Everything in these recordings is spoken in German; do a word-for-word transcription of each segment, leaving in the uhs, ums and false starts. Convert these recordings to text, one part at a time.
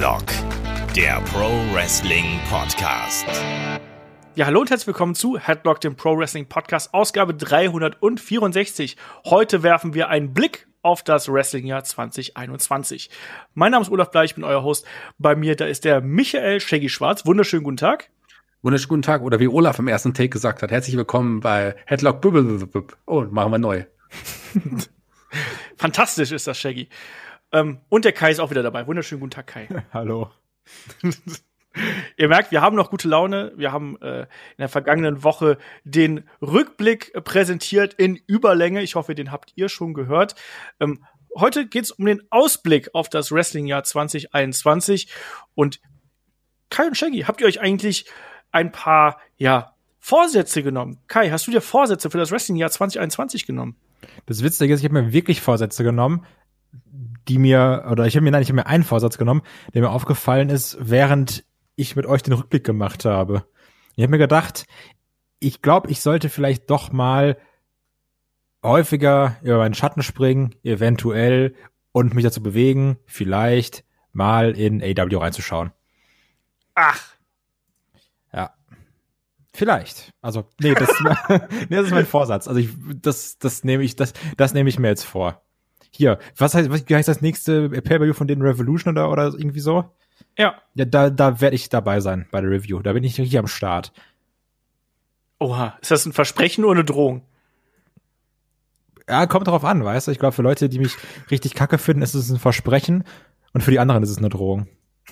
Headlock, der Pro Wrestling Podcast. Ja, hallo und herzlich willkommen zu Headlock, dem Pro Wrestling Podcast, Ausgabe dreihundertvierundsechzig. Heute werfen wir einen Blick auf das Wrestling-Jahr zwanzig einundzwanzig. Mein Name ist Olaf Bleich, ich bin euer Host. Bei mir, da ist der Michael Shaggy Schwarz. Wunderschönen guten Tag. Wunderschönen guten Tag, oder wie Olaf im ersten Take gesagt hat, herzlich willkommen bei Headlock. Oh, machen wir neu. Fantastisch ist das, Shaggy. Ähm, und der Kai ist auch wieder dabei. Wunderschönen guten Tag, Kai. Hallo. Ihr merkt, wir haben noch gute Laune. Wir haben äh, in der vergangenen Woche den Rückblick äh, präsentiert in Überlänge. Ich hoffe, den habt ihr schon gehört. Ähm, heute geht es um den Ausblick auf das Wrestling-Jahr zwanzig einundzwanzig. Und Kai und Shaggy, habt ihr euch eigentlich ein paar ja, Vorsätze genommen? Kai, hast du dir Vorsätze für das Wrestling-Jahr zwanzig einundzwanzig genommen? Das Witzige ist, ich habe mir wirklich Vorsätze genommen, die mir, oder ich habe mir, nein, ich habe mir einen Vorsatz genommen, der mir aufgefallen ist, während ich mit euch den Rückblick gemacht habe. Ich habe mir gedacht, ich glaube, ich sollte vielleicht doch mal häufiger über meinen Schatten springen, eventuell, und mich dazu bewegen, vielleicht mal in A E W reinzuschauen. Ach. Ja. Vielleicht. Also, nee, das, nee, das ist mein Vorsatz. Also, ich, das, das nehme ich, das, das nehme ich mir jetzt vor. Hier, was heißt, was, wie heißt das nächste Pay-Per-View von den Revolution oder, oder irgendwie so? Ja. Ja, da, da werde ich dabei sein bei der Review. Da bin ich richtig am Start. Oha, ist das ein Versprechen oder eine Drohung? Ja, kommt drauf an, weißt du? Ich glaube, für Leute, die mich richtig kacke finden, ist es ein Versprechen und für die anderen ist es eine Drohung.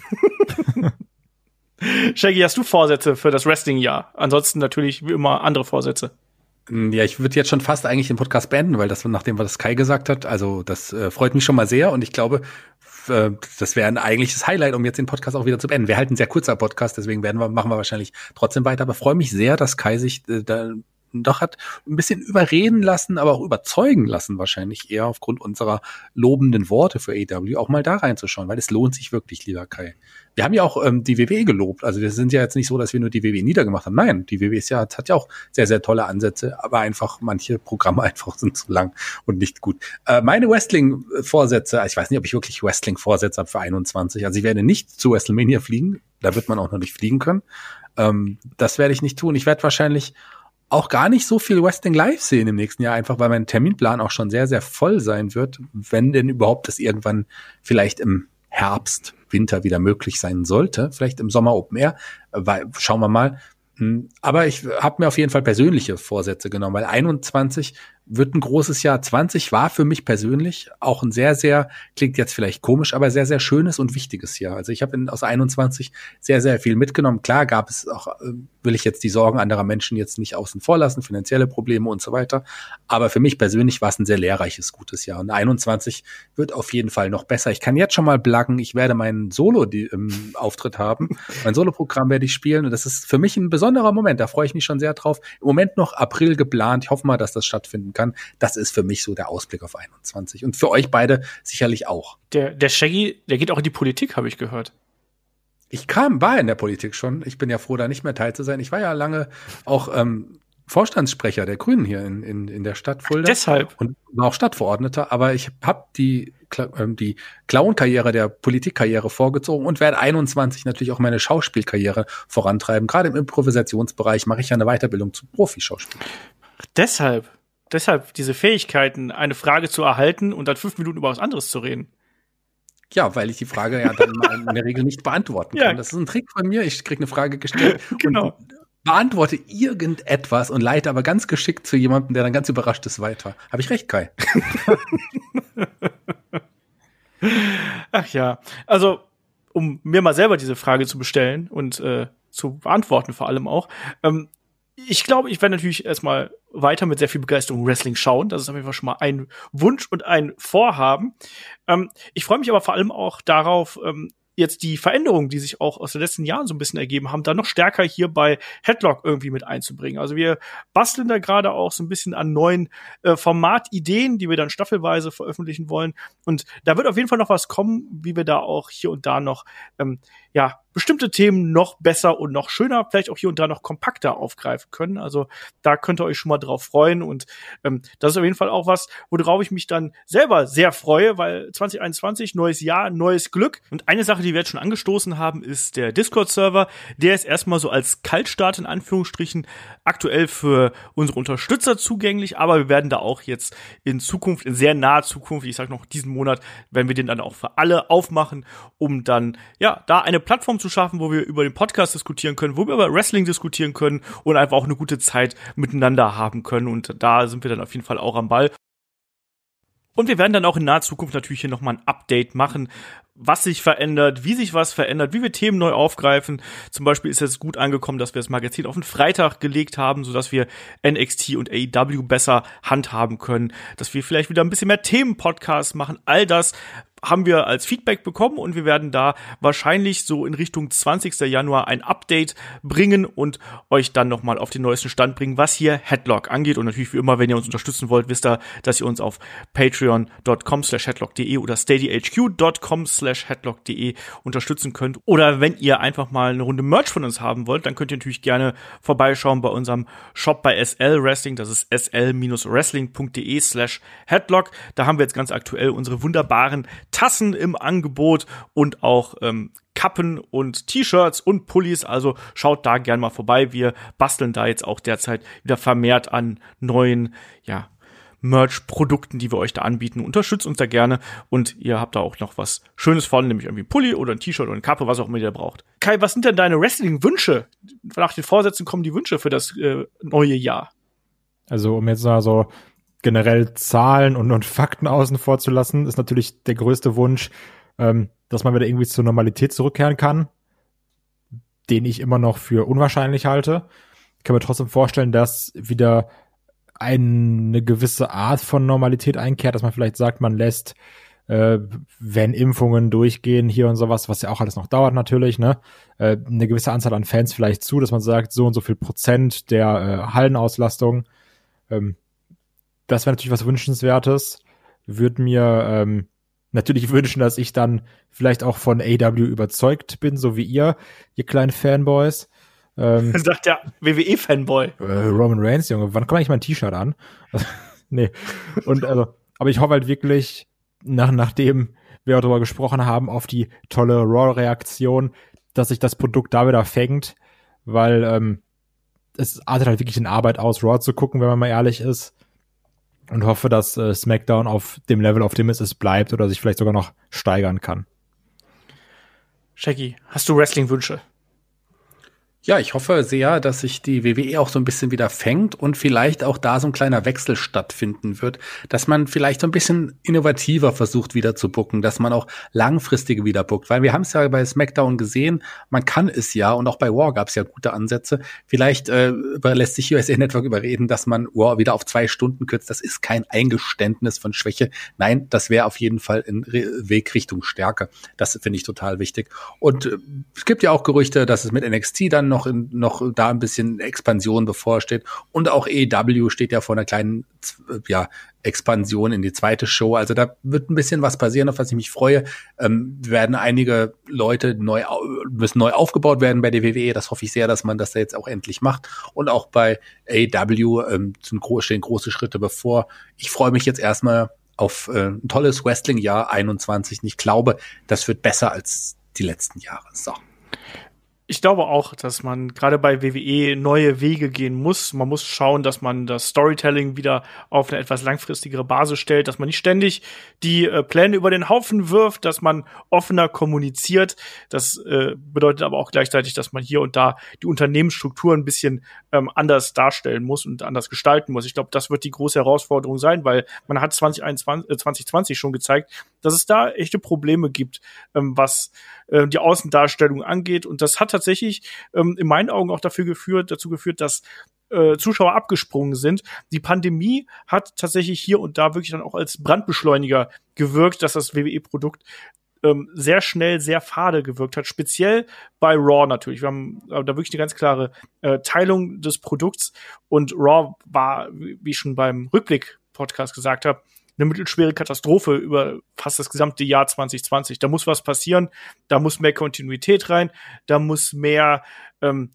Shaggy, hast du Vorsätze für das Wrestling-Jahr? Ansonsten natürlich wie immer andere Vorsätze. Ja, ich würde jetzt schon fast eigentlich den Podcast beenden, weil das, nachdem was Kai gesagt hat, also das äh, freut mich schon mal sehr und ich glaube, äh, das wäre ein eigentliches Highlight, um jetzt den Podcast auch wieder zu beenden. Wir halten ein sehr kurzer Podcast, deswegen werden wir, machen wir wahrscheinlich trotzdem weiter, aber freue mich sehr, dass Kai sich äh, da doch hat ein bisschen überreden lassen, aber auch überzeugen lassen wahrscheinlich eher aufgrund unserer lobenden Worte für A E W, auch mal da reinzuschauen, weil es lohnt sich wirklich, lieber Kai. Wir haben ja auch ähm, die W W E gelobt, also wir sind ja jetzt nicht so, dass wir nur die W W E niedergemacht haben. Nein, die W W E ist ja, hat ja auch sehr, sehr tolle Ansätze, aber einfach manche Programme einfach sind zu lang und nicht gut. Äh, meine Wrestling-Vorsätze, ich weiß nicht, ob ich wirklich Wrestling-Vorsätze habe für einundzwanzig, also ich werde nicht zu WrestleMania fliegen, da wird man auch noch nicht fliegen können. Ähm, das werde ich nicht tun. Ich werde wahrscheinlich auch gar nicht so viel Wrestling live sehen im nächsten Jahr, einfach weil mein Terminplan auch schon sehr, sehr voll sein wird, wenn denn überhaupt das irgendwann vielleicht im Herbst, Winter wieder möglich sein sollte, vielleicht im Sommer Open Air, weil, schauen wir mal. Aber ich habe mir auf jeden Fall persönliche Vorsätze genommen, weil einundzwanzig wird ein großes Jahr. zwanzig war für mich persönlich auch ein sehr, sehr, klingt jetzt vielleicht komisch, aber sehr, sehr schönes und wichtiges Jahr. Also ich habe aus einundzwanzig sehr, sehr viel mitgenommen. Klar gab es auch, will ich jetzt die Sorgen anderer Menschen jetzt nicht außen vor lassen, finanzielle Probleme und so weiter. Aber für mich persönlich war es ein sehr lehrreiches, gutes Jahr. Und einundzwanzig wird auf jeden Fall noch besser. Ich kann jetzt schon mal blaggen, ich werde meinen Solo-Auftritt haben. Mein Solo-Programm werde ich spielen. Und das ist für mich ein besonderer Moment. Da freue ich mich schon sehr drauf. Im Moment noch April geplant. Ich hoffe mal, dass das stattfinden kann. Das ist für mich so der Ausblick auf einundzwanzig. Und für euch beide sicherlich auch. Der, der Shaggy, der geht auch in die Politik, habe ich gehört. Ich kam, war in der Politik schon. Ich bin ja froh, da nicht mehr teil zu sein. Ich war ja lange auch ähm, Vorstandssprecher der Grünen hier in, in, in der Stadt Fulda. Deshalb. Und war auch Stadtverordneter. Aber ich habe die, die Clown-Karriere der Politikkarriere vorgezogen und werde einundzwanzig natürlich auch meine Schauspielkarriere vorantreiben. Gerade im Improvisationsbereich mache ich ja eine Weiterbildung zu Profischauspiel. Deshalb. Deshalb diese Fähigkeiten, eine Frage zu erhalten und dann fünf Minuten über was anderes zu reden. Ja, weil ich die Frage ja dann in der Regel nicht beantworten kann. Ja. Das ist ein Trick von mir. Ich kriege eine Frage gestellt genau. und beantworte irgendetwas und leite aber ganz geschickt zu jemandem, der dann ganz überrascht ist, weiter. Habe ich recht, Kai? Ach ja, also um mir mal selber diese Frage zu bestellen und äh, zu beantworten vor allem auch, ähm, ich glaube, ich werde natürlich erstmal weiter mit sehr viel Begeisterung Wrestling schauen. Das ist auf jeden Fall schon mal ein Wunsch und ein Vorhaben. Ähm, ich freue mich aber vor allem auch darauf, ähm, jetzt die Veränderungen, die sich auch aus den letzten Jahren so ein bisschen ergeben haben, da noch stärker hier bei Headlock irgendwie mit einzubringen. Also wir basteln da gerade auch so ein bisschen an neuen äh, Formatideen, die wir dann staffelweise veröffentlichen wollen. Und da wird auf jeden Fall noch was kommen, wie wir da auch hier und da noch ähm, ja bestimmte Themen noch besser und noch schöner, vielleicht auch hier und da noch kompakter aufgreifen können. Also da könnt ihr euch schon mal drauf freuen. Und ähm, das ist auf jeden Fall auch was, worauf ich mich dann selber sehr freue, weil zwanzig einundzwanzig, neues Jahr, neues Glück. Und eine Sache, die wir jetzt schon angestoßen haben, ist der Discord-Server. Der ist erstmal so als Kaltstart in Anführungsstrichen aktuell für unsere Unterstützer zugänglich, aber wir werden da auch jetzt in Zukunft, in sehr naher Zukunft, ich sag noch diesen Monat, werden wir den dann auch für alle aufmachen, um dann, ja, da eine Plattform zu schaffen, wo wir über den Podcast diskutieren können, wo wir über Wrestling diskutieren können und einfach auch eine gute Zeit miteinander haben können. Und da sind wir dann auf jeden Fall auch am Ball. Und wir werden dann auch in naher Zukunft natürlich hier nochmal ein Update machen, was sich verändert, wie sich was verändert, wie wir Themen neu aufgreifen. Zum Beispiel ist jetzt gut angekommen, dass wir das Magazin auf den Freitag gelegt haben, sodass wir N X T und A E W besser handhaben können, dass wir vielleicht wieder ein bisschen mehr Themen-Podcasts machen. All das haben wir als Feedback bekommen und wir werden da wahrscheinlich so in Richtung zwanzigsten Januar ein Update bringen und euch dann nochmal auf den neuesten Stand bringen, was hier Headlock angeht. Und natürlich wie immer, wenn ihr uns unterstützen wollt, wisst ihr, dass ihr uns auf patreon.com slash headlock.de oder steadyhq.com slash headlock.de unterstützen könnt. Oder wenn ihr einfach mal eine Runde Merch von uns haben wollt, dann könnt ihr natürlich gerne vorbeischauen bei unserem Shop bei S L Wrestling. Das ist sl-wrestling.de slash headlock. Da haben wir jetzt ganz aktuell unsere wunderbaren Tassen im Angebot und auch ähm, Kappen und T-Shirts und Pullis, also schaut da gerne mal vorbei. Wir basteln da jetzt auch derzeit wieder vermehrt an neuen, ja, Merch-Produkten, die wir euch da anbieten. Unterstützt uns da gerne und ihr habt da auch noch was Schönes von, nämlich irgendwie ein Pulli oder ein T-Shirt oder eine Kappe, was auch immer ihr braucht. Kai, was sind denn deine Wrestling-Wünsche? Nach den Vorsätzen kommen die Wünsche für das äh, neue Jahr. Also um jetzt mal so generell Zahlen und, und Fakten außen vor zu lassen, ist natürlich der größte Wunsch, ähm, dass man wieder irgendwie zur Normalität zurückkehren kann, den ich immer noch für unwahrscheinlich halte. Ich kann mir trotzdem vorstellen, dass wieder eine gewisse Art von Normalität einkehrt, dass man vielleicht sagt, man lässt, äh, wenn Impfungen durchgehen hier und sowas, was ja auch alles noch dauert natürlich, ne, äh, eine gewisse Anzahl an Fans vielleicht zu, dass man sagt, so und so viel Prozent der äh, Hallenauslastung, ähm, das wäre natürlich was Wünschenswertes. Würde mir ähm, natürlich wünschen, dass ich dann vielleicht auch von A E W überzeugt bin, so wie ihr, ihr kleinen Fanboys. Ähm, Sagt der W W E-Fanboy. Äh, Roman Reigns, Junge, wann kommt eigentlich mein T-Shirt an? Nee. Und also, aber ich hoffe halt wirklich, nach, nachdem wir auch darüber gesprochen haben, auf die tolle Raw-Reaktion, dass sich das Produkt da wieder fängt, weil ähm, es artet halt wirklich in Arbeit aus, Raw zu gucken, wenn man mal ehrlich ist. Und hoffe, dass äh, SmackDown auf dem Level, auf dem es ist, bleibt oder sich vielleicht sogar noch steigern kann. Shaggy, hast du Wrestling-Wünsche? Ja, ich hoffe sehr, dass sich die W W E auch so ein bisschen wieder fängt und vielleicht auch da so ein kleiner Wechsel stattfinden wird, dass man vielleicht so ein bisschen innovativer versucht wieder zu booken, dass man auch langfristige wieder bookt, weil wir haben es ja bei SmackDown gesehen, man kann es ja und auch bei Raw gab es ja gute Ansätze. Vielleicht äh, lässt sich U S A Network überreden, dass man Raw wieder auf zwei Stunden kürzt. Das ist kein Eingeständnis von Schwäche. Nein, das wäre auf jeden Fall ein Re- Weg Richtung Stärke. Das finde ich total wichtig. Und äh, es gibt ja auch Gerüchte, dass es mit N X T dann noch in, noch da ein bisschen Expansion bevorsteht und auch A E W steht ja vor einer kleinen ja Expansion in die zweite Show, also da wird ein bisschen was passieren, auf was ich mich freue. Ähm, werden einige Leute neu müssen neu aufgebaut werden bei der W W E, das hoffe ich sehr, dass man das da jetzt auch endlich macht und auch bei A E W ähm, sind gro- stehen große Schritte bevor. Ich freue mich jetzt erstmal auf äh, ein tolles Wrestling-Jahr einundzwanzig und ich glaube, das wird besser als die letzten Jahre. So. Ich glaube auch, dass man gerade bei W W E neue Wege gehen muss. Man muss schauen, dass man das Storytelling wieder auf eine etwas langfristigere Basis stellt, dass man nicht ständig die äh, Pläne über den Haufen wirft, dass man offener kommuniziert. Das äh, bedeutet aber auch gleichzeitig, dass man hier und da die Unternehmensstruktur ein bisschen ähm, anders darstellen muss und anders gestalten muss. Ich glaube, das wird die große Herausforderung sein, weil man hat zwanzig einundzwanzig, äh, zwanzig zwanzig schon gezeigt, dass es da echte Probleme gibt, ähm, was äh, die Außendarstellung angeht. Und das hat tatsächlich ähm, in meinen Augen auch dafür geführt, dazu geführt, dass äh, Zuschauer abgesprungen sind. Die Pandemie hat tatsächlich hier und da wirklich dann auch als Brandbeschleuniger gewirkt, dass das W W E-Produkt ähm, sehr schnell, sehr fade gewirkt hat. Speziell bei Raw natürlich. Wir haben äh, da wirklich eine ganz klare äh, Teilung des Produkts. Und Raw war, wie ich schon beim Rückblick-Podcast gesagt habe, eine mittelschwere Katastrophe über fast das gesamte Jahr zwanzig zwanzig. Da muss was passieren, da muss mehr Kontinuität rein, da muss mehr ähm,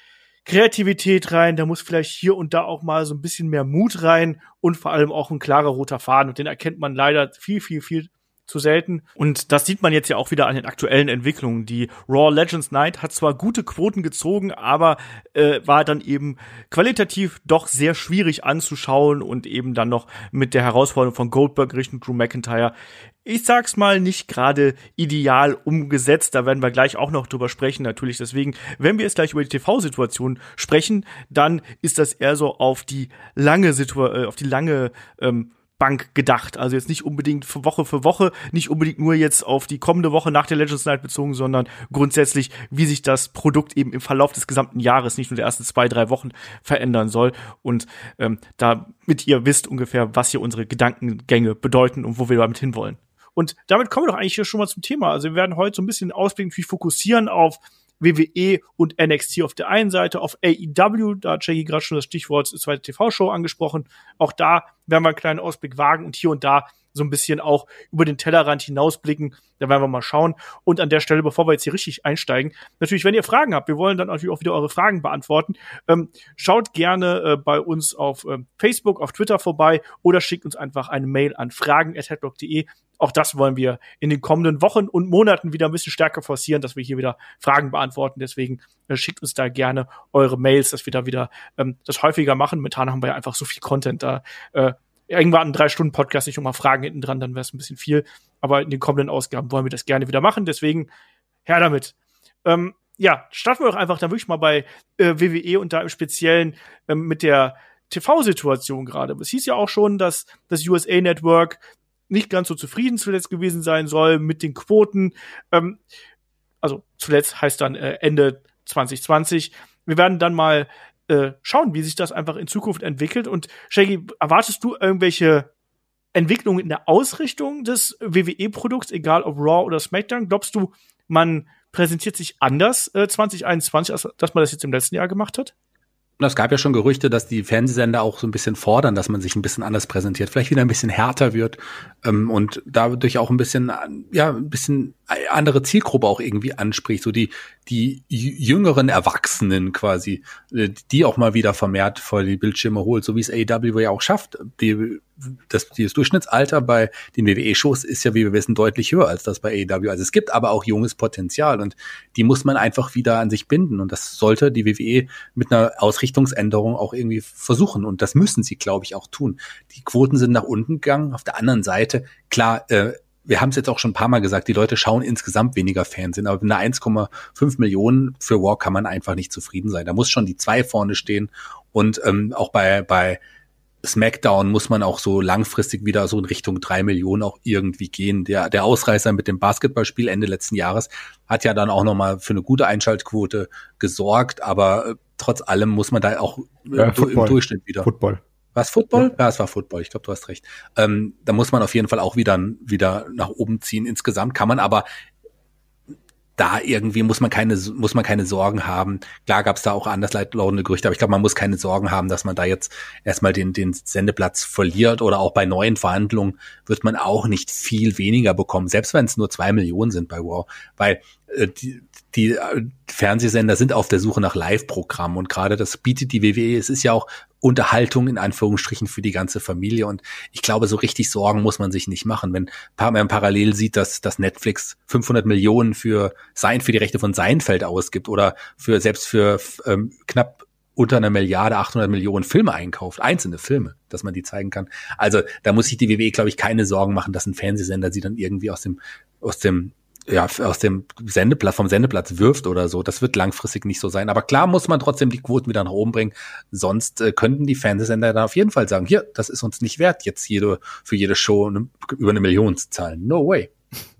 Kreativität rein, da muss vielleicht hier und da auch mal so ein bisschen mehr Mut rein und vor allem auch ein klarer roter Faden. Und den erkennt man leider viel, viel, viel zu selten. Und das sieht man jetzt ja auch wieder an den aktuellen Entwicklungen. Die Raw Legends Night hat zwar gute Quoten gezogen, aber äh, war dann eben qualitativ doch sehr schwierig anzuschauen und eben dann noch mit der Herausforderung von Goldberg Richtung Drew McIntyre, ich sag's mal, nicht gerade ideal umgesetzt. Da werden wir gleich auch noch drüber sprechen, natürlich. Deswegen, wenn wir jetzt gleich über die T V-Situation sprechen, dann ist das eher so auf die lange Situation, äh, auf die lange ähm, Bank gedacht. Also jetzt nicht unbedingt für Woche für Woche, nicht unbedingt nur jetzt auf die kommende Woche nach der Legends Night bezogen, sondern grundsätzlich, wie sich das Produkt eben im Verlauf des gesamten Jahres, nicht nur der ersten zwei, drei Wochen, verändern soll. Und ähm, damit ihr wisst ungefähr, was hier unsere Gedankengänge bedeuten und wo wir damit hinwollen. Und damit kommen wir doch eigentlich hier schon mal zum Thema. Also wir werden heute so ein bisschen ausblicken, wie fokussieren auf W W E und N X T auf der einen Seite, auf A E W, da hat Jackie gerade schon das Stichwort zweite T V-Show angesprochen. Auch da werden wir einen kleinen Ausblick wagen und hier und da so ein bisschen auch über den Tellerrand hinausblicken. Da werden wir mal schauen. Und an der Stelle, bevor wir jetzt hier richtig einsteigen, natürlich, wenn ihr Fragen habt, wir wollen dann natürlich auch wieder eure Fragen beantworten, ähm, schaut gerne äh, bei uns auf ähm, Facebook, auf Twitter vorbei oder schickt uns einfach eine Mail an fragen at headlock punkt de. Auch das wollen wir in den kommenden Wochen und Monaten wieder ein bisschen stärker forcieren, dass wir hier wieder Fragen beantworten. Deswegen äh, schickt uns da gerne eure Mails, dass wir da wieder ähm, das häufiger machen. Momentan haben wir ja einfach so viel Content da. Äh, irgendwann einen drei Stunden Podcast, nicht nochmal Fragen hinten dran, dann wäre es ein bisschen viel. Aber in den kommenden Ausgaben wollen wir das gerne wieder machen. Deswegen her damit. Ähm, ja, starten wir doch einfach da wirklich mal bei äh, W W E und da im Speziellen ähm, mit der T V-Situation gerade. Es hieß ja auch schon, dass das U S A-Network nicht ganz so zufrieden zuletzt gewesen sein soll mit den Quoten. Ähm, also zuletzt heißt dann äh, Ende zwanzig zwanzig. Wir werden dann mal äh, schauen, wie sich das einfach in Zukunft entwickelt. Und Shaggy, erwartest du irgendwelche Entwicklungen in der Ausrichtung des W W E-Produkts, egal ob Raw oder SmackDown? Glaubst du, man präsentiert sich anders äh, zwanzig einundzwanzig, als dass man das jetzt im letzten Jahr gemacht hat? Es gab ja schon Gerüchte, dass die Fernsehsender auch so ein bisschen fordern, dass man sich ein bisschen anders präsentiert, vielleicht wieder ein bisschen härter wird ähm, und dadurch auch ein bisschen, ja, ein bisschen andere Zielgruppe auch irgendwie anspricht, so die die jüngeren Erwachsenen quasi, die auch mal wieder vermehrt vor die Bildschirme holt, so wie es A E W ja auch schafft. Die, das, das Durchschnittsalter bei den W W E-Shows ist ja, wie wir wissen, deutlich höher als das bei A E W. Also es gibt aber auch junges Potenzial und die muss man einfach wieder an sich binden und das sollte die W W E mit einer Ausrichtungsänderung auch irgendwie versuchen und das müssen sie, glaube ich, auch tun. Die Quoten sind nach unten gegangen. Auf der anderen Seite, klar, äh, wir haben es jetzt auch schon ein paar Mal gesagt, die Leute schauen insgesamt weniger Fernsehen, aber mit einer eins Komma fünf Millionen für Raw kann man einfach nicht zufrieden sein. Da muss schon die zwei vorne stehen und ähm, auch bei bei SmackDown muss man auch so langfristig wieder so in Richtung drei Millionen auch irgendwie gehen. Der der Ausreißer mit dem Basketballspiel Ende letzten Jahres hat ja dann auch nochmal für eine gute Einschaltquote gesorgt, aber äh, trotz allem muss man da auch ja, im, im Durchschnitt wieder. Football. Was, Football? Ja. ja, es war Football. Ich glaube, du hast recht. Ähm, da muss man auf jeden Fall auch wieder, wieder nach oben ziehen. Insgesamt kann man aber da irgendwie muss man keine muss man keine Sorgen haben. Klar gab es da auch anders lautende Gerüchte, aber ich glaube, man muss keine Sorgen haben, dass man da jetzt erstmal den den Sendeplatz verliert oder auch bei neuen Verhandlungen wird man auch nicht viel weniger bekommen, selbst wenn es nur zwei Millionen sind bei Raw, weil äh, die die äh, Fernsehsender sind auf der Suche nach Live-Programmen und gerade das bietet die W W E. Es ist ja auch Unterhaltung in Anführungsstrichen für die ganze Familie und ich glaube, so richtig Sorgen muss man sich nicht machen, wenn man parallel sieht, dass, dass Netflix fünfhundert Millionen für sein für die Rechte von Seinfeld ausgibt oder für selbst für ähm, knapp unter einer Milliarde, achthundert Millionen Filme einkauft, einzelne Filme, dass man die zeigen kann. Also da muss sich die W W E, glaube ich, keine Sorgen machen, dass ein Fernsehsender sie dann irgendwie aus dem aus dem ja, aus dem Sendeplatz, vom Sendeplatz wirft oder so. Das wird langfristig nicht so sein. Aber klar muss man trotzdem die Quoten wieder nach oben bringen. Sonst äh, könnten die Fernsehsender dann auf jeden Fall sagen, hier, das ist uns nicht wert, jetzt jede, für jede Show eine, über eine Million zu zahlen. No way.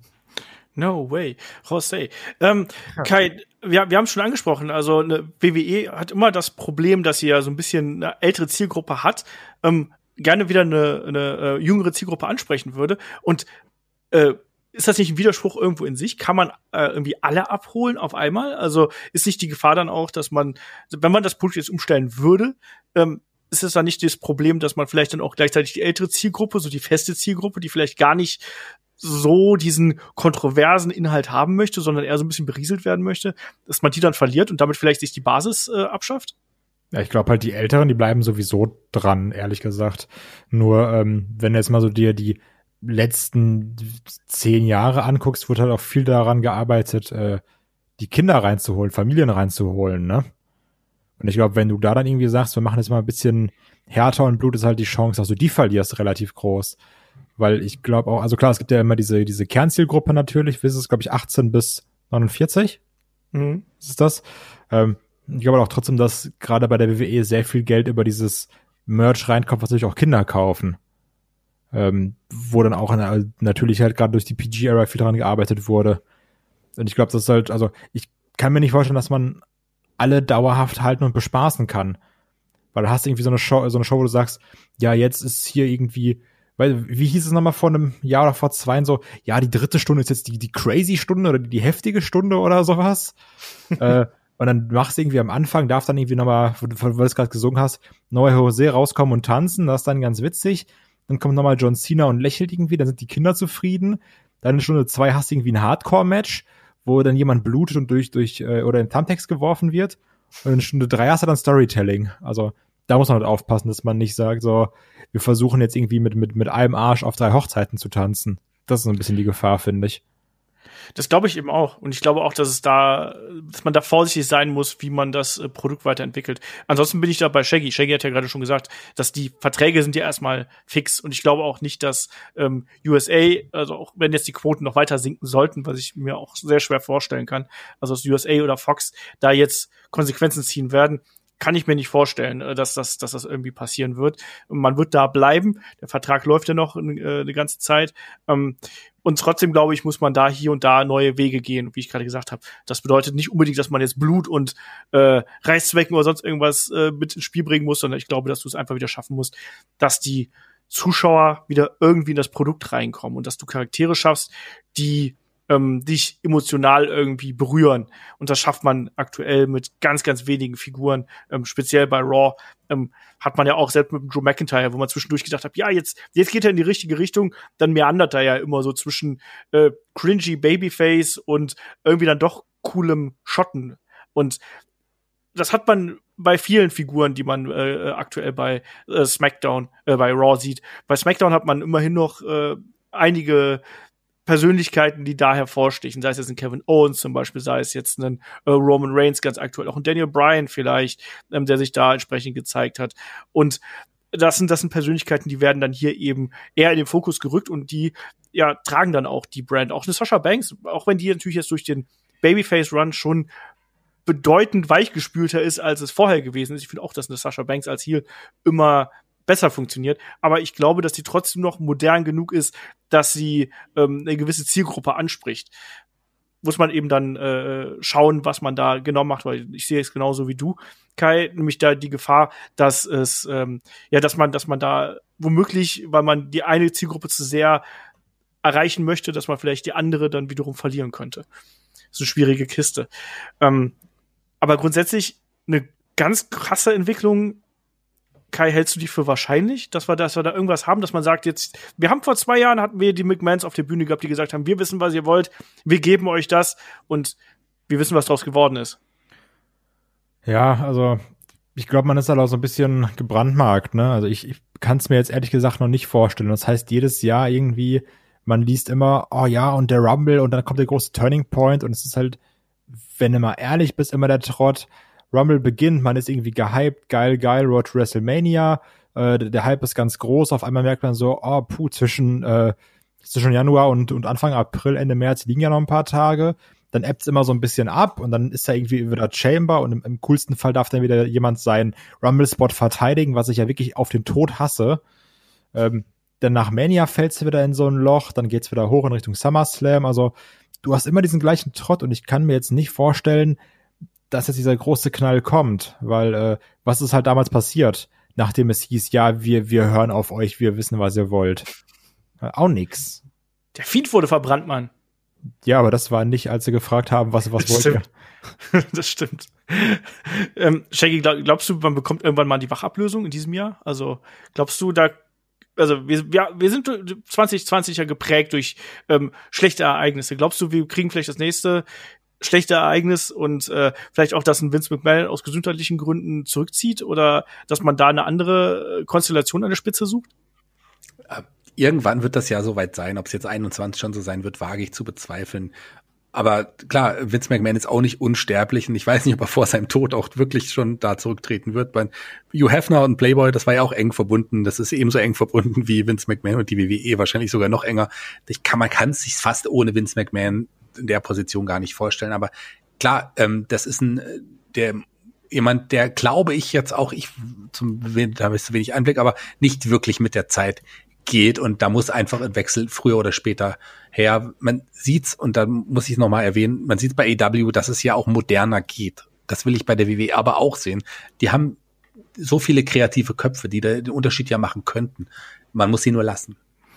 No way. José. Ähm, Kai, wir, wir haben es schon angesprochen, also eine W W E hat immer das Problem, dass sie ja so ein bisschen eine ältere Zielgruppe hat, ähm, gerne wieder eine, eine äh, jüngere Zielgruppe ansprechen würde. Und äh, ist das nicht ein Widerspruch irgendwo in sich? Kann man äh, irgendwie alle abholen auf einmal? Also ist nicht die Gefahr dann auch, dass man, wenn man das Produkt jetzt umstellen würde, ähm, ist es dann nicht das Problem, dass man vielleicht dann auch gleichzeitig die ältere Zielgruppe, so die feste Zielgruppe, die vielleicht gar nicht so diesen kontroversen Inhalt haben möchte, sondern eher so ein bisschen berieselt werden möchte, dass man die dann verliert und damit vielleicht sich die Basis äh, abschafft? Ja, ich glaube halt, die Älteren, die bleiben sowieso dran, ehrlich gesagt. Nur, ähm, wenn du jetzt mal so dir die letzten zehn Jahre anguckst, wurde halt auch viel daran gearbeitet, äh, die Kinder reinzuholen, Familien reinzuholen, ne? Und ich glaube, wenn du da dann irgendwie sagst, wir machen jetzt mal ein bisschen härter und Blut, ist halt die Chance, dass du die verlierst, relativ groß. Weil ich glaube auch, also klar, es gibt ja immer diese diese Kernzielgruppe natürlich, wie ist es, glaube ich, achtzehn bis neunundvierzig. Mhm. Ist das? Ähm, ich glaube auch trotzdem, dass gerade bei der W W E sehr viel Geld über dieses Merch reinkommt, was natürlich auch Kinder kaufen. Ähm, wo dann auch in, natürlich halt gerade durch die P G-Era viel dran gearbeitet wurde. Und ich glaube, das ist halt, also ich kann mir nicht vorstellen, dass man alle dauerhaft halten und bespaßen kann. Weil du hast irgendwie so eine Show, so eine Show, wo du sagst, ja, jetzt ist hier irgendwie, weil, wie hieß es nochmal vor einem Jahr oder vor zwei, so, ja, die dritte Stunde ist jetzt die, die crazy Stunde oder die, die heftige Stunde oder sowas. äh, und dann machst du irgendwie am Anfang, darf dann irgendwie nochmal, weil du es gerade gesungen hast, neue Jose rauskommen und tanzen, das ist dann ganz witzig. Dann kommt nochmal John Cena und lächelt irgendwie, dann sind die Kinder zufrieden. Dann in Stunde zwei hast du irgendwie ein Hardcore-Match, wo dann jemand blutet und durch, durch, äh, oder in Thumbtacks geworfen wird. Und in Stunde drei hast du dann Storytelling. Also, da muss man halt aufpassen, dass man nicht sagt, so, wir versuchen jetzt irgendwie mit, mit, mit einem Arsch auf drei Hochzeiten zu tanzen. Das ist so ein bisschen die Gefahr, finde ich. Das glaube ich eben auch. Und ich glaube auch, dass es da, dass man da vorsichtig sein muss, wie man das äh, Produkt weiterentwickelt. Ansonsten bin ich da bei Shaggy. Shaggy hat ja gerade schon gesagt, dass die Verträge sind ja erstmal fix. Und ich glaube auch nicht, dass ähm, U S A, also auch wenn jetzt die Quoten noch weiter sinken sollten, was ich mir auch sehr schwer vorstellen kann, also dass U S A oder Fox da jetzt Konsequenzen ziehen werden, kann ich mir nicht vorstellen, dass das, dass das irgendwie passieren wird. Man wird da bleiben. Der Vertrag läuft ja noch eine, eine ganze Zeit. Und trotzdem, glaube ich, muss man da hier und da neue Wege gehen, wie ich gerade gesagt habe. Das bedeutet nicht unbedingt, dass man jetzt Blut und äh, Reißzwecken oder sonst irgendwas äh, mit ins Spiel bringen muss, sondern ich glaube, dass du es einfach wieder schaffen musst, dass die Zuschauer wieder irgendwie in das Produkt reinkommen und dass du Charaktere schaffst, die ähm, dich emotional irgendwie berühren. Und das schafft man aktuell mit ganz, ganz wenigen Figuren. Ähm, speziell bei Raw ähm, hat man ja auch selbst mit Drew McIntyre, wo man zwischendurch gedacht hat, ja, jetzt jetzt geht er in die richtige Richtung. Dann meandert er ja immer so zwischen äh, cringy Babyface und irgendwie dann doch coolem Schotten. Und das hat man bei vielen Figuren, die man äh, aktuell bei äh, SmackDown, äh, bei Raw sieht. Bei SmackDown hat man immerhin noch äh, einige Persönlichkeiten, die da hervorstechen, sei es jetzt ein Kevin Owens zum Beispiel, sei es jetzt ein äh, Roman Reigns ganz aktuell, auch ein Daniel Bryan vielleicht, ähm, der sich da entsprechend gezeigt hat. Und das sind, das sind Persönlichkeiten, die werden dann hier eben eher in den Fokus gerückt und die ja tragen dann auch die Brand. Auch eine Sasha Banks, auch wenn die natürlich jetzt durch den Babyface-Run schon bedeutend weichgespülter ist, als es vorher gewesen ist. Ich finde auch, dass eine Sasha Banks als Heel immer besser funktioniert, aber ich glaube, dass die trotzdem noch modern genug ist, dass sie ähm, eine gewisse Zielgruppe anspricht. Muss man eben dann äh, schauen, was man da genau macht, weil ich sehe es genauso wie du, Kai, nämlich da die Gefahr, dass es ähm, ja, dass man, dass man da womöglich, weil man die eine Zielgruppe zu sehr erreichen möchte, dass man vielleicht die andere dann wiederum verlieren könnte. Das ist eine schwierige Kiste. Ähm, aber grundsätzlich eine ganz krasse Entwicklung. Kai, hältst du die für wahrscheinlich, dass wir, dass wir da irgendwas haben, dass man sagt, jetzt, wir haben vor zwei Jahren, hatten wir die McMahons auf der Bühne gehabt, die gesagt haben, wir wissen, was ihr wollt, wir geben euch das und wir wissen, was daraus geworden ist. Ja, also ich glaube, man ist halt auch so ein bisschen gebrandmarkt, ne? Also ich, ich kann es mir jetzt ehrlich gesagt noch nicht vorstellen. Das heißt, jedes Jahr irgendwie, man liest immer, oh ja, und der Rumble und dann kommt der große Turning Point und es ist halt, wenn du mal ehrlich bist, immer der Trott. Rumble beginnt, man ist irgendwie gehypt, geil, geil, Road to WrestleMania, äh, der Hype ist ganz groß, auf einmal merkt man so, oh, puh, zwischen, äh, zwischen Januar und, und Anfang April, Ende März liegen ja noch ein paar Tage, dann ebbt's immer so ein bisschen ab und dann ist da irgendwie wieder Chamber und im, im coolsten Fall darf dann wieder jemand seinen Rumble-Spot verteidigen, was ich ja wirklich auf den Tod hasse. Ähm, dann nach Mania fällst du wieder in so ein Loch, dann geht's wieder hoch in Richtung SummerSlam, also du hast immer diesen gleichen Trott und ich kann mir jetzt nicht vorstellen, dass jetzt dieser große Knall kommt, weil äh, was ist halt damals passiert, nachdem es hieß, ja, wir wir hören auf euch, wir wissen, was ihr wollt. Äh, auch nix. Der Feed wurde verbrannt, Mann. Ja, aber das war nicht, als sie gefragt haben, was was das wollt stimmt. ihr. Das stimmt. ähm, Shaggy, glaub, glaubst du, man bekommt irgendwann mal die Wachablösung in diesem Jahr? Also glaubst du, da also wir, wir, wir sind zwanzig zwanzig ja geprägt durch ähm, schlechte Ereignisse. Glaubst du, wir kriegen vielleicht das nächste schlechte Ereignis und äh, vielleicht auch, dass ein Vince McMahon aus gesundheitlichen Gründen zurückzieht oder dass man da eine andere Konstellation an der Spitze sucht? Irgendwann wird das ja soweit sein. Ob es jetzt einundzwanzig schon so sein wird, wage ich zu bezweifeln. Aber klar, Vince McMahon ist auch nicht unsterblich und ich weiß nicht, ob er vor seinem Tod auch wirklich schon da zurücktreten wird. Bei Hugh Hefner und Playboy, das war ja auch eng verbunden. Das ist ebenso eng verbunden wie Vince McMahon und die W W E, wahrscheinlich sogar noch enger. Ich kann, man kann es sich fast ohne Vince McMahon in der Position gar nicht vorstellen. Aber klar, ähm, das ist ein der jemand, der glaube ich jetzt auch, ich zum da habe ich zu wenig Einblick, aber nicht wirklich mit der Zeit geht und da muss einfach ein Wechsel früher oder später her. Man sieht's, und da muss ich es nochmal erwähnen, man sieht bei A E W, dass es ja auch moderner geht. Das will ich bei der W W E aber auch sehen. Die haben so viele kreative Köpfe, die da den Unterschied ja machen könnten. Man muss sie nur lassen.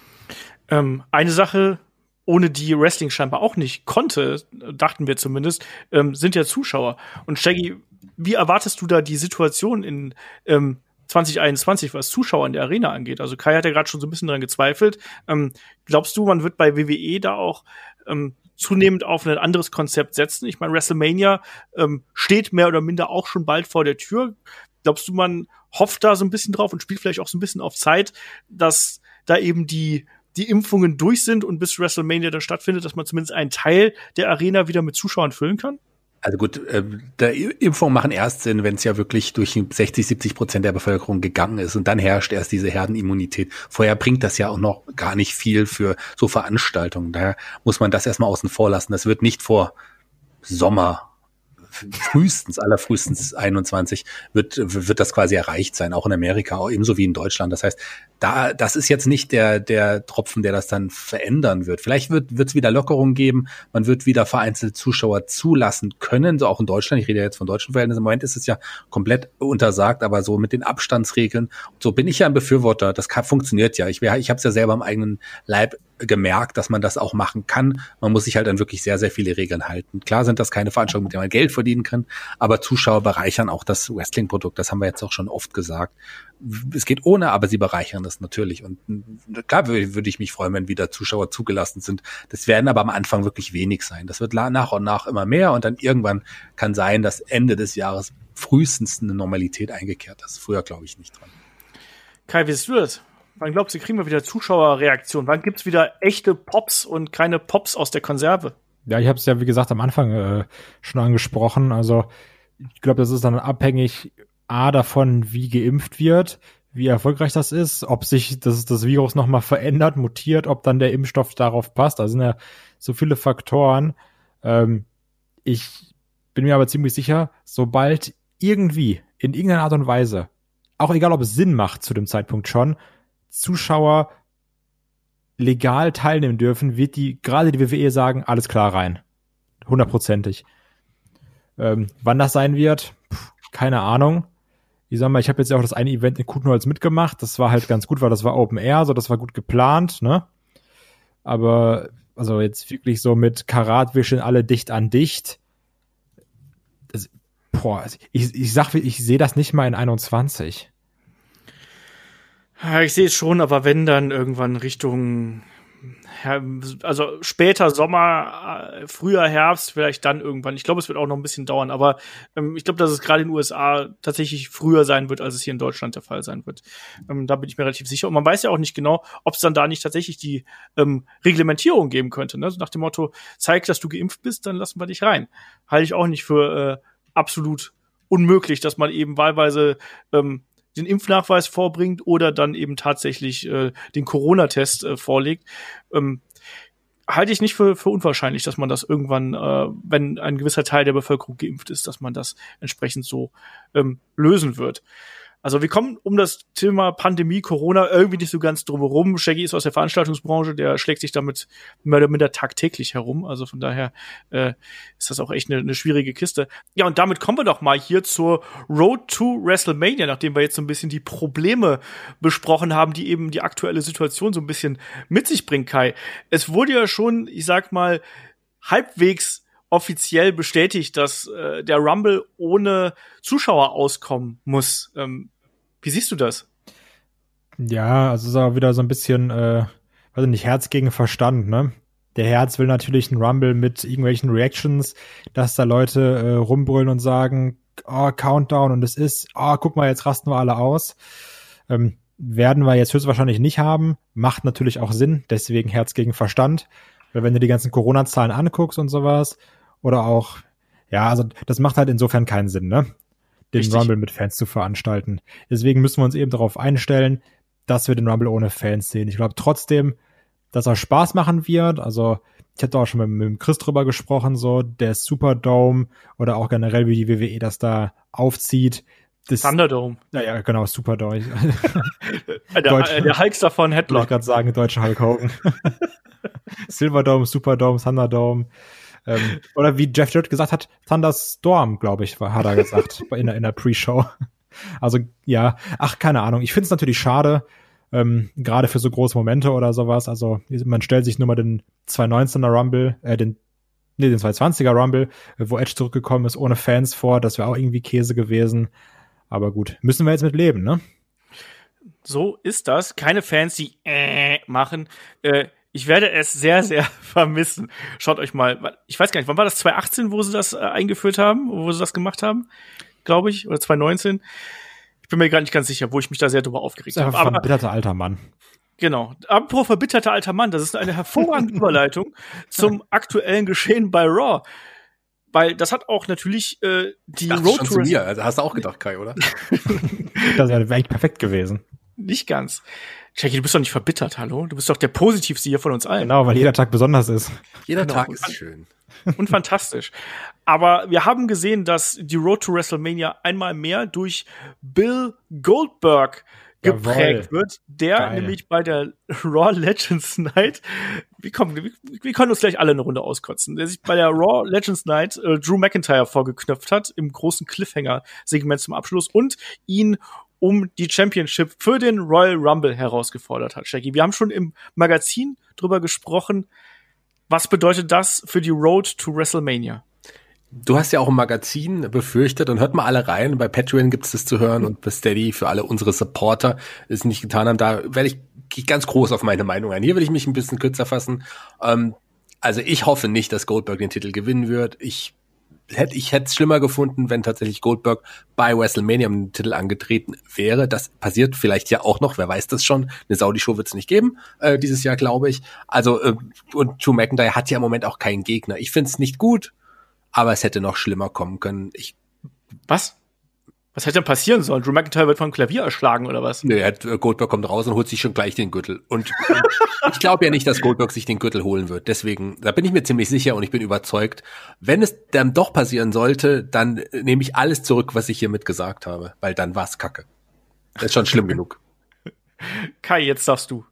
Ähm, eine Sache, ohne die Wrestling scheinbar auch nicht konnte, dachten wir zumindest, ähm, sind ja Zuschauer. Und Shaggy, wie erwartest du da die Situation in ähm, zwanzig einundzwanzig, was Zuschauer in der Arena angeht? Also Kai hat ja gerade schon so ein bisschen dran gezweifelt. Ähm, glaubst du, man wird bei W W E da auch ähm, zunehmend auf ein anderes Konzept setzen? Ich meine, WrestleMania ähm, steht mehr oder minder auch schon bald vor der Tür. Glaubst du, man hofft da so ein bisschen drauf und spielt vielleicht auch so ein bisschen auf Zeit, dass da eben die die Impfungen durch sind und bis WrestleMania dann stattfindet, dass man zumindest einen Teil der Arena wieder mit Zuschauern füllen kann? Also gut, äh, der Impfungen machen erst Sinn, wenn es ja wirklich durch sechzig, siebzig Prozent der Bevölkerung gegangen ist und dann herrscht erst diese Herdenimmunität. Vorher bringt das ja auch noch gar nicht viel für so Veranstaltungen. Daher muss man das erstmal außen vor lassen. Das wird nicht vor Sommer, frühestens, allerfrühestens einundzwanzig wird, wird das quasi erreicht sein, auch in Amerika, auch ebenso wie in Deutschland. Das heißt, da, das ist jetzt nicht der, der Tropfen, der das dann verändern wird. Vielleicht wird, wird es wieder Lockerungen geben. Man wird wieder vereinzelt Zuschauer zulassen können, so auch in Deutschland. Ich rede ja jetzt von deutschen Verhältnissen. Im Moment ist es ja komplett untersagt, aber so mit den Abstandsregeln. So bin ich ja ein Befürworter. Das kann, funktioniert ja. Ich, ich habe es ja selber am eigenen Leib gemerkt, dass man das auch machen kann. Man muss sich halt dann wirklich sehr, sehr viele Regeln halten. Klar sind das keine Veranstaltungen, mit denen man Geld verdienen kann, aber Zuschauer bereichern auch das Wrestling-Produkt. Das haben wir jetzt auch schon oft gesagt. Es geht ohne, aber sie bereichern das natürlich. Und klar würde ich mich freuen, wenn wieder Zuschauer zugelassen sind. Das werden aber am Anfang wirklich wenig sein. Das wird nach und nach immer mehr und dann irgendwann kann sein, dass Ende des Jahres frühestens eine Normalität eingekehrt ist. Früher glaube ich nicht dran. Kai, wie siehst du das? Wann glaubst du, kriegen wir wieder Zuschauerreaktionen? Wann gibt's wieder echte Pops und keine Pops aus der Konserve? Ja, ich habe es ja, wie gesagt, am Anfang äh, schon angesprochen. Also ich glaube, das ist dann abhängig A davon, wie geimpft wird, wie erfolgreich das ist, ob sich das, das Virus nochmal verändert, mutiert, ob dann der Impfstoff darauf passt. Da sind ja so viele Faktoren. Ähm, ich bin mir aber ziemlich sicher, sobald irgendwie, in irgendeiner Art und Weise, auch egal, ob es Sinn macht zu dem Zeitpunkt schon, Zuschauer legal teilnehmen dürfen, wird die, gerade die W W E sagen, alles klar rein. Hundertprozentig. Ähm, wann das sein wird, pff, keine Ahnung. Ich sag mal, ich habe jetzt ja auch das eine Event in Kuttenholz mitgemacht. Das war halt ganz gut, weil das war Open Air, so das war gut geplant, ne? Aber also jetzt wirklich so mit Karat, wir stehen alle dicht an dicht. Das, boah, ich, ich sag, ich sehe das nicht mal in einundzwanzig. Ja, ich sehe es schon, aber wenn dann irgendwann Richtung, also später Sommer, früher Herbst, vielleicht dann irgendwann. Ich glaube, es wird auch noch ein bisschen dauern, aber ähm, ich glaube, dass es gerade in den U S A tatsächlich früher sein wird, als es hier in Deutschland der Fall sein wird. Ähm, da bin ich mir relativ sicher. Und man weiß ja auch nicht genau, ob es dann da nicht tatsächlich die ähm, Reglementierung geben könnte. Ne? Also nach dem Motto, zeig, dass du geimpft bist, dann lassen wir dich rein. Halte ich auch nicht für äh, absolut unmöglich, dass man eben wahlweise ähm, den Impfnachweis vorbringt oder dann eben tatsächlich äh, den Corona-Test äh, vorlegt. Ähm, halte ich nicht für, für unwahrscheinlich, dass man das irgendwann, äh, wenn ein gewisser Teil der Bevölkerung geimpft ist, dass man das entsprechend so ähm, lösen wird. Also wir kommen um das Thema Pandemie, Corona irgendwie nicht so ganz drumherum. Shaggy ist aus der Veranstaltungsbranche, der schlägt sich damit mehr oder minder tagtäglich herum. Also von daher äh, ist das auch echt eine, eine schwierige Kiste. Ja, und damit kommen wir doch mal hier zur Road to WrestleMania, nachdem wir jetzt so ein bisschen die Probleme besprochen haben, die eben die aktuelle Situation so ein bisschen mit sich bringt, Kai. Es wurde ja schon, ich sag mal, halbwegs offiziell bestätigt, dass äh, der Rumble ohne Zuschauer auskommen muss. Ähm, wie siehst du das? Ja, also es ist auch wieder so ein bisschen, äh, weiß ich nicht, Herz gegen Verstand, ne? Der Herz will natürlich einen Rumble mit irgendwelchen Reactions, dass da Leute äh, rumbrüllen und sagen, oh, Countdown und es ist, oh, guck mal, jetzt rasten wir alle aus. Ähm, werden wir jetzt höchstwahrscheinlich nicht haben. Macht natürlich auch Sinn, deswegen Herz gegen Verstand. Weil wenn du die ganzen Corona-Zahlen anguckst und sowas, oder auch, ja, also das macht halt insofern keinen Sinn, ne? Den Richtig. Rumble mit Fans zu veranstalten. Deswegen müssen wir uns eben darauf einstellen, dass wir den Rumble ohne Fans sehen. Ich glaube trotzdem, dass er Spaß machen wird. Also ich hatte auch schon mit, mit dem Chris drüber gesprochen, so der Superdome oder auch generell, wie die W W E das da aufzieht. Das, Thunderdome. Ja, ja, genau, Superdome. der, der Hulkster von Wollte Headlock. ich gerade sagen, deutsche Hulk Hogan. Silverdome, Superdome, Thunderdome. Ähm, oder wie Jeff Jarrett gesagt hat, Thunderstorm, glaube ich, war, hat er gesagt, in der, in der Pre-Show. Also, ja, ach, keine Ahnung. Ich finde es natürlich schade, ähm, gerade für so große Momente oder sowas. Also, man stellt sich nur mal den zweitausendneunzehner Rumble, äh, den, nee, den zweitausendzwanziger Rumble, wo Edge zurückgekommen ist, ohne Fans vor. Das wäre auch irgendwie Käse gewesen. Aber gut, müssen wir jetzt mit leben, ne? So ist das. Keine Fans, die äh machen. Äh, ich werde es sehr, sehr vermissen. Schaut euch mal, ich weiß gar nicht, wann war das? zwanzig achtzehn, wo sie das äh, eingeführt haben, wo sie das gemacht haben, glaube ich, oder zwanzig neunzehn. Ich bin mir gar nicht ganz sicher, wo ich mich da sehr drüber aufgeregt habe. Aber verbitterter alter Mann. Genau. Apropos verbitterter alter Mann, das ist eine hervorragende Überleitung zum aktuellen Geschehen bei Raw. Weil das hat auch natürlich äh, die Road Road schon to zu mir. Also hast du auch gedacht, Kai, oder? Das wäre eigentlich perfekt gewesen. Nicht ganz. Jackie, du bist doch nicht verbittert, hallo? Du bist doch der Positivste hier von uns allen. Genau, weil jeder Tag besonders ist. Jeder Genau. Tag ist schön. Und fantastisch. Aber wir haben gesehen, dass die Road to WrestleMania einmal mehr durch Bill Goldberg geprägt Jawohl. wird, der Geil. nämlich bei der Raw Legends Night, wir, kommen, wir, wir können uns gleich alle eine Runde auskotzen, der sich bei der Raw Legends Night äh, Drew McIntyre vorgeknöpft hat, im großen Cliffhanger-Segment zum Abschluss und ihn um die Championship für den Royal Rumble herausgefordert hat. Shaggy, wir haben schon im Magazin drüber gesprochen. Was bedeutet das für die Road to WrestleMania? Du hast ja auch ein Magazin befürchtet und hört mal alle rein. Bei Patreon gibt's das zu hören und bei Steady für alle unsere Supporter, die es nicht getan haben. Da werde ich, gehe ich ganz groß auf meine Meinung ein. Hier will ich mich ein bisschen kürzer fassen. Ähm, also ich hoffe nicht, dass Goldberg den Titel gewinnen wird. Ich hätte ich hätte es schlimmer gefunden, wenn tatsächlich Goldberg bei WrestleMania um den Titel angetreten wäre. Das passiert vielleicht ja auch noch, wer weiß das schon. Eine Saudi-Show wird es nicht geben, äh, dieses Jahr, glaube ich. Also, äh, und Drew McIntyre hat ja im Moment auch keinen Gegner. Ich finde es nicht gut, aber es hätte noch schlimmer kommen können. Ich Was? Was hätte denn passieren sollen? Drew McIntyre wird vom Klavier erschlagen oder was? Nö, er hat, äh, Goldberg kommt raus und holt sich schon gleich den Gürtel. Und ich glaube ja nicht, dass Goldberg sich den Gürtel holen wird. Deswegen, da bin ich mir ziemlich sicher und ich bin überzeugt. Wenn es dann doch passieren sollte, dann äh, nehme ich alles zurück, was ich hiermit gesagt habe. Weil dann war's Kacke. Das ist schon schlimm genug. Kai, jetzt darfst du.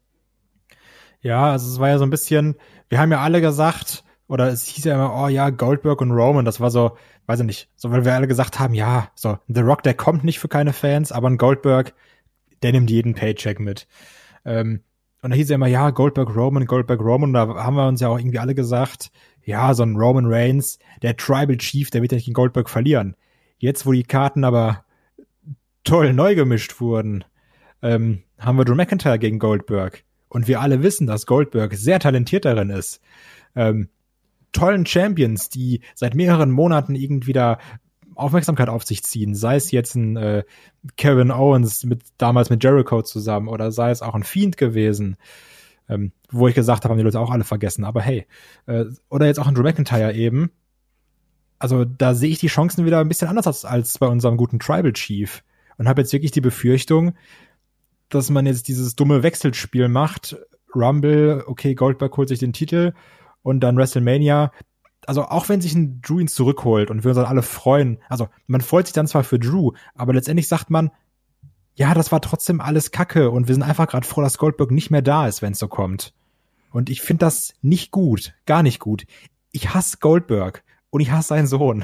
Ja, also es war ja so ein bisschen, wir haben ja alle gesagt, oder es hieß ja immer, oh ja, Goldberg und Roman, das war so, weiß ich nicht, so, weil wir alle gesagt haben, ja, so, The Rock, der kommt nicht für keine Fans, aber ein Goldberg, der nimmt jeden Paycheck mit. Ähm, und da hieß ja immer, ja, Goldberg, Roman, Goldberg, Roman, und da haben wir uns ja auch irgendwie alle gesagt, ja, so ein Roman Reigns, der Tribal Chief, der wird ja nicht gegen Goldberg verlieren. Jetzt, wo die Karten aber toll neu gemischt wurden, ähm, haben wir Drew McIntyre gegen Goldberg. Und wir alle wissen, dass Goldberg sehr talentiert darin ist. Ähm, tollen Champions, die seit mehreren Monaten irgendwie da Aufmerksamkeit auf sich ziehen. Sei es jetzt ein äh, Kevin Owens mit damals mit Jericho zusammen oder sei es auch ein Fiend gewesen, ähm, wo ich gesagt habe, haben die Leute auch alle vergessen. Aber hey, äh, oder jetzt auch ein Drew McIntyre eben. Also da sehe ich die Chancen wieder ein bisschen anders als, als bei unserem guten Tribal Chief und habe jetzt wirklich die Befürchtung, dass man jetzt dieses dumme Wechselspiel macht. Rumble, okay, Goldberg holt sich den Titel und dann WrestleMania. Also auch wenn sich ein Drew ihn zurückholt und wir uns dann alle freuen, also man freut sich dann zwar für Drew, aber letztendlich sagt man, ja, das war trotzdem alles Kacke und wir sind einfach gerade froh, dass Goldberg nicht mehr da ist, wenn es so kommt. Und ich finde das nicht gut, gar nicht gut. Ich hasse Goldberg und ich hasse seinen Sohn.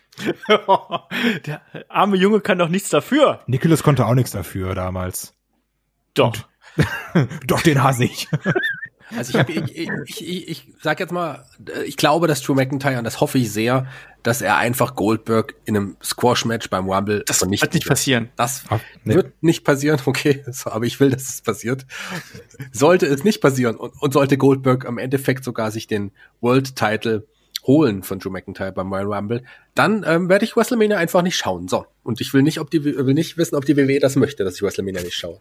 Der arme Junge kann doch nichts dafür. Nicholas konnte auch nichts dafür damals. Doch. Doch, den hasse ich. Also ich, hab, ich, ich, ich, ich sag jetzt mal, ich glaube, dass Drew McIntyre, und das hoffe ich sehr, dass er einfach Goldberg in einem Squash-Match beim Rumble Das von wird nicht passieren. Das Ach, nee. wird nicht passieren, okay, so, aber ich will, dass es passiert. Sollte es nicht passieren und, und sollte Goldberg am Endeffekt sogar sich den World-Title holen von Drew McIntyre beim Royal Rumble, dann ähm, werde ich WrestleMania einfach nicht schauen. So, und ich will nicht, ob die will nicht wissen, ob die W W E das möchte, dass ich WrestleMania nicht schaue.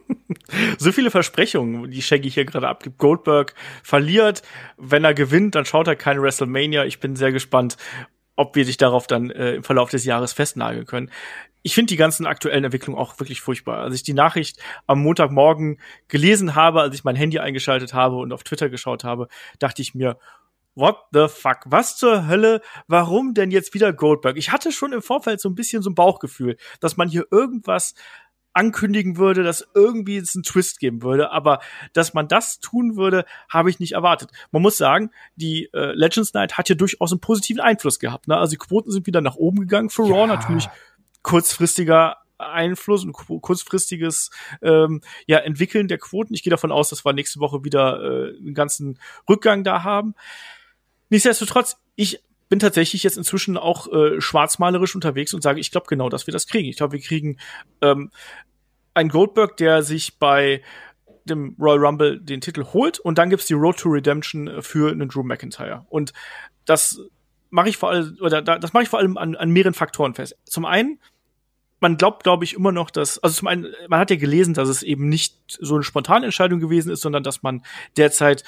So viele Versprechungen, die Shaggy hier gerade abgibt. Goldberg verliert, wenn er gewinnt, dann schaut er keine WrestleMania. Ich bin sehr gespannt, ob wir sich darauf dann äh, im Verlauf des Jahres festnageln können. Ich finde die ganzen aktuellen Entwicklungen auch wirklich furchtbar. Als ich die Nachricht am Montagmorgen gelesen habe, als ich mein Handy eingeschaltet habe und auf Twitter geschaut habe, dachte ich mir, what the fuck? Was zur Hölle? Warum denn jetzt wieder Goldberg? Ich hatte schon im Vorfeld so ein bisschen so ein Bauchgefühl, dass man hier irgendwas ankündigen würde, dass irgendwie es einen Twist geben würde, aber dass man das tun würde, habe ich nicht erwartet. Man muss sagen, die äh, Legends Night hat ja durchaus einen positiven Einfluss gehabt. Ne? Also die Quoten sind wieder nach oben gegangen für Raw, Ja. natürlich kurzfristiger Einfluss und kurzfristiges ähm, ja Entwickeln der Quoten. Ich gehe davon aus, dass wir nächste Woche wieder äh, einen ganzen Rückgang da haben. Nichtsdestotrotz, ich bin tatsächlich jetzt inzwischen auch äh, schwarzmalerisch unterwegs und sage, ich glaube genau, dass wir das kriegen. Ich glaube, wir kriegen ähm, einen Goldberg, der sich bei dem Royal Rumble den Titel holt und dann gibt's die Road to Redemption für einen Drew McIntyre. Und das mache ich vor allem, oder das mache ich vor allem an, an mehreren Faktoren fest. Zum einen, man glaubt, glaube ich, immer noch, dass, also zum einen, man hat ja gelesen, dass es eben nicht so eine spontane Entscheidung gewesen ist, sondern dass man derzeit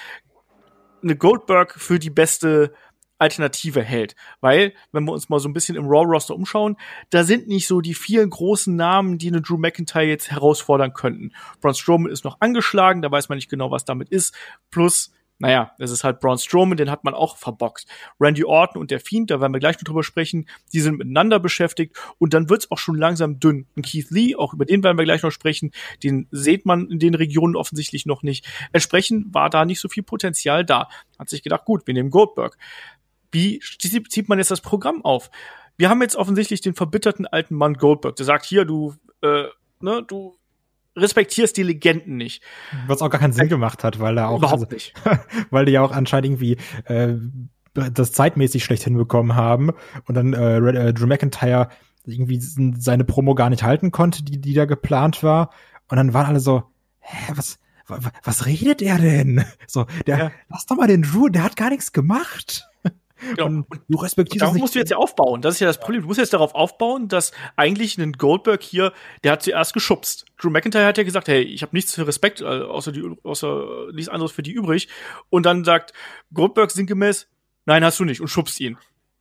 eine Goldberg für die beste Alternative hält. Weil, wenn wir uns mal so ein bisschen im Raw-Roster umschauen, da sind nicht so die vielen großen Namen, die eine Drew McIntyre jetzt herausfordern könnten. Braun Strowman ist noch angeschlagen, da weiß man nicht genau, was damit ist. Plus, naja, es ist halt Braun Strowman, den hat man auch verboxt. Randy Orton und der Fiend, da werden wir gleich noch drüber sprechen, die sind miteinander beschäftigt und dann wird's auch schon langsam dünn. Und Keith Lee, auch über den werden wir gleich noch sprechen, den sieht man in den Regionen offensichtlich noch nicht. Entsprechend war da nicht so viel Potenzial da. Hat sich gedacht, gut, wir nehmen Goldberg. Wie zieht man jetzt das Programm auf? Wir haben jetzt offensichtlich den verbitterten alten Mann Goldberg, der sagt, hier, du, äh, ne, du respektierst die Legenden nicht. Was auch gar keinen Sinn gemacht hat, weil er auch Überhaupt also, nicht. weil die ja auch anscheinend irgendwie äh, das zeitmäßig schlecht hinbekommen haben und dann äh, äh, Drew McIntyre irgendwie seine Promo gar nicht halten konnte, die die da geplant war. Und dann waren alle so, hä, was was, was redet er denn? So, der Ja. lass doch mal den Drew, der hat gar nichts gemacht. Genau. Und du respektierst Darauf es nicht. musst du jetzt ja aufbauen. Das ist ja das Problem. Du musst jetzt darauf aufbauen, dass eigentlich ein Goldberg hier, der hat zuerst geschubst. Drew McIntyre hat ja gesagt, hey, ich habe nichts für Respekt, äh, außer, die, außer nichts anderes für die übrig. Und dann sagt Goldberg sinngemäß, nein, hast du nicht, und schubst ihn.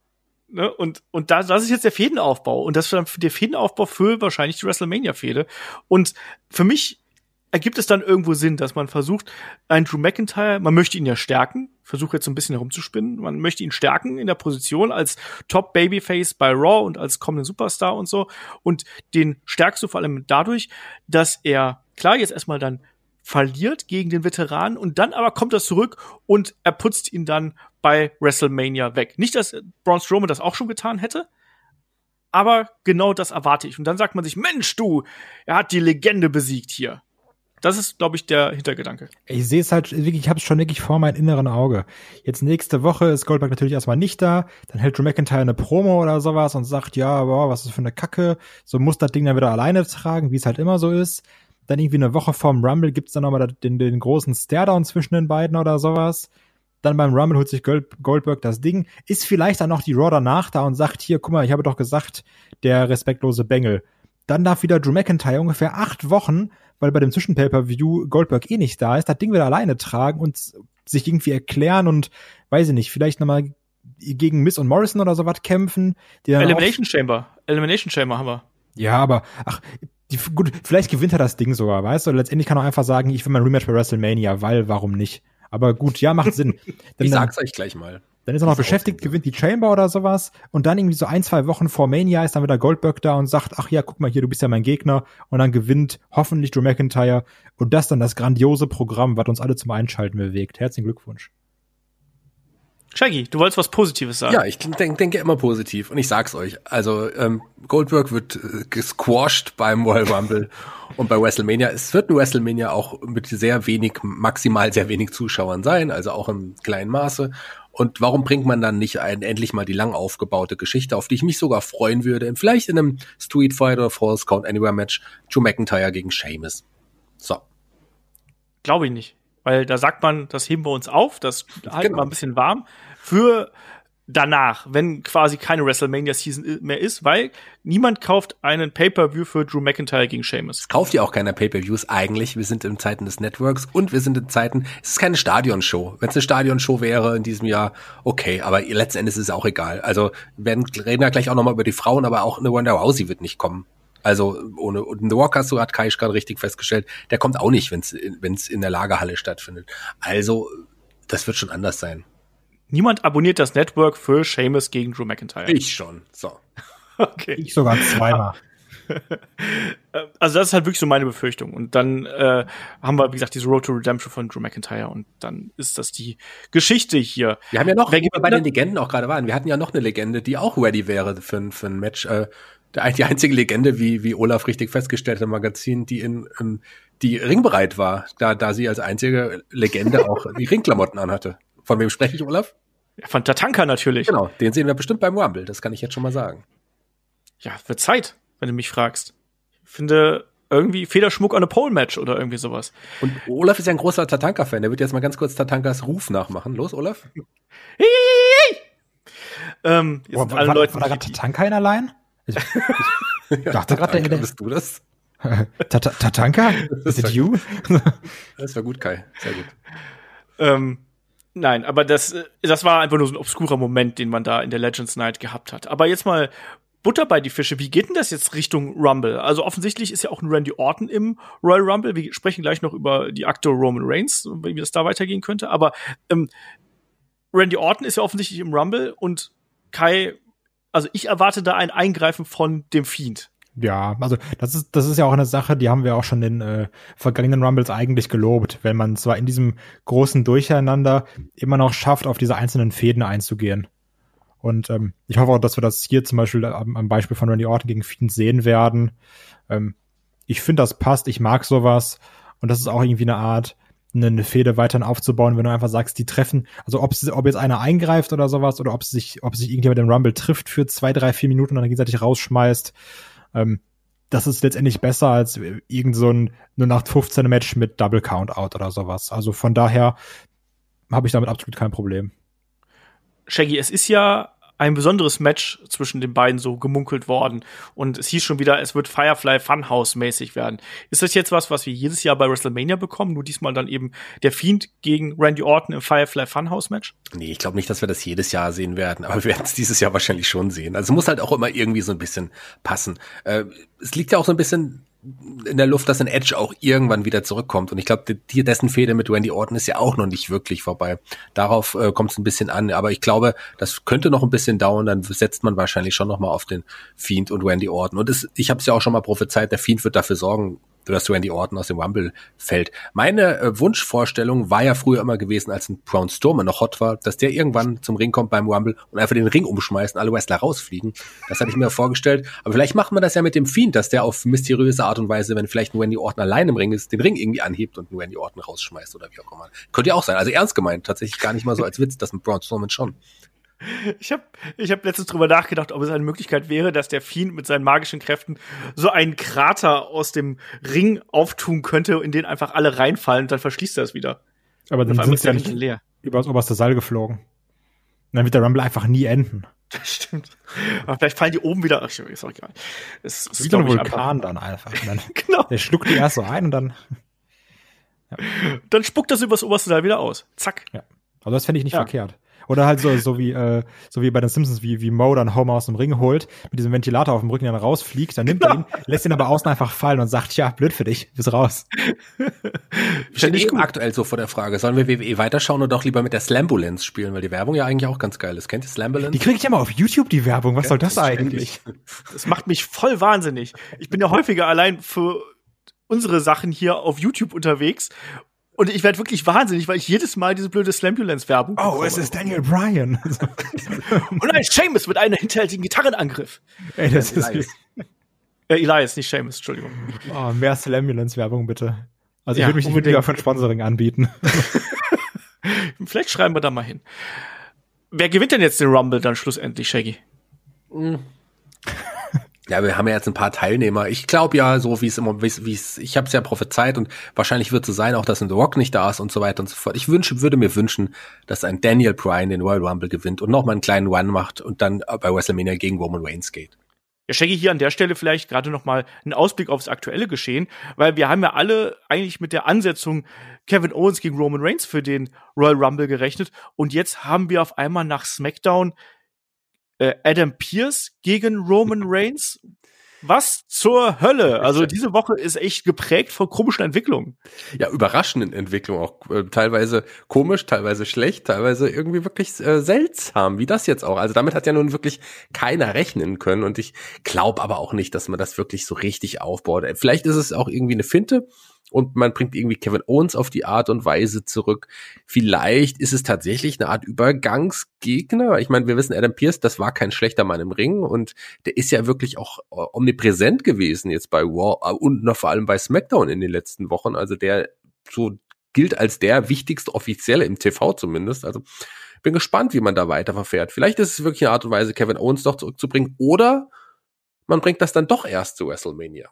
Ne? Und, und da, das ist jetzt der Fädenaufbau. Und das ist dann der Fädenaufbau für wahrscheinlich die WrestleMania-Fäde. Und für mich ergibt es dann irgendwo Sinn, dass man versucht, einen Drew McIntyre, man möchte ihn ja stärken, versuche jetzt so ein bisschen herumzuspinnen, man möchte ihn stärken in der Position als Top-Babyface bei Raw und als kommenden Superstar und so, und den stärkst du vor allem dadurch, dass er, klar, jetzt erstmal dann verliert gegen den Veteranen und dann aber kommt er zurück und er putzt ihn dann bei WrestleMania weg. Nicht, dass Braun Strowman das auch schon getan hätte, aber genau das erwarte ich. Und dann sagt man sich, Mensch, du, er hat die Legende besiegt hier. Das ist, glaube ich, der Hintergedanke. Ich sehe es halt wirklich, ich habe es schon wirklich vor meinem inneren Auge. Jetzt nächste Woche ist Goldberg natürlich erstmal nicht da, dann hält Drew McIntyre eine Promo oder sowas und sagt, ja, boah, was ist das für eine Kacke, so muss das Ding dann wieder alleine tragen, wie es halt immer so ist. Dann irgendwie eine Woche vorm Rumble gibt's dann nochmal den, den großen Staredown zwischen den beiden oder sowas. Dann beim Rumble holt sich Gold, Goldberg das Ding, ist vielleicht dann noch die Raw danach da und sagt, hier, guck mal, ich habe doch gesagt, der respektlose Bengel. Dann darf wieder Drew McIntyre ungefähr acht Wochen, weil bei dem Zwischen-Pay-Per-View Goldberg eh nicht da ist, das Ding wieder alleine tragen und sich irgendwie erklären und, weiß ich nicht, vielleicht nochmal gegen Miz und Morrison oder sowas kämpfen. Die dann Elimination Chamber. Elimination Chamber haben wir. Ja, aber, ach, die, gut, vielleicht gewinnt er das Ding sogar, weißt du? Letztendlich kann er einfach sagen, ich will mein Rematch bei WrestleMania, weil, warum nicht? Aber gut, ja, macht Sinn. Dann, Ich sag's euch gleich mal. Dann ist er noch Das ist beschäftigt, gewinnt die Chamber oder sowas und dann irgendwie so ein, zwei Wochen vor Mania ist dann wieder Goldberg da und sagt, ach ja, guck mal hier, du bist ja mein Gegner, und dann gewinnt hoffentlich Drew McIntyre und das dann das grandiose Programm, was uns alle zum Einschalten bewegt. Herzlichen Glückwunsch. Shaggy, du wolltest was Positives sagen. Ja, ich denk, denke immer positiv und ich sag's euch. Also ähm, Goldberg wird äh, gesquashed beim Royal Rumble und bei WrestleMania. Es wird ein WrestleMania auch mit sehr wenig, maximal sehr wenig Zuschauern sein, also auch im kleinen Maße. Und warum bringt man dann nicht ein, endlich mal die lang aufgebaute Geschichte, auf die ich mich sogar freuen würde, vielleicht in einem Street Fight oder Falls Count Anywhere Match, Drew McIntyre gegen Sheamus. So. Glaube ich nicht. Weil da sagt man, das heben wir uns auf, das halten Genau. wir ein bisschen warm für danach, wenn quasi keine WrestleMania-Season mehr ist, weil niemand kauft einen Pay-Per-View für Drew McIntyre gegen Sheamus. Kauft ja auch keiner Pay-Per-Views eigentlich. Wir sind in Zeiten des Networks und wir sind in Zeiten, es ist keine Stadionshow. Wenn es eine Stadionshow wäre in diesem Jahr, okay, aber letzten Endes ist es auch egal. Also wir werden, reden ja gleich auch nochmal über die Frauen, aber auch eine Ronda Rousey wird nicht kommen. Also ohne und The Rock hast du, hat Kai gerade richtig festgestellt, der kommt auch nicht, wenn es wenn es in der Lagerhalle stattfindet. Also das wird schon anders sein. Niemand abonniert das Network für Sheamus gegen Drew McIntyre. Ich schon. So. Okay. Ich sogar zweimal. Also das ist halt wirklich so meine Befürchtung. Und dann äh, haben wir, wie gesagt, diese Road to Redemption von Drew McIntyre und dann ist das die Geschichte hier. Wir haben ja noch, Wer wo wir bei den Legenden auch gerade waren, wir hatten ja noch eine Legende, die auch ready wäre für, ein- für ein Match. Äh, der, die einzige Legende, wie, wie Olaf richtig festgestellt hat im Magazin, die in, in die ringbereit war, da, da sie als einzige Legende auch die Ringklamotten anhatte. Von wem spreche ich, Olaf? Ja, von Tatanka natürlich. Genau, den sehen wir bestimmt beim Rumble, das kann ich jetzt schon mal sagen. Ja, wird Zeit, wenn du mich fragst. Ich finde irgendwie Federschmuck an a Pole-Match oder irgendwie sowas. Und Olaf ist ja ein großer Tatanka-Fan, der wird jetzt mal ganz kurz Tatankas Ruf nachmachen. Los, Olaf? Ähm, jetzt Boah, sind war, alle war, Leute war da gerade Tatanka in allein? Ich, ich dachte gerade, der, der Bist du das? Tata- Tatanka? Is it you? Das war gut, Kai. Sehr gut. Ähm, nein, aber das, äh, das war einfach nur so ein obskurer Moment, den man da in der Legends Night gehabt hat. Aber jetzt mal Butter bei die Fische. Wie geht denn das jetzt Richtung Rumble? Also offensichtlich ist ja auch ein Randy Orton im Royal Rumble. Wir sprechen gleich noch über die Akte Roman Reigns, wie das da weitergehen könnte. Aber ähm, Randy Orton ist ja offensichtlich im Rumble und Kai, also ich erwarte da ein Eingreifen von dem Fiend. Ja, also das ist das ist ja auch eine Sache, die haben wir auch schon in äh, vergangenen Rumbles eigentlich gelobt, wenn man zwar in diesem großen Durcheinander immer noch schafft, auf diese einzelnen Fäden einzugehen. Und ähm, ich hoffe auch, dass wir das hier zum Beispiel am, am Beispiel von Randy Orton gegen Fiend sehen werden. Ähm, ich finde, das passt, ich mag sowas und das ist auch irgendwie eine Art, eine Fehde weiterhin aufzubauen, wenn du einfach sagst, die treffen, also ob ob jetzt einer eingreift oder sowas oder ob sich ob sich irgendjemand im Rumble trifft für zwei, drei, vier Minuten und dann gegenseitig rausschmeißt. Ähm, das ist letztendlich besser als irgend so ein nur nach fünfzehn Match mit Double Count Out oder sowas. Also von daher habe ich damit absolut kein Problem. Shaggy, es ist ja ein besonderes Match zwischen den beiden so gemunkelt worden. Und es hieß schon wieder, es wird Firefly Funhouse-mäßig werden. Ist das jetzt was, was wir jedes Jahr bei WrestleMania bekommen? Nur diesmal dann eben der Fiend gegen Randy Orton im Firefly Funhouse-Match? Nee, ich glaube nicht, dass wir das jedes Jahr sehen werden, aber wir werden es dieses Jahr wahrscheinlich schon sehen. Also es muss halt auch immer irgendwie so ein bisschen passen. Äh, es liegt ja auch so ein bisschen in der Luft, dass ein Edge auch irgendwann wieder zurückkommt. Und ich glaube, die, dessen Fehde mit Randy Orton ist ja auch noch nicht wirklich vorbei. Darauf äh, kommt es ein bisschen an. Aber ich glaube, das könnte noch ein bisschen dauern. Dann setzt man wahrscheinlich schon noch mal auf den Fiend und Randy Orton. Und es, ich habe es ja auch schon mal prophezeit, der Fiend wird dafür sorgen, dass Randy Orton aus dem Rumble fällt. Meine äh, Wunschvorstellung war ja früher immer gewesen, als ein Braun Strowman noch hot war, dass der irgendwann zum Ring kommt beim Rumble und einfach den Ring umschmeißt und alle Wrestler rausfliegen. Das hatte ich mir vorgestellt. Aber vielleicht macht man das ja mit dem Fiend, dass der auf mysteriöse Art und Weise, wenn vielleicht ein Randy Orton allein im Ring ist, den Ring irgendwie anhebt und einen Randy Orton rausschmeißt oder wie auch immer. Könnte ja auch sein. Also ernst gemeint, tatsächlich gar nicht mal so als Witz, das mit Braun Strowman schon. Ich habe ich hab letztens drüber nachgedacht, ob es eine Möglichkeit wäre, dass der Fiend mit seinen magischen Kräften so einen Krater aus dem Ring auftun könnte, in den einfach alle reinfallen und dann verschließt er es wieder. Aber dann Auf sind einmal sie ja ist der nicht Ring leer. über das oberste Seil geflogen. Und dann wird der Rumble einfach nie enden. Das stimmt. Aber vielleicht fallen die oben wieder. Ach, ist auch egal. Es ist, Wie so glaub ein ich, Vulkan dann einfach. Und dann, Genau. der schluckt die erst so ein und dann. Dann spuckt das übers oberste Seil wieder aus. Zack. Ja. Also das fände ich nicht Ja. verkehrt. Oder halt so, so wie, äh, so wie bei den Simpsons, wie, wie Moe dann Homer aus dem Ring holt, mit diesem Ventilator auf dem Rücken dann rausfliegt, dann nimmt er ihn, lässt ihn aber außen einfach fallen und sagt, ja, blöd für dich, bist raus. Wir stehen eben aktuell so vor der Frage, sollen wir W W E weiterschauen oder doch lieber mit der Slambulance spielen, weil die Werbung ja eigentlich auch ganz geil ist. Kennt ihr Slambulance? Die kriege ich ja mal auf YouTube, die Werbung, was Ja, soll das das ist eigentlich? Das macht mich voll wahnsinnig. Ich bin ja häufiger allein für unsere Sachen hier auf YouTube unterwegs. Und ich werde wirklich wahnsinnig, weil ich jedes Mal diese blöde Slambulance-Werbung Oh, bekomme. Es ist Daniel Bryan. Und ein Sheamus mit einem hinterhältigen Gitarrenangriff. Ey, das ist Elias. Äh, Elias, nicht Sheamus, Entschuldigung. Oh, mehr Slambulance-Werbung, bitte. Also ich ja, würde mich unbedingt auch für ein Sponsoring anbieten. Vielleicht schreiben wir da mal hin. Wer gewinnt denn jetzt den Rumble dann schlussendlich, Shaggy? Mhm. Ja, wir haben ja jetzt ein paar Teilnehmer. Ich glaube ja, so wie es immer, wie es, ich habe es ja prophezeit und wahrscheinlich wird es so sein, auch dass ein The Rock nicht da ist und so weiter und so fort. Ich wünsche, würde mir wünschen, dass ein Daniel Bryan den Royal Rumble gewinnt und nochmal einen kleinen Run macht und dann bei WrestleMania gegen Roman Reigns geht. Ja, Shaggy, hier an der Stelle vielleicht gerade noch mal einen Ausblick aufs aktuelle Geschehen, weil wir haben ja alle eigentlich mit der Ansetzung Kevin Owens gegen Roman Reigns für den Royal Rumble gerechnet und jetzt haben wir auf einmal nach SmackDown äh, Adam Pearce gegen Roman Reigns. Was zur Hölle? Also diese Woche ist echt geprägt von komischen Entwicklungen. Ja, überraschenden Entwicklungen auch. Äh, teilweise komisch, teilweise schlecht, teilweise irgendwie wirklich äh, seltsam, wie das jetzt auch. Also damit hat ja nun wirklich keiner rechnen können und ich glaube aber auch nicht, dass man das wirklich so richtig aufbaut. Vielleicht ist es auch irgendwie eine Finte und man bringt irgendwie Kevin Owens auf die Art und Weise zurück. Vielleicht ist es tatsächlich eine Art Übergangsgegner. Ich meine, wir wissen, Adam Pearce, das war kein schlechter Mann im Ring und der ist ja wirklich auch omnipräsent gewesen jetzt bei Raw und noch vor allem bei SmackDown in den letzten Wochen. Also der so gilt als der wichtigste Offizielle im T V zumindest. Also bin gespannt, wie man da weiter verfährt. Vielleicht ist es wirklich eine Art und Weise, Kevin Owens doch zurückzubringen oder man bringt das dann doch erst zu WrestleMania.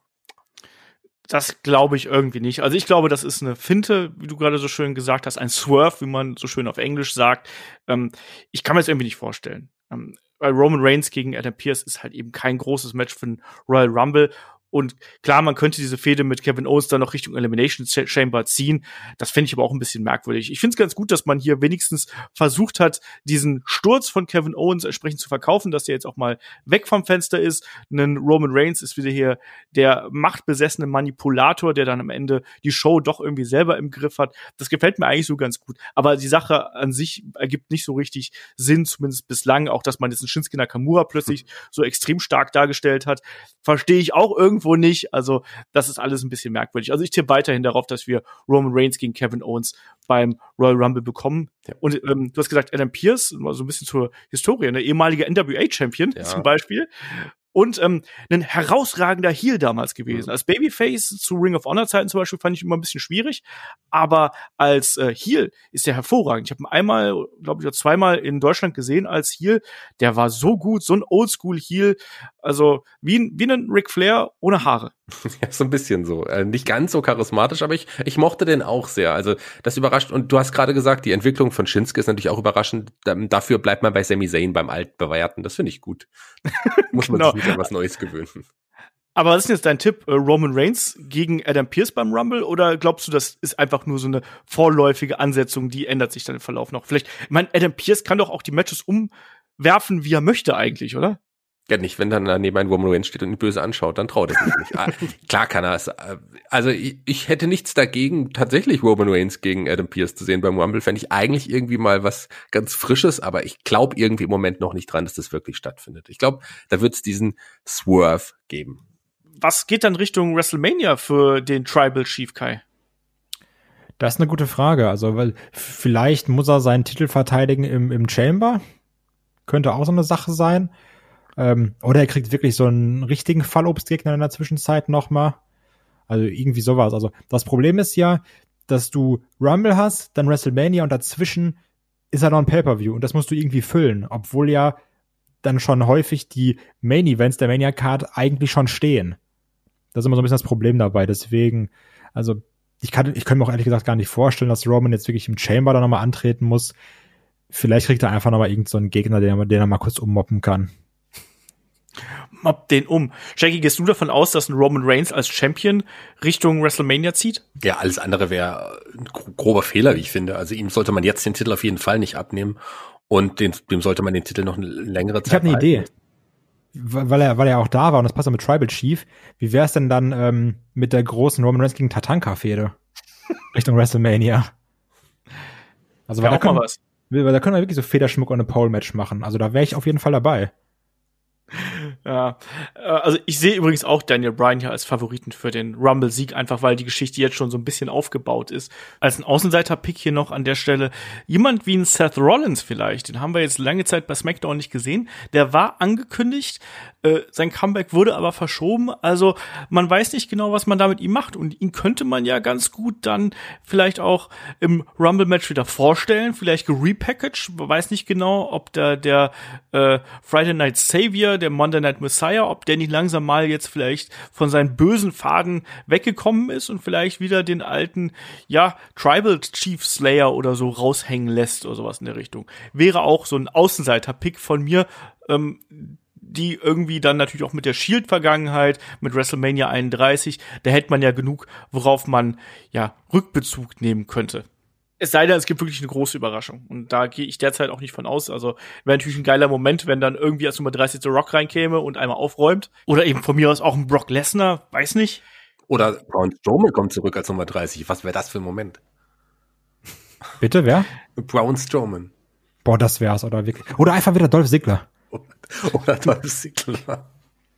Das glaube ich irgendwie nicht. Also ich glaube, das ist eine Finte, wie du gerade so schön gesagt hast, ein Swerve, wie man so schön auf Englisch sagt. Ähm, ich kann mir das irgendwie nicht vorstellen. Ähm, weil Roman Reigns gegen Adam Pearce ist halt eben kein großes Match für den Royal Rumble. Und klar, man könnte diese Fehde mit Kevin Owens dann noch Richtung Elimination Chamber ziehen. Das finde ich aber auch ein bisschen merkwürdig. Ich finde es ganz gut, dass man hier wenigstens versucht hat, diesen Sturz von Kevin Owens entsprechend zu verkaufen, dass der jetzt auch mal weg vom Fenster ist. Ein Roman Reigns ist wieder hier der machtbesessene Manipulator, der dann am Ende die Show doch irgendwie selber im Griff hat. Das gefällt mir eigentlich so ganz gut. Aber die Sache an sich ergibt nicht so richtig Sinn, zumindest bislang. Auch, dass man jetzt einen Shinsuke Nakamura plötzlich so extrem stark dargestellt hat, verstehe ich auch irgendwie wo nicht, also das ist alles ein bisschen merkwürdig. Also ich tippe weiterhin darauf, dass wir Roman Reigns gegen Kevin Owens beim Royal Rumble bekommen. Ja. Und ähm, du hast gesagt, Adam Pearce, mal so ein bisschen zur Historie, eine ehemalige N W A-Champion ja. zum Beispiel. Und ähm, ein herausragender Heel damals gewesen. Mhm. Als Babyface zu Ring of Honor-Zeiten zum Beispiel fand ich immer ein bisschen schwierig, aber als äh, Heel ist er hervorragend. Ich habe ihn einmal, glaube ich, oder zweimal in Deutschland gesehen als Heel. Der war so gut, so ein Oldschool-Heel, also wie ein, wie ein Ric Flair ohne Haare. Ja, so ein bisschen so. Äh, nicht ganz so charismatisch, aber ich, ich mochte den auch sehr. Also das überrascht. Und du hast gerade gesagt, die Entwicklung von Shinsuke ist natürlich auch überraschend. Dafür bleibt man bei Sami Zayn beim Altbewährten. Das finde ich gut. Muss man genau. sich nicht an was Neues gewöhnen. Aber was ist denn jetzt dein Tipp? Roman Reigns gegen Adam Pearce beim Rumble? Oder glaubst du, das ist einfach nur so eine vorläufige Ansetzung, die ändert sich dann im Verlauf noch? Vielleicht, ich meine, Adam Pearce kann doch auch die Matches umwerfen, wie er möchte eigentlich, oder? Ja, nicht, wenn dann daneben ein Roman Reigns steht und ihn böse anschaut, dann traut er sich nicht. Ah, klar kann er es. Also ich, ich hätte nichts dagegen, tatsächlich Roman Reigns gegen Adam Pearce zu sehen beim Rumble. Fände ich eigentlich irgendwie mal was ganz Frisches, aber ich glaube irgendwie im Moment noch nicht dran, dass das wirklich stattfindet. Ich glaube, da wird es diesen Swerve geben. Was geht dann Richtung WrestleMania für den Tribal Chief, Kai? Das ist eine gute Frage. Also, weil vielleicht muss er seinen Titel verteidigen im, im Chamber. Könnte auch so eine Sache sein. Ähm, oder er kriegt wirklich so einen richtigen Fallobstgegner in der Zwischenzeit nochmal. Also irgendwie sowas. Also das Problem ist ja, dass du Rumble hast, dann WrestleMania und dazwischen ist er noch ein Pay-Per-View und das musst du irgendwie füllen, obwohl ja dann schon häufig die Main-Events der Mania-Card eigentlich schon stehen. Das ist immer so ein bisschen das Problem dabei. Deswegen, also ich kann, ich kann mir auch ehrlich gesagt gar nicht vorstellen, dass Roman jetzt wirklich im Chamber da nochmal antreten muss. Vielleicht kriegt er einfach nochmal irgend so einen Gegner, den, den er mal kurz ummoppen kann. Mobb den um. Jackie, gehst du davon aus, dass ein Roman Reigns als Champion Richtung WrestleMania zieht? Ja, alles andere wäre ein grober Fehler, wie ich finde. Also ihm sollte man jetzt den Titel auf jeden Fall nicht abnehmen und den, dem sollte man den Titel noch eine längere Zeit Ich habe eine Idee, weil er, weil er auch da war und das passt ja mit Tribal Chief. Wie wäre es denn dann ähm, mit der großen Roman Reigns gegen Tatanka-Fehde Richtung WrestleMania? Also weil da, können, was. weil da können wir wirklich so Federschmuck und eine Pole-Match machen. Also da wäre ich auf jeden Fall dabei. Ja, also ich sehe übrigens auch Daniel Bryan hier als Favoriten für den Rumble-Sieg, einfach weil die Geschichte jetzt schon so ein bisschen aufgebaut ist. Als ein Außenseiter-Pick hier noch an der Stelle jemand wie ein Seth Rollins vielleicht, den haben wir jetzt lange Zeit bei SmackDown nicht gesehen. Der war angekündigt, äh, sein Comeback wurde aber verschoben, also man weiß nicht genau, was man da mit ihm macht und ihn könnte man ja ganz gut dann vielleicht auch im Rumble-Match wieder vorstellen, vielleicht gerepackaged, man weiß nicht genau, ob der, der äh, Friday Night Savior, der Monday Night Messiah, ob der nicht langsam mal jetzt vielleicht von seinen bösen Faden weggekommen ist und vielleicht wieder den alten, ja, Tribal Chief Slayer oder so raushängen lässt oder sowas in der Richtung. Wäre auch so ein Außenseiter-Pick von mir, ähm, die irgendwie dann natürlich auch mit der Shield-Vergangenheit, mit WrestleMania einunddreißig, da hätte man ja genug, worauf man ja Rückbezug nehmen könnte. Es sei denn, es gibt wirklich eine große Überraschung. Und da gehe ich derzeit auch nicht von aus. Also wäre natürlich ein geiler Moment, wenn dann irgendwie als Nummer dreißig The Rock reinkäme und einmal aufräumt. Oder eben von mir aus auch ein Brock Lesnar, weiß nicht. Oder Braun Strowman kommt zurück als Nummer dreißig. Was wäre das für ein Moment? Bitte, wer? Braun Strowman. Boah, das wär's, oder wirklich. Oder einfach wieder Dolph Ziggler. Oder Dolph Ziggler.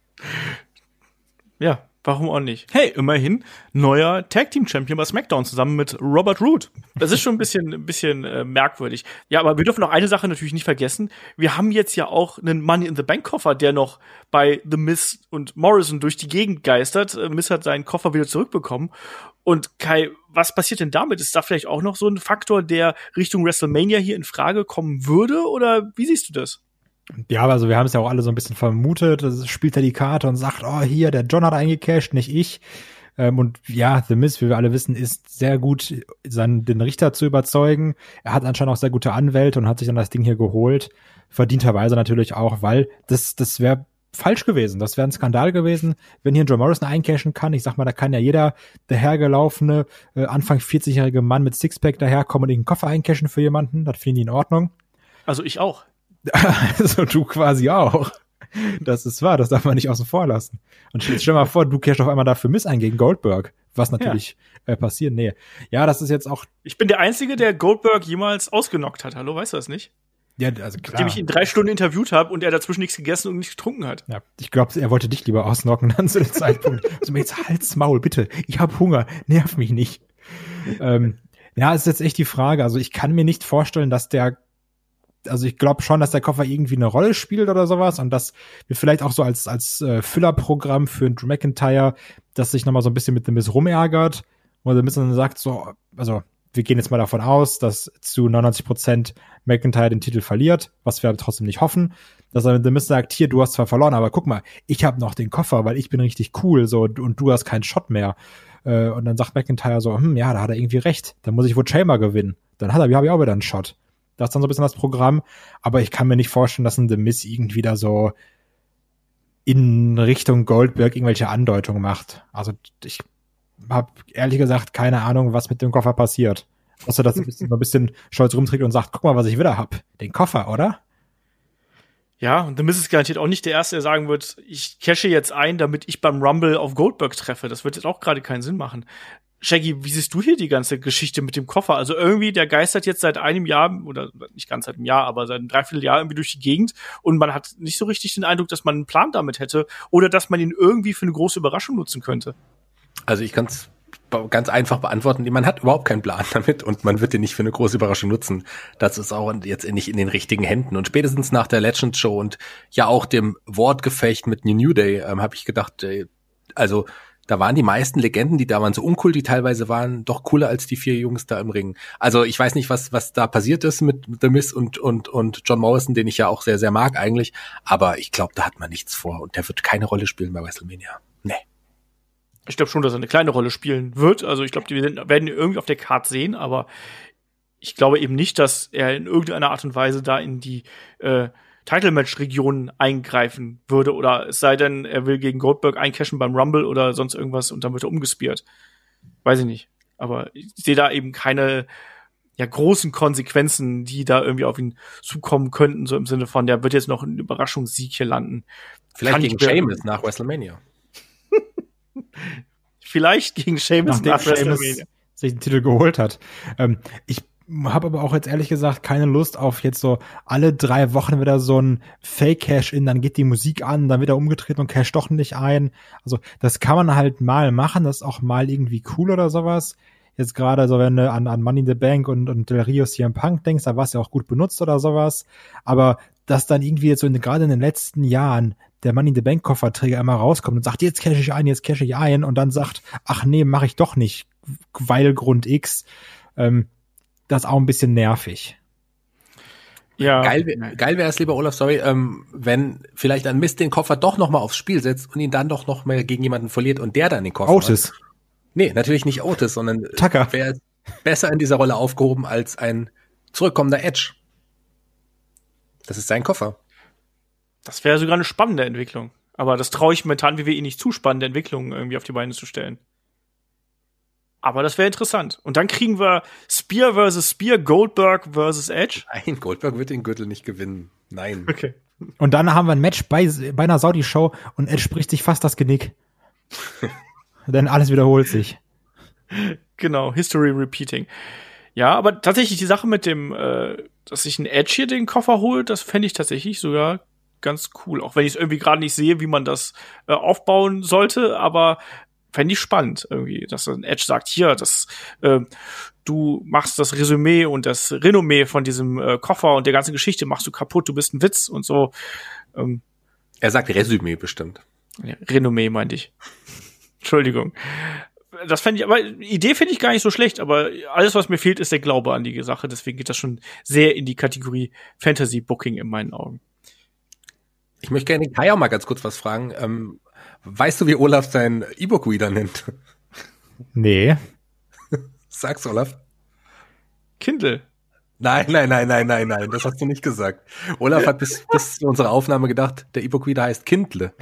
Ja, warum auch nicht? Hey, immerhin neuer Tag-Team-Champion bei SmackDown zusammen mit Robert Roode. Das ist schon ein bisschen, ein bisschen äh, merkwürdig. Ja, aber wir dürfen noch eine Sache natürlich nicht vergessen. Wir haben jetzt ja auch einen Money-in-the-Bank-Koffer, der noch bei The Miz und Morrison durch die Gegend geistert. Äh, Miz hat seinen Koffer wieder zurückbekommen. Und Kai, was passiert denn damit? Ist da vielleicht auch noch so ein Faktor, der Richtung WrestleMania hier in Frage kommen würde? Oder wie siehst du das? Ja, also wir haben es ja auch alle so ein bisschen vermutet. Das spielt er die Karte und sagt, oh, hier, der John hat eingecasht, nicht ich. Ähm, und ja, The Miz, wie wir alle wissen, ist sehr gut, seinen, den Richter zu überzeugen. Er hat anscheinend auch sehr gute Anwälte und hat sich dann das Ding hier geholt. Verdienterweise natürlich auch, weil das, das wäre falsch gewesen. Das wäre ein Skandal gewesen, wenn hier ein John Morrison eincashen kann. Ich sag mal, da kann ja jeder dahergelaufene, äh, Anfang vierzig-jährige Mann mit Sixpack daherkommen und einen Koffer eincashen für jemanden. Das finde ich in Ordnung. Also ich auch. Also du quasi auch. Das ist wahr, das darf man nicht außen vor lassen. Und stell dir mal vor, du cashst auf einmal dafür Miss ein gegen Goldberg. Was natürlich ja. äh, passiert. Nee. Ja, das ist jetzt auch. Ich bin der Einzige, der Goldberg jemals ausgenockt hat. Hallo, weißt du das nicht? Ja, also klar. Nachdem ich ihn drei Stunden interviewt habe und er dazwischen nichts gegessen und nichts getrunken hat. Ja, ich glaube, er wollte dich lieber ausnocken dann zu dem Zeitpunkt. Also mir jetzt Hals, Maul, bitte. Ich habe Hunger. Nerv mich nicht. ähm, ja, es ist jetzt echt die Frage. Also ich kann mir nicht vorstellen, dass der Also ich glaube schon, dass der Koffer irgendwie eine Rolle spielt oder sowas und dass wir vielleicht auch so als als äh, Füllerprogramm für Drew McIntyre, dass sich nochmal so ein bisschen mit dem Miz rumärgert, wo der Miz dann sagt so, also wir gehen jetzt mal davon aus, dass zu neunundneunzig Prozent McIntyre den Titel verliert, was wir aber trotzdem nicht hoffen, dass er mit dem Miz sagt, hier, du hast zwar verloren, aber guck mal, ich habe noch den Koffer, weil ich bin richtig cool so und du hast keinen Shot mehr. Äh, und dann sagt McIntyre so, hm, ja, da hat er irgendwie recht, dann muss ich wohl Chamber gewinnen. Dann hat er, habe ich auch wieder einen Shot. Das ist dann so ein bisschen das Programm, aber ich kann mir nicht vorstellen, dass ein The Miz irgendwie da so in Richtung Goldberg irgendwelche Andeutungen macht. Also ich habe ehrlich gesagt keine Ahnung, was mit dem Koffer passiert. Außer, dass er so ein bisschen stolz rumträgt und sagt, guck mal, was ich wieder hab. Den Koffer, oder? Ja, und The Miz ist garantiert auch nicht der Erste, der sagen wird, ich cashe jetzt ein, damit ich beim Rumble auf Goldberg treffe. Das wird jetzt auch gerade keinen Sinn machen. Shaggy, wie siehst du hier die ganze Geschichte mit dem Koffer? Also irgendwie, der geistert jetzt seit einem Jahr, oder nicht ganz seit einem Jahr, aber seit einem Dreivierteljahr irgendwie durch die Gegend und man hat nicht so richtig den Eindruck, dass man einen Plan damit hätte oder dass man ihn irgendwie für eine große Überraschung nutzen könnte. Also ich kann es ganz einfach beantworten. Man hat überhaupt keinen Plan damit und man wird den nicht für eine große Überraschung nutzen. Das ist auch jetzt nicht in den richtigen Händen. Und spätestens nach der Legends Show und ja auch dem Wortgefecht mit New Day ähm, habe ich gedacht, äh, also da waren die meisten Legenden, die da waren, so uncool die teilweise waren, doch cooler als die vier Jungs da im Ring. Also ich weiß nicht, was was da passiert ist mit The Miz und und und John Morrison, den ich ja auch sehr, sehr mag eigentlich. Aber ich glaube, da hat man nichts vor und der wird keine Rolle spielen bei WrestleMania. Nee. Ich glaube schon, dass er eine kleine Rolle spielen wird. Also ich glaube, die werden ihn irgendwie auf der Karte sehen, aber ich glaube eben nicht, dass er in irgendeiner Art und Weise da in die äh, Title-Match-Region eingreifen würde oder es sei denn, er will gegen Goldberg eincashen beim Rumble oder sonst irgendwas und dann wird er umgespielt. Weiß ich nicht. Aber ich sehe da eben keine ja großen Konsequenzen, die da irgendwie auf ihn zukommen könnten, so im Sinne von, der wird jetzt noch einen Überraschungssieg hier landen. Vielleicht Kann gegen Sheamus nach WrestleMania. Vielleicht gegen Sheamus nach WrestleMania. sich den Titel geholt hat. Ähm, ich habe aber auch jetzt ehrlich gesagt keine Lust auf jetzt so alle drei Wochen wieder so ein Fake-Cash-In, dann geht die Musik an, dann wird er umgetreten und cash doch nicht ein. Also das kann man halt mal machen, das ist auch mal irgendwie cool oder sowas. Jetzt gerade so, wenn du an, an Money in the Bank und, und Del Rio C M Punk denkst, da war es ja auch gut benutzt oder sowas. Aber dass dann irgendwie jetzt so in, gerade in den letzten Jahren der Money in the Bank Kofferträger immer rauskommt und sagt, jetzt cash ich ein, jetzt cash ich ein und dann sagt, ach nee, mache ich doch nicht, weil Grund X, ähm, das ist auch ein bisschen nervig. Ja. Geil, geil wäre es, lieber Olaf, sorry, ähm, wenn vielleicht ein Mist den Koffer doch noch mal aufs Spiel setzt und ihn dann doch noch mal gegen jemanden verliert und der dann den Koffer Otis. Hat. Nee, natürlich nicht Otis, sondern Tucker wäre besser in dieser Rolle aufgehoben als ein zurückkommender Edge. Das ist sein Koffer. Das wäre sogar eine spannende Entwicklung. Aber das traue ich momentan W W E nicht zu, spannende Entwicklungen irgendwie auf die Beine zu stellen. Aber das wäre interessant. Und dann kriegen wir Spear versus Spear, Goldberg versus Edge. Nein, Goldberg wird den Gürtel nicht gewinnen. Nein. Okay. Und dann haben wir ein Match bei, bei einer Saudi-Show und Edge bricht sich fast das Genick. Denn alles wiederholt sich. Genau, History repeating. Ja, aber tatsächlich die Sache mit dem, äh, dass sich ein Edge hier den Koffer holt, das fände ich tatsächlich sogar ganz cool. Auch wenn ich es irgendwie gerade nicht sehe, wie man das äh, aufbauen sollte, aber fände ich spannend irgendwie, dass ein Edge sagt, hier, das, äh, du machst das Resümee und das Renommee von diesem äh, Koffer und der ganzen Geschichte machst du kaputt, du bist ein Witz und so. Ähm, er sagt Resümee bestimmt. Ja, Renommee meinte ich. Entschuldigung. Das fände ich, aber Idee finde ich gar nicht so schlecht, aber alles, was mir fehlt, ist der Glaube an die Sache. Deswegen geht das schon sehr in die Kategorie Fantasy-Booking in meinen Augen. Ich möchte gerne Kai auch mal ganz kurz was fragen. Ähm, weißt du, wie Olaf seinen E-Book-Reader nennt? Nee. Sag's, Olaf. Kindle. Nein, nein, nein, nein, nein, nein, das hast du nicht gesagt. Olaf hat bis, bis zu unserer Aufnahme gedacht, der E-Book-Reader heißt Kindle.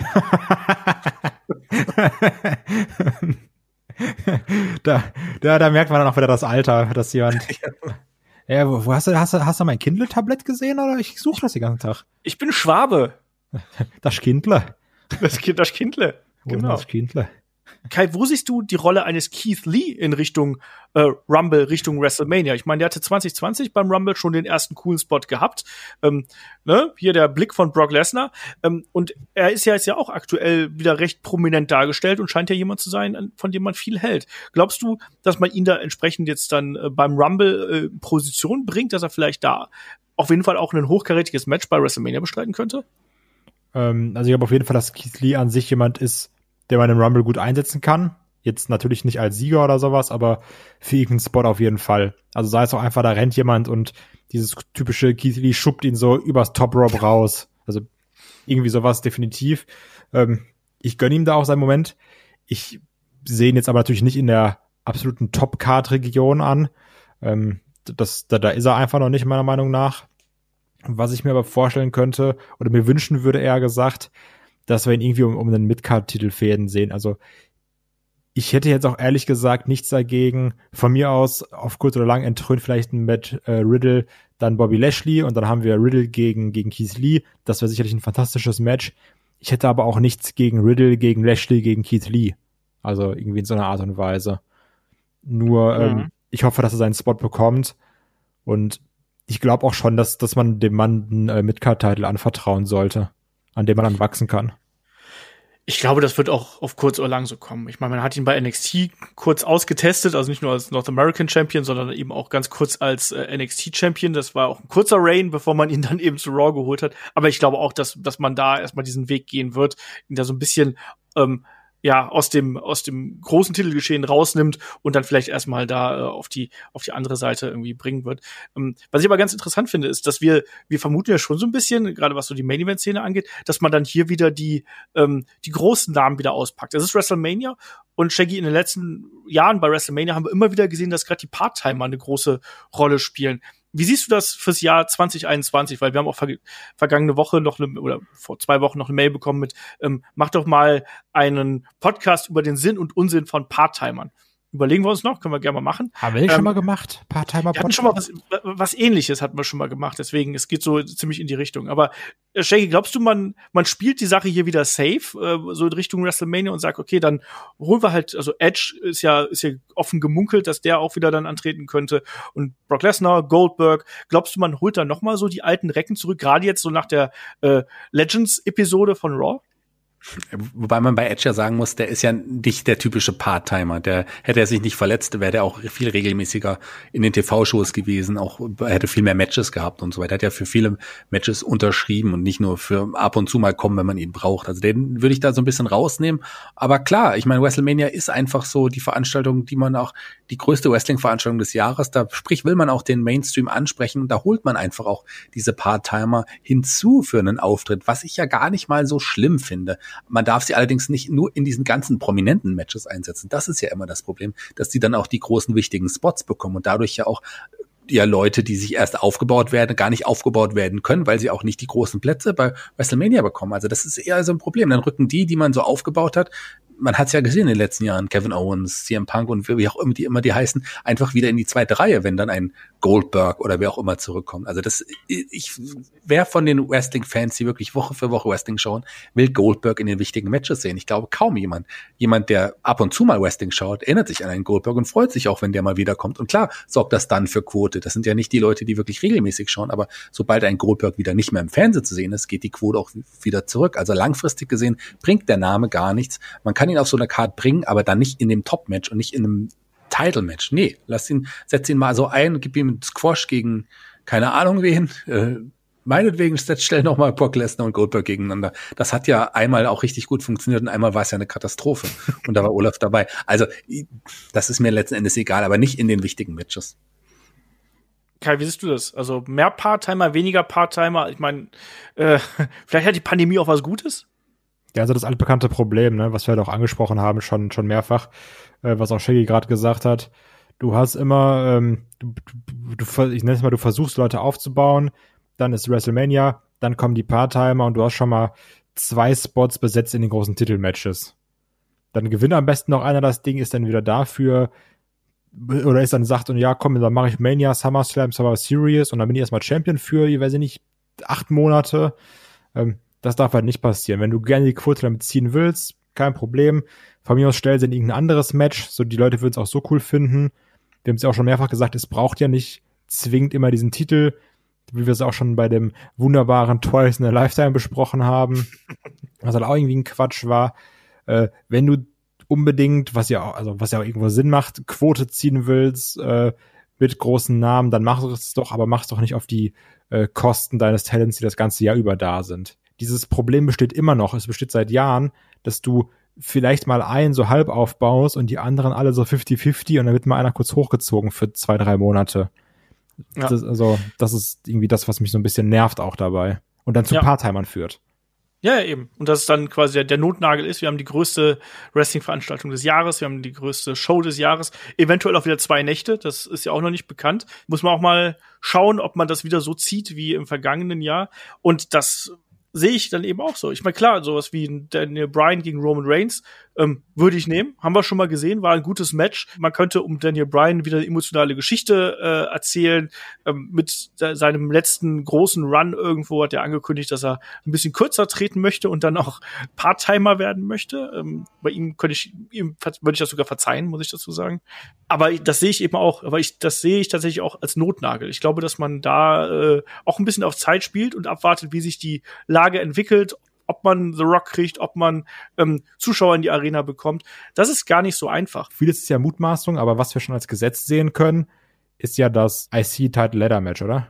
da, da, da merkt man dann auch wieder das Alter, dass jemand. Ja, ja wo, wo hast du, hast du, hast du mein Kindle-Tablett gesehen oder? Ich suche das den ganzen Tag. Ich bin Schwabe. Das Kindle. Das, das Kindle. Genau. Das Kindle. Kai, wo siehst du die Rolle eines Keith Lee in Richtung äh, Rumble, Richtung WrestleMania? Ich meine, der hatte zwanzig zwanzig beim Rumble schon den ersten coolen Spot gehabt. Ähm, ne? Hier der Blick von Brock Lesnar. Ähm, und er ist ja jetzt ja auch aktuell wieder recht prominent dargestellt und scheint ja jemand zu sein, von dem man viel hält. Glaubst du, dass man ihn da entsprechend jetzt dann äh, beim Rumble äh, Position bringt, dass er vielleicht da auf jeden Fall auch ein hochkarätiges Match bei WrestleMania bestreiten könnte? Ähm, also ich glaube auf jeden Fall, dass Keith Lee an sich jemand ist, der man im Rumble gut einsetzen kann. Jetzt natürlich nicht als Sieger oder sowas, aber für irgendeinen Spot auf jeden Fall. Also sei es auch einfach, da rennt jemand und dieses typische Keith Lee schubbt ihn so übers Top Rope raus. Also irgendwie sowas definitiv. Ähm, ich gönne ihm da auch seinen Moment. Ich sehe ihn jetzt aber natürlich nicht in der absoluten Top-Card-Region an. Ähm, das, da, da ist er einfach noch nicht, meiner Meinung nach. Was ich mir aber vorstellen könnte, oder mir wünschen würde, eher gesagt, dass wir ihn irgendwie um, um einen Mid-Card-Titel fäden sehen. Also ich hätte jetzt auch ehrlich gesagt nichts dagegen. Von mir aus, auf kurz oder lang entthrönt vielleicht ein Matt äh, Riddle, dann Bobby Lashley und dann haben wir Riddle gegen, gegen Keith Lee. Das wäre sicherlich ein fantastisches Match. Ich hätte aber auch nichts gegen Riddle, gegen Lashley, gegen Keith Lee. Also irgendwie in so einer Art und Weise. Nur, mhm. ähm, ich hoffe, dass er seinen Spot bekommt. Und ich glaube auch schon, dass, dass man dem Mann einen äh, Mid-Card-Titel anvertrauen sollte, an dem man dann wachsen kann. Ich glaube, das wird auch auf kurz oder lang so kommen. Ich meine, man hat ihn bei N X T kurz ausgetestet, also nicht nur als North American Champion, sondern eben auch ganz kurz als äh, N X T Champion. Das war auch ein kurzer Reign, bevor man ihn dann eben zu Raw geholt hat. Aber ich glaube auch, dass, dass man da erstmal diesen Weg gehen wird, ihn da so ein bisschen ähm, ja aus dem aus dem großen Titelgeschehen rausnimmt und dann vielleicht erstmal da äh, auf die auf die andere Seite irgendwie bringen wird. Ähm, was ich aber ganz interessant finde, ist, dass wir wir vermuten ja schon so ein bisschen, gerade was so die Main Event Szene angeht, dass man dann hier wieder die ähm, die großen Namen wieder auspackt. Es ist WrestleMania und Shaggy, in den letzten Jahren bei WrestleMania haben wir immer wieder gesehen, dass gerade die Part-Timer eine große Rolle spielen. Wie siehst du das fürs Jahr zwanzig einundzwanzig? Weil wir haben auch ver- vergangene Woche noch eine, oder vor zwei Wochen noch eine Mail bekommen mit, ähm, mach doch mal einen Podcast über den Sinn und Unsinn von Part-Timern. überlegen wir uns noch, können wir gerne mal machen. Haben wir den ähm, schon mal gemacht? Part-Timer Wir hatten schon mal was, was Ähnliches hatten wir schon mal gemacht, deswegen, es geht so ziemlich in die Richtung. Aber, äh, Shaggy, glaubst du, man, man spielt die Sache hier wieder safe, äh, so in Richtung WrestleMania und sagt, okay, dann holen wir halt, also Edge ist ja, ist ja offen gemunkelt, dass der auch wieder dann antreten könnte und Brock Lesnar, Goldberg. Glaubst du, man holt dann noch mal so die alten Recken zurück, gerade jetzt so nach der äh, Legends-Episode von Raw? Wobei man bei Edge ja sagen muss, der ist ja nicht der typische Part-Timer. Der hätte er sich nicht verletzt, wäre der auch viel regelmäßiger in den T V-Shows gewesen, auch hätte viel mehr Matches gehabt und so weiter. Er hat ja für viele Matches unterschrieben und nicht nur für ab und zu mal kommen, wenn man ihn braucht. Also den würde ich da so ein bisschen rausnehmen. Aber klar, ich meine, WrestleMania ist einfach so die Veranstaltung, die man auch, die größte Wrestling-Veranstaltung des Jahres, da sprich will man auch den Mainstream ansprechen und da holt man einfach auch diese Part-Timer hinzu für einen Auftritt, was ich ja gar nicht mal so schlimm finde. Man darf sie allerdings nicht nur in diesen ganzen prominenten Matches einsetzen. Das ist ja immer das Problem, dass die dann auch die großen wichtigen Spots bekommen und dadurch ja auch ja Leute, die sich erst aufgebaut werden, gar nicht aufgebaut werden können, weil sie auch nicht die großen Plätze bei WrestleMania bekommen. Also das ist eher so ein Problem. Dann rücken die, die man so aufgebaut hat, man hat es ja gesehen in den letzten Jahren, Kevin Owens, C M Punk und wie auch immer die immer die heißen, einfach wieder in die zweite Reihe, wenn dann ein Goldberg oder wer auch immer zurückkommt. Also das, ich, wer von den Wrestling-Fans, die wirklich Woche für Woche Wrestling schauen, will Goldberg in den wichtigen Matches sehen? Ich glaube kaum jemand. Jemand, der ab und zu mal Wrestling schaut, erinnert sich an einen Goldberg und freut sich auch, wenn der mal wiederkommt. Und klar, sorgt das dann für Quote. Das sind ja nicht die Leute, die wirklich regelmäßig schauen, aber sobald ein Goldberg wieder nicht mehr im Fernsehen zu sehen ist, geht die Quote auch wieder zurück. Also langfristig gesehen bringt der Name gar nichts. Man kann ihn auf so eine Card bringen, aber dann nicht in dem Top-Match und nicht in einem Title-Match. Nee, lass ihn, setz ihn mal so ein, gib ihm einen Squash gegen keine Ahnung wen. Äh, meinetwegen stell noch mal Brock Lesnar und Goldberg gegeneinander. Das hat ja einmal auch richtig gut funktioniert und einmal war es ja eine Katastrophe. Und da war Olaf dabei. Also das ist mir letzten Endes egal, aber nicht in den wichtigen Matches. Kai, wie siehst du das? Also mehr Part-Timer, weniger Part-Timer? Ich meine, äh, vielleicht hat die Pandemie auch was Gutes? Ja, also das altbekannte Problem, ne, was wir halt auch angesprochen haben, schon schon mehrfach, äh, was auch Shaggy gerade gesagt hat. Du hast immer, ähm, du, du, du, ich nenne es mal, du versuchst Leute aufzubauen, dann ist WrestleMania, dann kommen die Part-Timer und du hast schon mal zwei Spots besetzt in den großen Titelmatches. Dann gewinnt am besten noch einer das Ding, ist dann wieder dafür, oder ist dann sagt, und ja, komm, dann mache ich Mania, SummerSlam, Survivor Series und dann bin ich erstmal Champion für, ich weiß nicht, acht Monate. Ähm, Das darf halt nicht passieren. Wenn du gerne die Quote damit ziehen willst, kein Problem. Von mir aus stellen sie in irgendein anderes Match. So, die Leute würden es auch so cool finden. Wir haben es ja auch schon mehrfach gesagt, es braucht ja nicht zwingend immer diesen Titel, wie wir es auch schon bei dem wunderbaren Twice in a Lifetime besprochen haben. Was halt auch irgendwie ein Quatsch war. Äh, wenn du unbedingt, was ja auch, also was ja auch irgendwo Sinn macht, Quote ziehen willst, äh, mit großen Namen, dann mach es doch, aber mach es doch nicht auf die äh, Kosten deines Talents, die das ganze Jahr über da sind. Dieses Problem besteht immer noch, es besteht seit Jahren, dass du vielleicht mal einen so halb aufbaust und die anderen alle so fünfzig fünfzig und dann wird mal einer kurz hochgezogen für zwei, drei Monate. Ja. Das, also, das ist irgendwie das, was mich so ein bisschen nervt auch dabei. Und dann zu ja. Part-Timern führt. Ja, ja, eben. Und das ist dann quasi der, der Notnagel ist. Wir haben die größte Wrestling-Veranstaltung des Jahres, wir haben die größte Show des Jahres, eventuell auch wieder zwei Nächte, das ist ja auch noch nicht bekannt. Muss man auch mal schauen, ob man das wieder so zieht wie im vergangenen Jahr. Und das sehe ich dann eben auch so. Ich meine, klar, sowas wie Daniel Bryan gegen Roman Reigns ähm, würde ich nehmen. Haben wir schon mal gesehen, war ein gutes Match. Man könnte um Daniel Bryan wieder eine emotionale Geschichte äh, erzählen. Ähm, mit de- seinem letzten großen Run irgendwo hat er angekündigt, dass er ein bisschen kürzer treten möchte und dann auch Part-Timer werden möchte. Ähm, bei ihm könnte ich, ihm würde ich das sogar verzeihen, muss ich dazu sagen. Aber das sehe ich eben auch, aber ich, das sehe ich tatsächlich auch als Notnagel. Ich glaube, dass man da äh, auch ein bisschen auf Zeit spielt und abwartet, wie sich die Lage entwickelt, ob man The Rock kriegt, ob man ähm, Zuschauer in die Arena bekommt. Das ist gar nicht so einfach. Vieles ist ja Mutmaßung, aber was wir schon als Gesetz sehen können, ist ja das I C-Title-Ladder-Match, oder?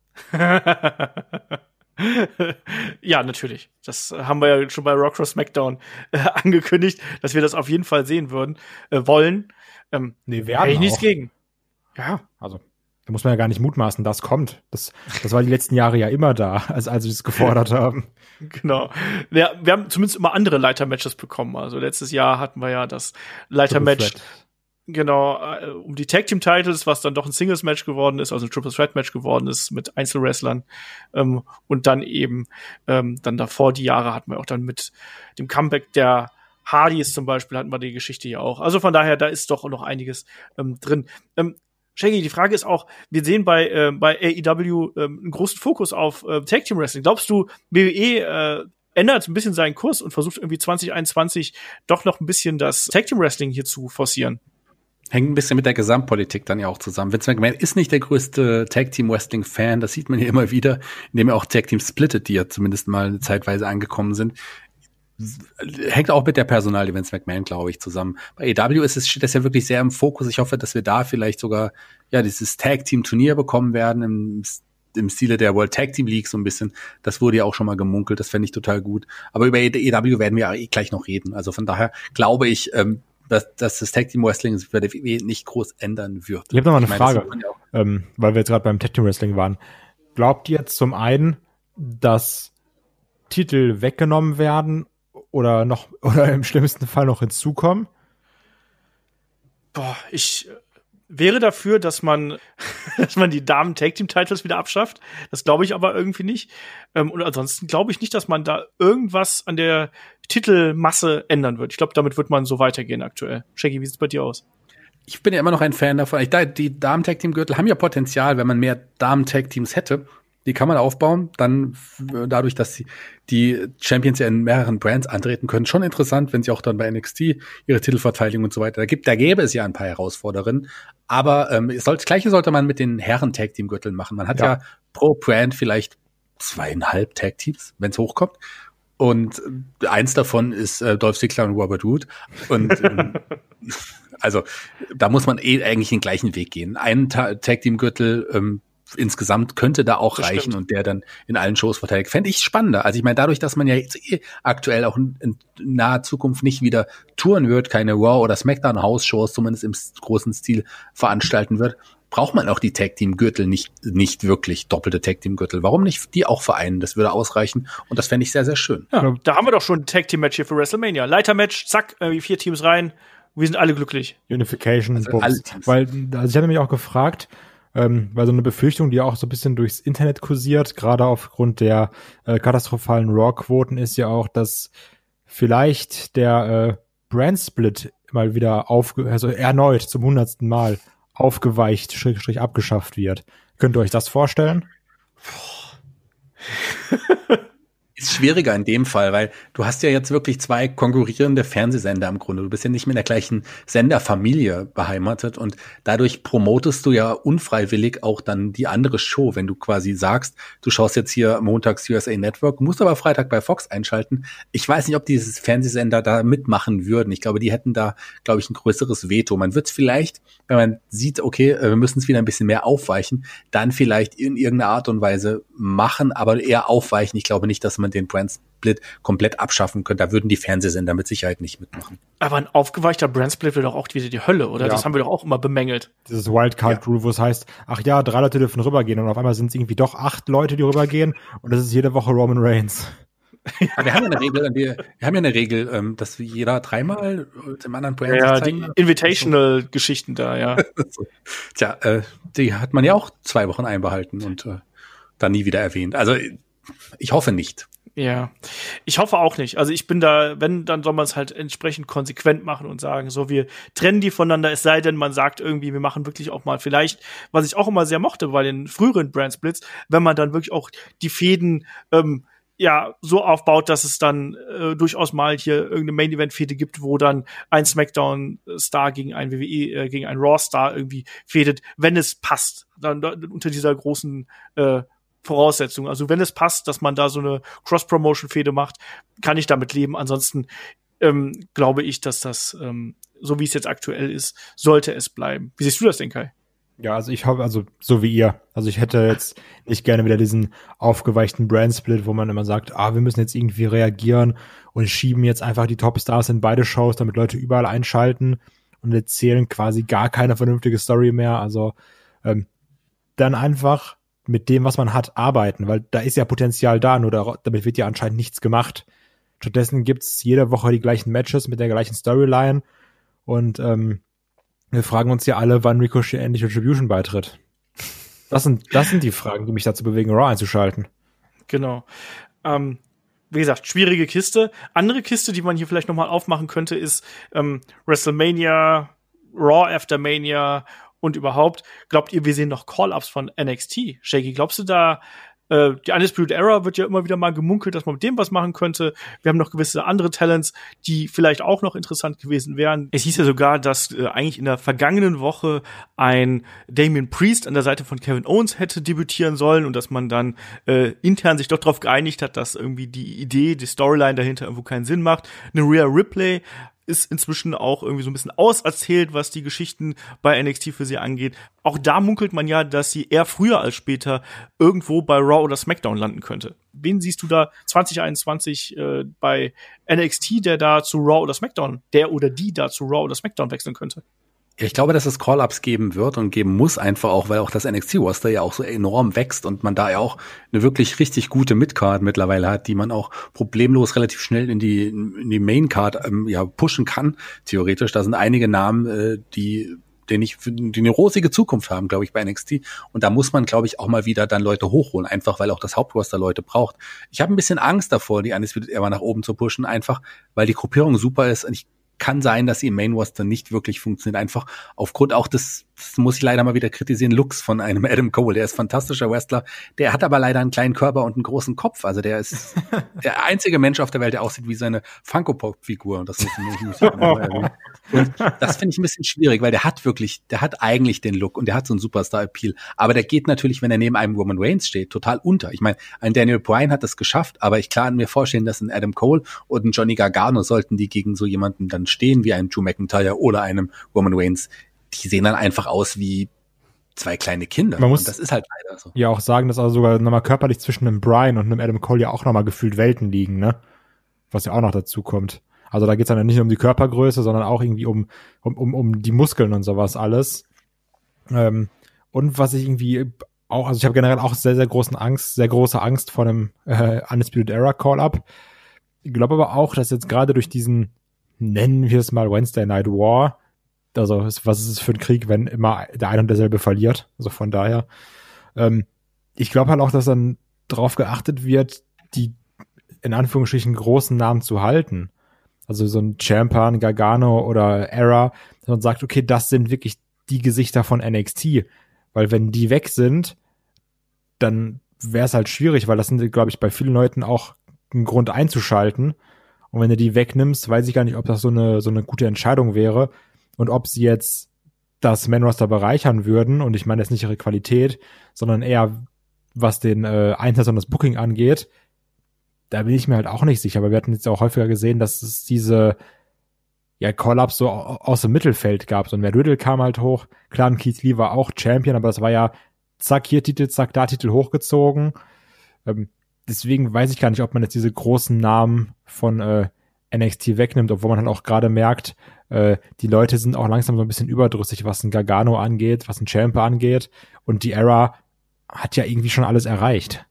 Ja, natürlich. Das haben wir ja schon bei Raw Cross SmackDown äh, angekündigt, dass wir das auf jeden Fall sehen würden, äh, wollen. Ähm, nee, wir haben ich nichts auch. gegen. Ja, also da muss man ja gar nicht mutmaßen, das kommt. Das, das war die letzten Jahre ja immer da, als, als sie es gefordert haben. Genau. Ja, wir haben zumindest immer andere Leiter-Matches bekommen. Also letztes Jahr hatten wir ja das Leiter-Match, genau, äh, um die Tag-Team-Titles, was dann doch ein Singles-Match geworden ist, also ein Triple-Threat-Match geworden ist mit Einzelwrestlern. Ähm, und dann eben, ähm, dann davor die Jahre hatten wir auch dann mit dem Comeback der Hardys zum Beispiel hatten wir die Geschichte ja auch. Also von daher, da ist doch noch einiges ähm, drin. Ähm, Shaggy, die Frage ist auch, wir sehen bei äh, bei A E W äh, einen großen Fokus auf äh, Tag Team Wrestling. Glaubst du, W W E äh, ändert ein bisschen seinen Kurs und versucht irgendwie zwanzig einundzwanzig doch noch ein bisschen das Tag Team Wrestling hier zu forcieren? Hängt ein bisschen mit der Gesamtpolitik dann ja auch zusammen. Vince McMahon ist nicht der größte Tag Team Wrestling Fan, das sieht man ja immer wieder, indem er auch Tag Team splittet, die ja zumindest mal zeitweise angekommen sind. Hängt auch mit der Personalie Vince McMahon, glaube ich, zusammen. Bei A E W ist es, steht das ja wirklich sehr im Fokus. Ich hoffe, dass wir da vielleicht sogar, ja, dieses Tag Team Turnier bekommen werden im, im Stile der World Tag Team League so ein bisschen. Das wurde ja auch schon mal gemunkelt. Das fände ich total gut. Aber über A E W werden wir eh gleich noch reden. Also von daher glaube ich, ähm, dass, dass das Tag Team Wrestling sich bei der W W E nicht groß ändern wird. Ich habe noch mal eine ich Frage, meine, ja ähm, weil wir jetzt gerade beim Tag Team Wrestling waren. Glaubt ihr jetzt zum einen, dass Titel weggenommen werden oder noch oder im schlimmsten Fall noch hinzukommen? Boah, ich wäre dafür, dass man dass man die Damen Tag Team Titles wieder abschafft. Das glaube ich aber irgendwie nicht. Ähm, und ansonsten glaube ich nicht, dass man da irgendwas an der Titelmasse ändern wird. Ich glaube, damit wird man so weitergehen aktuell. Shaggy, wie sieht's bei dir aus? Ich bin ja immer noch ein Fan davon. Ich, die Damen-Tag-Team-Gürtel haben ja Potenzial, wenn man mehr Damen-Tag-Teams hätte. Die kann man aufbauen. Dann dadurch, dass die, die Champions ja in mehreren Brands antreten können, schon interessant, wenn sie auch dann bei N X T ihre Titelverteidigung und so weiter. Da gibt, da gäbe es ja ein paar Herausforderungen. Aber ähm, es soll, das Gleiche sollte man mit den Herren-Tag-Team-Gürteln machen. Man hat ja, ja pro Brand vielleicht zweieinhalb Tag-Teams, wenn es hochkommt. Und eins davon ist äh, Dolph Ziggler und Robert Roode. Und ähm, also da muss man eh eigentlich den gleichen Weg gehen. Ein Ta- Tag-Team-Gürtel ähm, insgesamt könnte da auch das reichen stimmt. Und der dann in allen Shows verteidigt. Fände ich spannender. Also ich meine, dadurch, dass man ja jetzt eh aktuell auch in, in naher Zukunft nicht wieder touren wird, keine Raw- oder Smackdown-House-Shows zumindest im großen Stil veranstalten wird, braucht man auch die Tag-Team-Gürtel nicht, nicht wirklich, doppelte Tag-Team-Gürtel. Warum nicht die auch vereinen? Das würde ausreichen und das fände ich sehr, sehr schön. Ja, da haben wir doch schon ein Tag-Team-Match hier für WrestleMania. Leiter-Match, zack, irgendwie vier Teams rein. Wir sind alle glücklich. Unification, also weil, also ich hatte mich auch gefragt, ähm, weil so eine Befürchtung, die auch so ein bisschen durchs Internet kursiert, gerade aufgrund der äh, katastrophalen Raw-Quoten, ist ja auch, dass vielleicht der äh, Brand-Split mal wieder aufge, also erneut zum hundertsten Mal aufgeweicht, Schrägstrich abgeschafft wird. Könnt ihr euch das vorstellen? Ist schwieriger in dem Fall, weil du hast ja jetzt wirklich zwei konkurrierende Fernsehsender im Grunde. Du bist ja nicht mehr in der gleichen Senderfamilie beheimatet und dadurch promotest du ja unfreiwillig auch dann die andere Show, wenn du quasi sagst, du schaust jetzt hier montags U S A Network, musst aber Freitag bei Fox einschalten. Ich weiß nicht, ob dieses Fernsehsender da mitmachen würden. Ich glaube, die hätten da, glaube ich, ein größeres Veto. Man wird es vielleicht, wenn man sieht, okay, wir müssen es wieder ein bisschen mehr aufweichen, dann vielleicht in irgendeiner Art und Weise machen, aber eher aufweichen. Ich glaube nicht, dass man den Brand-Split komplett abschaffen könnte. Da würden die Fernsehsender mit Sicherheit nicht mitmachen. Aber ein aufgeweichter Brand-Split wäre doch auch wieder die Hölle, oder? Ja. Das haben wir doch auch immer bemängelt. Dieses Wildcard-Rule, ja. Wo es heißt, ach ja, drei Leute dürfen rübergehen und auf einmal sind es irgendwie doch acht Leute, die rübergehen und das ist jede Woche Roman Reigns. Ja, wir haben ja eine Regel, wir, wir haben ja eine Regel, ähm, dass jeder dreimal dem anderen Brand ja, zeigen. Die Invitational-Geschichten da, ja. Tja, äh, die hat man ja auch zwei Wochen einbehalten und äh, dann nie wieder erwähnt. Also ich hoffe nicht. Ja, ich hoffe auch nicht. Also ich bin da, wenn, dann soll man es halt entsprechend konsequent machen und sagen, so, wir trennen die voneinander, es sei denn, man sagt irgendwie, wir machen wirklich auch mal vielleicht, was ich auch immer sehr mochte bei den früheren Brandsplits, wenn man dann wirklich auch die Fäden ähm, ja so aufbaut, dass es dann äh, durchaus mal hier irgendeine Main-Event-Fehde gibt, wo dann ein SmackDown-Star gegen ein W W E, äh, gegen ein Raw-Star irgendwie fädet, wenn es passt, dann, dann unter dieser großen äh, Voraussetzung. Also wenn es passt, dass man da so eine Cross-Promotion-Fehde macht, kann ich damit leben. Ansonsten ähm, glaube ich, dass das, ähm, so wie es jetzt aktuell ist, sollte es bleiben. Wie siehst du das denn, Kai? Ja, also ich hoffe, also so wie ihr. Also ich hätte jetzt nicht gerne wieder diesen aufgeweichten Brand-Split, wo man immer sagt, ah, wir müssen jetzt irgendwie reagieren und schieben jetzt einfach die Top-Stars in beide Shows, damit Leute überall einschalten und erzählen quasi gar keine vernünftige Story mehr. Also ähm, dann einfach mit dem, was man hat, arbeiten, weil da ist ja Potenzial da, nur da, damit wird ja anscheinend nichts gemacht. Stattdessen gibt's jede Woche die gleichen Matches mit der gleichen Storyline und ähm, wir fragen uns ja alle, wann Ricochet endlich Retribution beitritt. Das sind, das sind die Fragen, die mich dazu bewegen, Raw einzuschalten. Genau. Ähm, wie gesagt, schwierige Kiste. Andere Kiste, die man hier vielleicht noch mal aufmachen könnte, ist ähm, WrestleMania, Raw After Mania und überhaupt. Glaubt ihr, wir sehen noch Call-Ups von N X T? Shaggy, glaubst du da, äh, die Undisputed Era wird ja immer wieder mal gemunkelt, dass man mit dem was machen könnte. Wir haben noch gewisse andere Talents, die vielleicht auch noch interessant gewesen wären. Es hieß ja sogar, dass äh, eigentlich in der vergangenen Woche ein Damian Priest an der Seite von Kevin Owens hätte debütieren sollen und dass man dann äh, intern sich doch darauf geeinigt hat, dass irgendwie die Idee, die Storyline dahinter irgendwo keinen Sinn macht. Eine Rhea Ripley ist inzwischen auch irgendwie so ein bisschen auserzählt, was die Geschichten bei N X T für sie angeht. Auch da munkelt man ja, dass sie eher früher als später irgendwo bei Raw oder SmackDown landen könnte. Wen siehst du da zwanzig einundzwanzig äh, bei N X T, der da zu Raw oder SmackDown, der oder die da zu Raw oder SmackDown wechseln könnte? Ich glaube, dass es Call-Ups geben wird und geben muss einfach auch, weil auch das N X T-Roster ja auch so enorm wächst und man da ja auch eine wirklich richtig gute Midcard mittlerweile hat, die man auch problemlos relativ schnell in die in die Maincard ähm, ja pushen kann, theoretisch. Da sind einige Namen, äh, die den ich die eine rosige Zukunft haben, glaube ich, bei N X T. Und da muss man, glaube ich, auch mal wieder dann Leute hochholen, einfach weil auch das Hauptroster Leute braucht. Ich habe ein bisschen Angst davor, die Undisputed Era nach oben zu pushen, einfach weil die Gruppierung super ist und ich kann sein, dass sie im Main Roster nicht wirklich funktioniert. Einfach aufgrund auch des, das muss ich leider mal wieder kritisieren, Looks von einem Adam Cole. Der ist ein fantastischer Wrestler. Der hat aber leider einen kleinen Körper und einen großen Kopf. Also der ist der einzige Mensch auf der Welt, der aussieht wie seine Funko-Pop-Figur. Und das muss ich nicht erwähnen. Und das finde ich ein bisschen schwierig, weil der hat wirklich, der hat eigentlich den Look und der hat so einen Superstar-Appeal. Aber der geht natürlich, wenn er neben einem Roman Reigns steht, total unter. Ich meine, ein Daniel Bryan hat das geschafft, aber ich kann mir vorstellen, dass ein Adam Cole und ein Johnny Gargano sollten die gegen so jemanden dann stehen, wie einem Drew McIntyre oder einem Roman Reigns, die sehen dann einfach aus wie zwei kleine Kinder. Man muss und das ist halt leider so. Ja auch sagen, dass also sogar nochmal körperlich zwischen einem Bryan und einem Adam Cole ja auch nochmal gefühlt Welten liegen, ne? Was ja auch noch dazu kommt. Also da geht's dann nicht nur um die Körpergröße, sondern auch irgendwie um um um, um die Muskeln und sowas alles. Ähm, und was ich irgendwie auch, also ich habe generell auch sehr, sehr großen Angst, sehr große Angst vor einem äh, Undisputed Era Call-Up. Ich glaube aber auch, dass jetzt gerade durch diesen, nennen wir es mal Wednesday Night War, also was ist es für ein Krieg, wenn immer der eine und derselbe verliert, also von daher, ähm, ich glaube halt auch, dass dann drauf geachtet wird, die in Anführungsstrichen großen Namen zu halten. Also so ein Ciampa, ein Gargano oder Era, dass man sagt, okay, das sind wirklich die Gesichter von N X T, weil wenn die weg sind, dann wäre es halt schwierig, weil das sind, glaube ich, bei vielen Leuten auch ein Grund einzuschalten. Und wenn du die wegnimmst, weiß ich gar nicht, ob das so eine so eine gute Entscheidung wäre und ob sie jetzt das Main-Roster bereichern würden. Und ich meine jetzt nicht ihre Qualität, sondern eher, was den äh, Einsatz und das Booking angeht. Da bin ich mir halt auch nicht sicher. Aber wir hatten jetzt auch häufiger gesehen, dass es diese ja Call-Ups so aus dem Mittelfeld gab. So ein Matt Riddle kam halt hoch. Klar, ein Keith Lee war auch Champion, aber das war ja zack, hier Titel, zack, da Titel hochgezogen. Ähm, deswegen weiß ich gar nicht, ob man jetzt diese großen Namen von äh, N X T wegnimmt, obwohl man halt auch gerade merkt, äh, die Leute sind auch langsam so ein bisschen überdrüssig, was ein Gargano angeht, was ein Ciampa angeht. Und die Era hat ja irgendwie schon alles erreicht.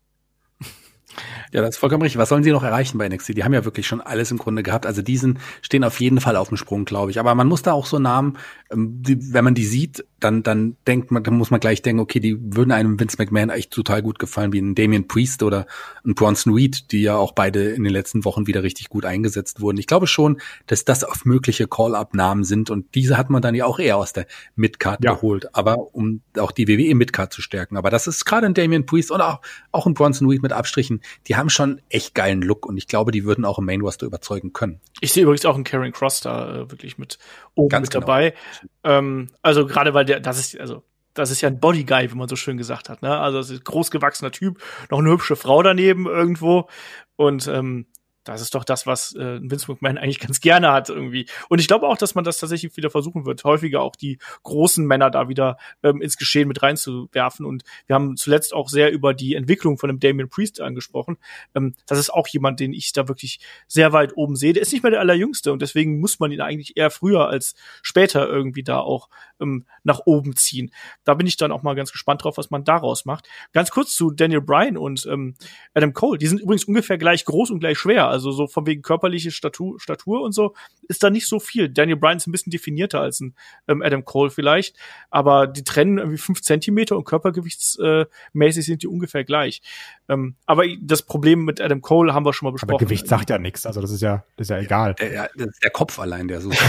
Ja, das ist vollkommen richtig. Was sollen sie noch erreichen bei N X T? Die haben ja wirklich schon alles im Grunde gehabt. Also diesen stehen auf jeden Fall auf dem Sprung, glaube ich. Aber man muss da auch so Namen, die, wenn man die sieht, dann dann denkt man, dann muss man gleich denken, okay, die würden einem Vince McMahon echt total gut gefallen, wie ein Damian Priest oder ein Bronson Reed, die ja auch beide in den letzten Wochen wieder richtig gut eingesetzt wurden. Ich glaube schon, dass das auf mögliche Call-Up-Namen sind und diese hat man dann ja auch eher aus der Midcard ja. geholt, aber um auch die W W E-Midcard zu stärken. Aber das ist gerade ein Damian Priest und auch, auch ein Bronson Reed mit Abstrichen, die haben schon echt geilen Look und ich glaube, die würden auch im Main Roster überzeugen können. Ich sehe übrigens auch einen Karrion Kross da äh, wirklich mit oben Ganz mit genau. dabei. Ähm, also gerade weil der, das ist, also das ist ja ein Bodyguy, wie man so schön gesagt hat, ne? Also das ist ein großgewachsener Typ, noch eine hübsche Frau daneben irgendwo und ähm, das ist doch das, was äh, Vince McMahon eigentlich ganz gerne hat irgendwie. Und ich glaube auch, dass man das tatsächlich wieder versuchen wird, häufiger auch die großen Männer da wieder ähm, ins Geschehen mit reinzuwerfen. Und wir haben zuletzt auch sehr über die Entwicklung von dem Damian Priest angesprochen. Ähm, das ist auch jemand, den ich da wirklich sehr weit oben sehe. Der ist nicht mehr der Allerjüngste und deswegen muss man ihn eigentlich eher früher als später irgendwie da auch ähm, nach oben ziehen. Da bin ich dann auch mal ganz gespannt drauf, was man daraus macht. Ganz kurz zu Daniel Bryan und ähm, Adam Cole. Die sind übrigens ungefähr gleich groß und gleich schwer. Also so von wegen körperliche Statur, Statur und so ist da nicht so viel. Daniel Bryan ist ein bisschen definierter als ein ähm, Adam Cole vielleicht, aber die trennen irgendwie fünf Zentimeter und körpergewichtsmäßig sind die ungefähr gleich. Ähm, aber das Problem mit Adam Cole haben wir schon mal besprochen. Aber Gewicht sagt ja nichts, also das ist ja, das ist ja egal. Der, der, der Kopf allein, der so.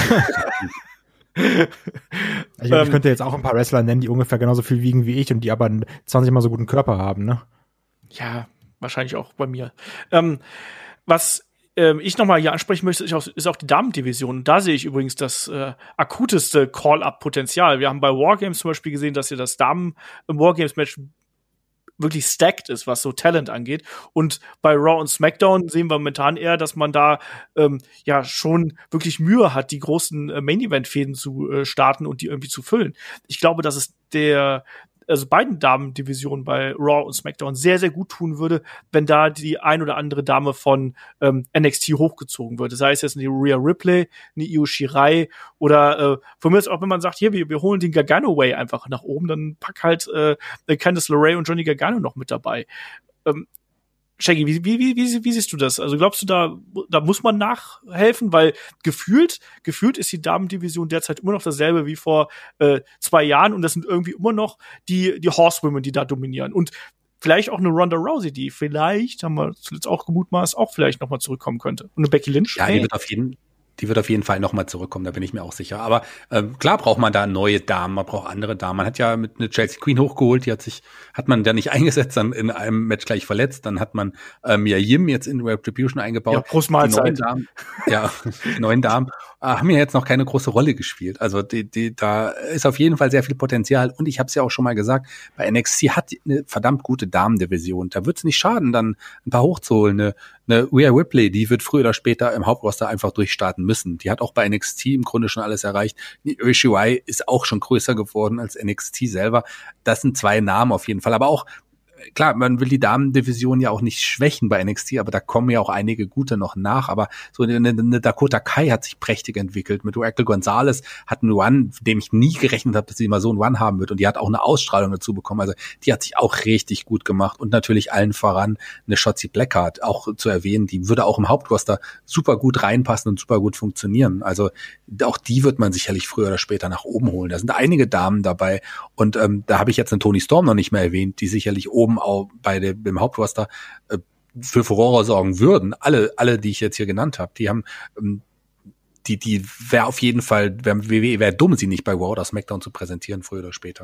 Ich, ähm, ich könnte jetzt auch ein paar Wrestler nennen, die ungefähr genauso viel wiegen wie ich und die aber einen zwanzig mal so guten Körper haben, ne? Ja, wahrscheinlich auch bei mir. Ähm, was ähm, ich nochmal hier ansprechen möchte, ist auch, ist auch die Damendivision. Da sehe ich übrigens das äh, akuteste Call-Up-Potenzial. Wir haben bei Wargames zum Beispiel gesehen, dass hier das Damen-Wargames-Match wirklich stacked ist, was so Talent angeht. Und bei Raw und SmackDown sehen wir momentan eher, dass man da ähm, ja schon wirklich Mühe hat, die großen äh, Main-Event-Fäden zu äh, starten und die irgendwie zu füllen. Ich glaube, dass es der also beiden Damen-Divisionen bei Raw und SmackDown sehr, sehr gut tun würde, wenn da die ein oder andere Dame von ähm, N X T hochgezogen wird. Das heißt jetzt eine Rhea Ripley, eine Io Shirai oder äh, von mir ist auch, wenn man sagt, hier, wir, wir holen den Gargano Way einfach nach oben, dann pack halt äh, Candice LeRae und Johnny Gargano noch mit dabei. Ähm, Shaggy, wie, wie, wie, wie, wie siehst du das? Also glaubst du, da, da muss man nachhelfen? Weil gefühlt, gefühlt ist die Damendivision derzeit immer noch dasselbe wie vor äh, zwei Jahren und das sind irgendwie immer noch die, die Horsewomen, die da dominieren. Und vielleicht auch eine Ronda Rousey, die vielleicht, haben wir zuletzt auch gemutmaßt, auch vielleicht nochmal zurückkommen könnte. Und eine Becky Lynch? Ja, die wird auf jeden Die wird auf jeden Fall nochmal zurückkommen, da bin ich mir auch sicher. Aber äh, klar braucht man da neue Damen, man braucht andere Damen. Man hat ja mit einer Chelsea Queen hochgeholt, die hat sich, hat man da nicht eingesetzt, dann in einem Match gleich verletzt. Dann hat man äh, Mia Yim jetzt in Retribution eingebaut. Ja, Prost Mahlzeit. Die neuen Damen, ja, die neuen Damen äh, haben ja jetzt noch keine große Rolle gespielt. Also die, die, da ist auf jeden Fall sehr viel Potenzial. Und ich habe es ja auch schon mal gesagt, bei N X T hat eine verdammt gute Damendivision. Da wird es nicht schaden, dann ein paar hochzuholen. Eine, eine Rhea Ripley, die wird früher oder später im Hauptroster einfach durchstarten müssen. Die hat auch bei N X T im Grunde schon alles erreicht. Io Shirai ist auch schon größer geworden als N X T selber. Das sind zwei Namen auf jeden Fall. Aber auch, klar, man will die Damendivision ja auch nicht schwächen bei N X T, aber da kommen ja auch einige gute noch nach. Aber so eine, eine Dakota Kai hat sich prächtig entwickelt. Mit Raquel Gonzalez hat einen Run, dem ich nie gerechnet habe, dass sie mal so einen Run haben wird. Und die hat auch eine Ausstrahlung dazu bekommen. Also die hat sich auch richtig gut gemacht. Und natürlich allen voran eine Shotzi Blackheart auch zu erwähnen. Die würde auch im Hauptroster super gut reinpassen und super gut funktionieren. Also auch die wird man sicherlich früher oder später nach oben holen. Da sind einige Damen dabei. Und ähm, da habe ich jetzt einen Toni Storm noch nicht mehr erwähnt, die sicherlich oben auch bei dem, dem Hauptroster äh, für Furore sorgen würden. Alle, alle, die ich jetzt hier genannt habe, die haben, ähm, die, die wäre auf jeden Fall, wäre wär dumm, sie nicht bei Raw oder SmackDown zu präsentieren, früher oder später.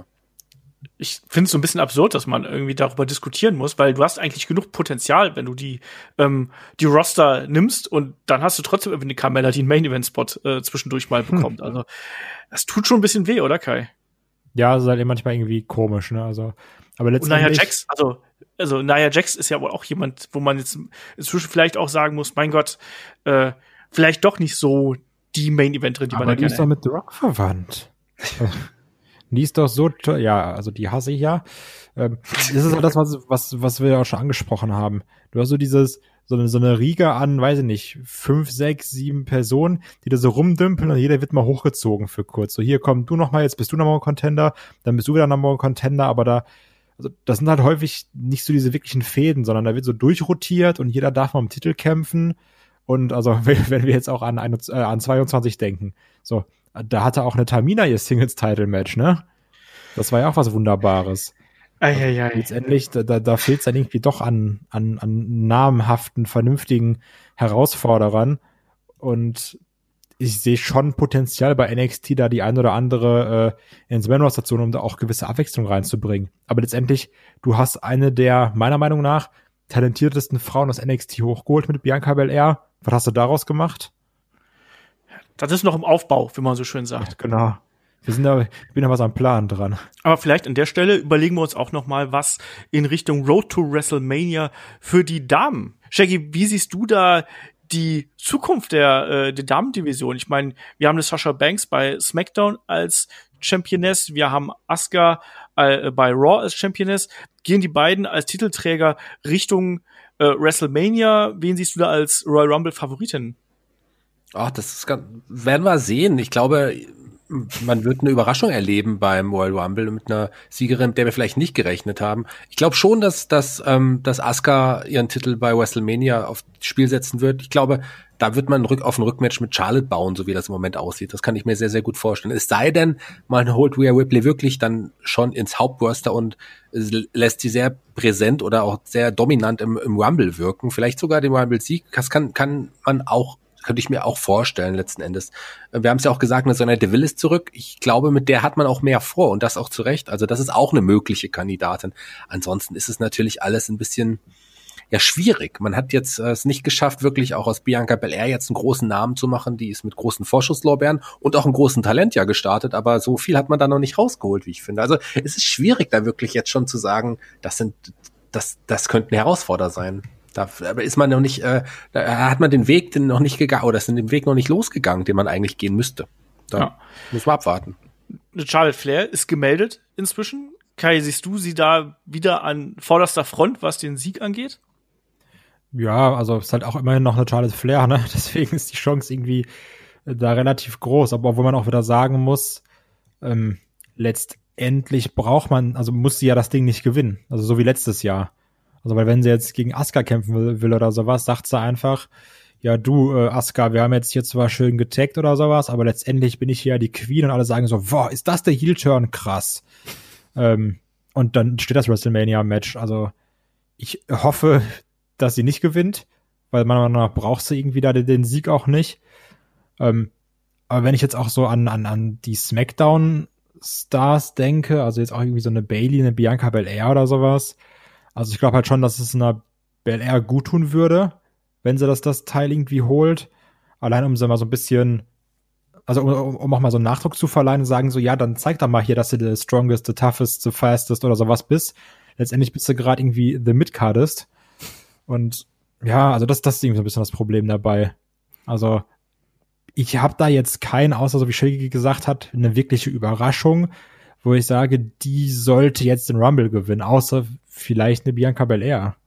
Ich finde es so ein bisschen absurd, dass man irgendwie darüber diskutieren muss, weil du hast eigentlich genug Potenzial, wenn du die ähm, die Roster nimmst und dann hast du trotzdem irgendwie eine Carmella, die einen Main-Event-Spot äh, zwischendurch mal bekommt. Hm. Also das tut schon ein bisschen weh, oder Kai? Ja, es ist halt manchmal irgendwie komisch, ne? Also, aber letztendlich. Und Nia Jax, also, also Nia Jax ist ja wohl auch jemand, wo man jetzt inzwischen vielleicht auch sagen muss, mein Gott, äh, vielleicht doch nicht so die Main-Eventerin, die aber man da die ist doch mit The Rock verwandt. Die ist doch so toll, ja, also die hasse ich ja. Ähm, das ist auch das, was, was, was wir ja auch schon angesprochen haben. Du hast so dieses, so eine, so eine Riege an, weiß ich nicht, fünf, sechs, sieben Personen, die da so rumdümpeln und jeder wird mal hochgezogen für kurz. So, hier komm du noch mal, jetzt bist du Number One Contender, dann bist du wieder Number One Contender, aber da, also das sind halt häufig nicht so diese wirklichen Fäden, sondern da wird so durchrotiert und jeder darf mal um Titel kämpfen. Und also, wenn wir jetzt auch an, äh, an zweiundzwanzig denken, so, da hatte auch eine Tamina ihr Singles-Title-Match, ne? Das war ja auch was Wunderbares. Eieiei. Letztendlich, da, da, da fehlt es dann irgendwie doch an, an, an namhaften, vernünftigen Herausforderern. Und ich sehe schon Potenzial bei N X T, da die ein oder andere äh, ins Main-Roster zu holen, um da auch gewisse Abwechslung reinzubringen. Aber letztendlich, du hast eine der, meiner Meinung nach, talentiertesten Frauen aus N X T hochgeholt mit Bianca Belair. Was hast du daraus gemacht? Das ist noch im Aufbau, wie man so schön sagt. Ja, genau. Wir sind da, ich bin da was am Plan dran. Aber vielleicht an der Stelle überlegen wir uns auch noch mal was in Richtung Road to WrestleMania für die Damen. Shaggy, wie siehst du da die Zukunft der, äh, der Damendivision? Ich meine, wir haben eine Sasha Banks bei SmackDown als Championess, wir haben Asuka äh, bei Raw als Championess. Gehen die beiden als Titelträger Richtung äh, WrestleMania? Wen siehst du da als Royal Rumble Favoritin? Ach, das ist ganz, werden wir sehen. Ich glaube, man wird eine Überraschung erleben beim Royal Rumble mit einer Siegerin, mit der wir vielleicht nicht gerechnet haben. Ich glaube schon, dass, dass, ähm, dass Asuka ihren Titel bei WrestleMania aufs Spiel setzen wird. Ich glaube, da wird man rück auf ein Rückmatch mit Charlotte bauen, so wie das im Moment aussieht. Das kann ich mir sehr, sehr gut vorstellen. Es sei denn, man holt Rhea Ripley wirklich dann schon ins Hauptroster und lässt sie sehr präsent oder auch sehr dominant im, im Rumble wirken. Vielleicht sogar den Rumble-Sieg. Das kann, kann man auch könnte ich mir auch vorstellen, letzten Endes. Wir haben es ja auch gesagt, eine Sonya Deville ist zurück. Ich glaube, mit der hat man auch mehr vor und das auch zu Recht. Also das ist auch eine mögliche Kandidatin. Ansonsten ist es natürlich alles ein bisschen ja schwierig. Man hat jetzt äh, es nicht geschafft, wirklich auch aus Bianca Belair jetzt einen großen Namen zu machen. Die ist mit großen Vorschusslorbeeren und auch einem großen Talent ja gestartet, aber so viel hat man da noch nicht rausgeholt, wie ich finde. Also es ist schwierig, da wirklich jetzt schon zu sagen, das sind, das, das könnten Herausforderer sein. Da aber ist man noch nicht, äh, da hat man den Weg den noch nicht gegangen, oder ist den Weg noch nicht losgegangen, den man eigentlich gehen müsste. Da ja. muss man abwarten. Charlotte Flair ist gemeldet inzwischen. Kai, siehst du sie da wieder an vorderster Front, was den Sieg angeht? Ja, also ist halt auch immerhin noch eine Charlotte Flair, ne? Deswegen ist die Chance irgendwie da relativ groß. Aber obwohl man auch wieder sagen muss, ähm, letztendlich braucht man, also muss sie ja das Ding nicht gewinnen. Also so wie letztes Jahr. Also weil wenn sie jetzt gegen Asuka kämpfen will, will oder sowas, sagt sie einfach, ja du, äh, Asuka, wir haben jetzt hier zwar schön getaggt oder sowas, aber letztendlich bin ich hier ja die Queen und alle sagen so, boah, ist das der Heel-Turn? Krass. Ähm, und dann steht das WrestleMania-Match. Also ich hoffe, dass sie nicht gewinnt, weil meiner Meinung nach braucht sie irgendwie da den, den Sieg auch nicht. Ähm, aber wenn ich jetzt auch so an, an, an die Smackdown-Stars denke, also jetzt auch irgendwie so eine Bayley, eine Bianca Belair oder sowas, also ich glaube halt schon, dass es einer Belair gut tun würde, wenn sie das, das Teil irgendwie holt. Allein um sie mal so ein bisschen, also um, um auch mal so einen Nachdruck zu verleihen und sagen so, ja, dann zeig doch mal hier, dass du the strongest, the toughest, the fastest oder sowas bist. Letztendlich bist du gerade irgendwie the mid-cardest. Und ja, also das, das ist irgendwie so ein bisschen das Problem dabei. Also ich habe da jetzt keinen, außer so wie Shaggy gesagt hat, eine wirkliche Überraschung, wo ich sage, die sollte jetzt den Rumble gewinnen, außer vielleicht eine Bianca Belair.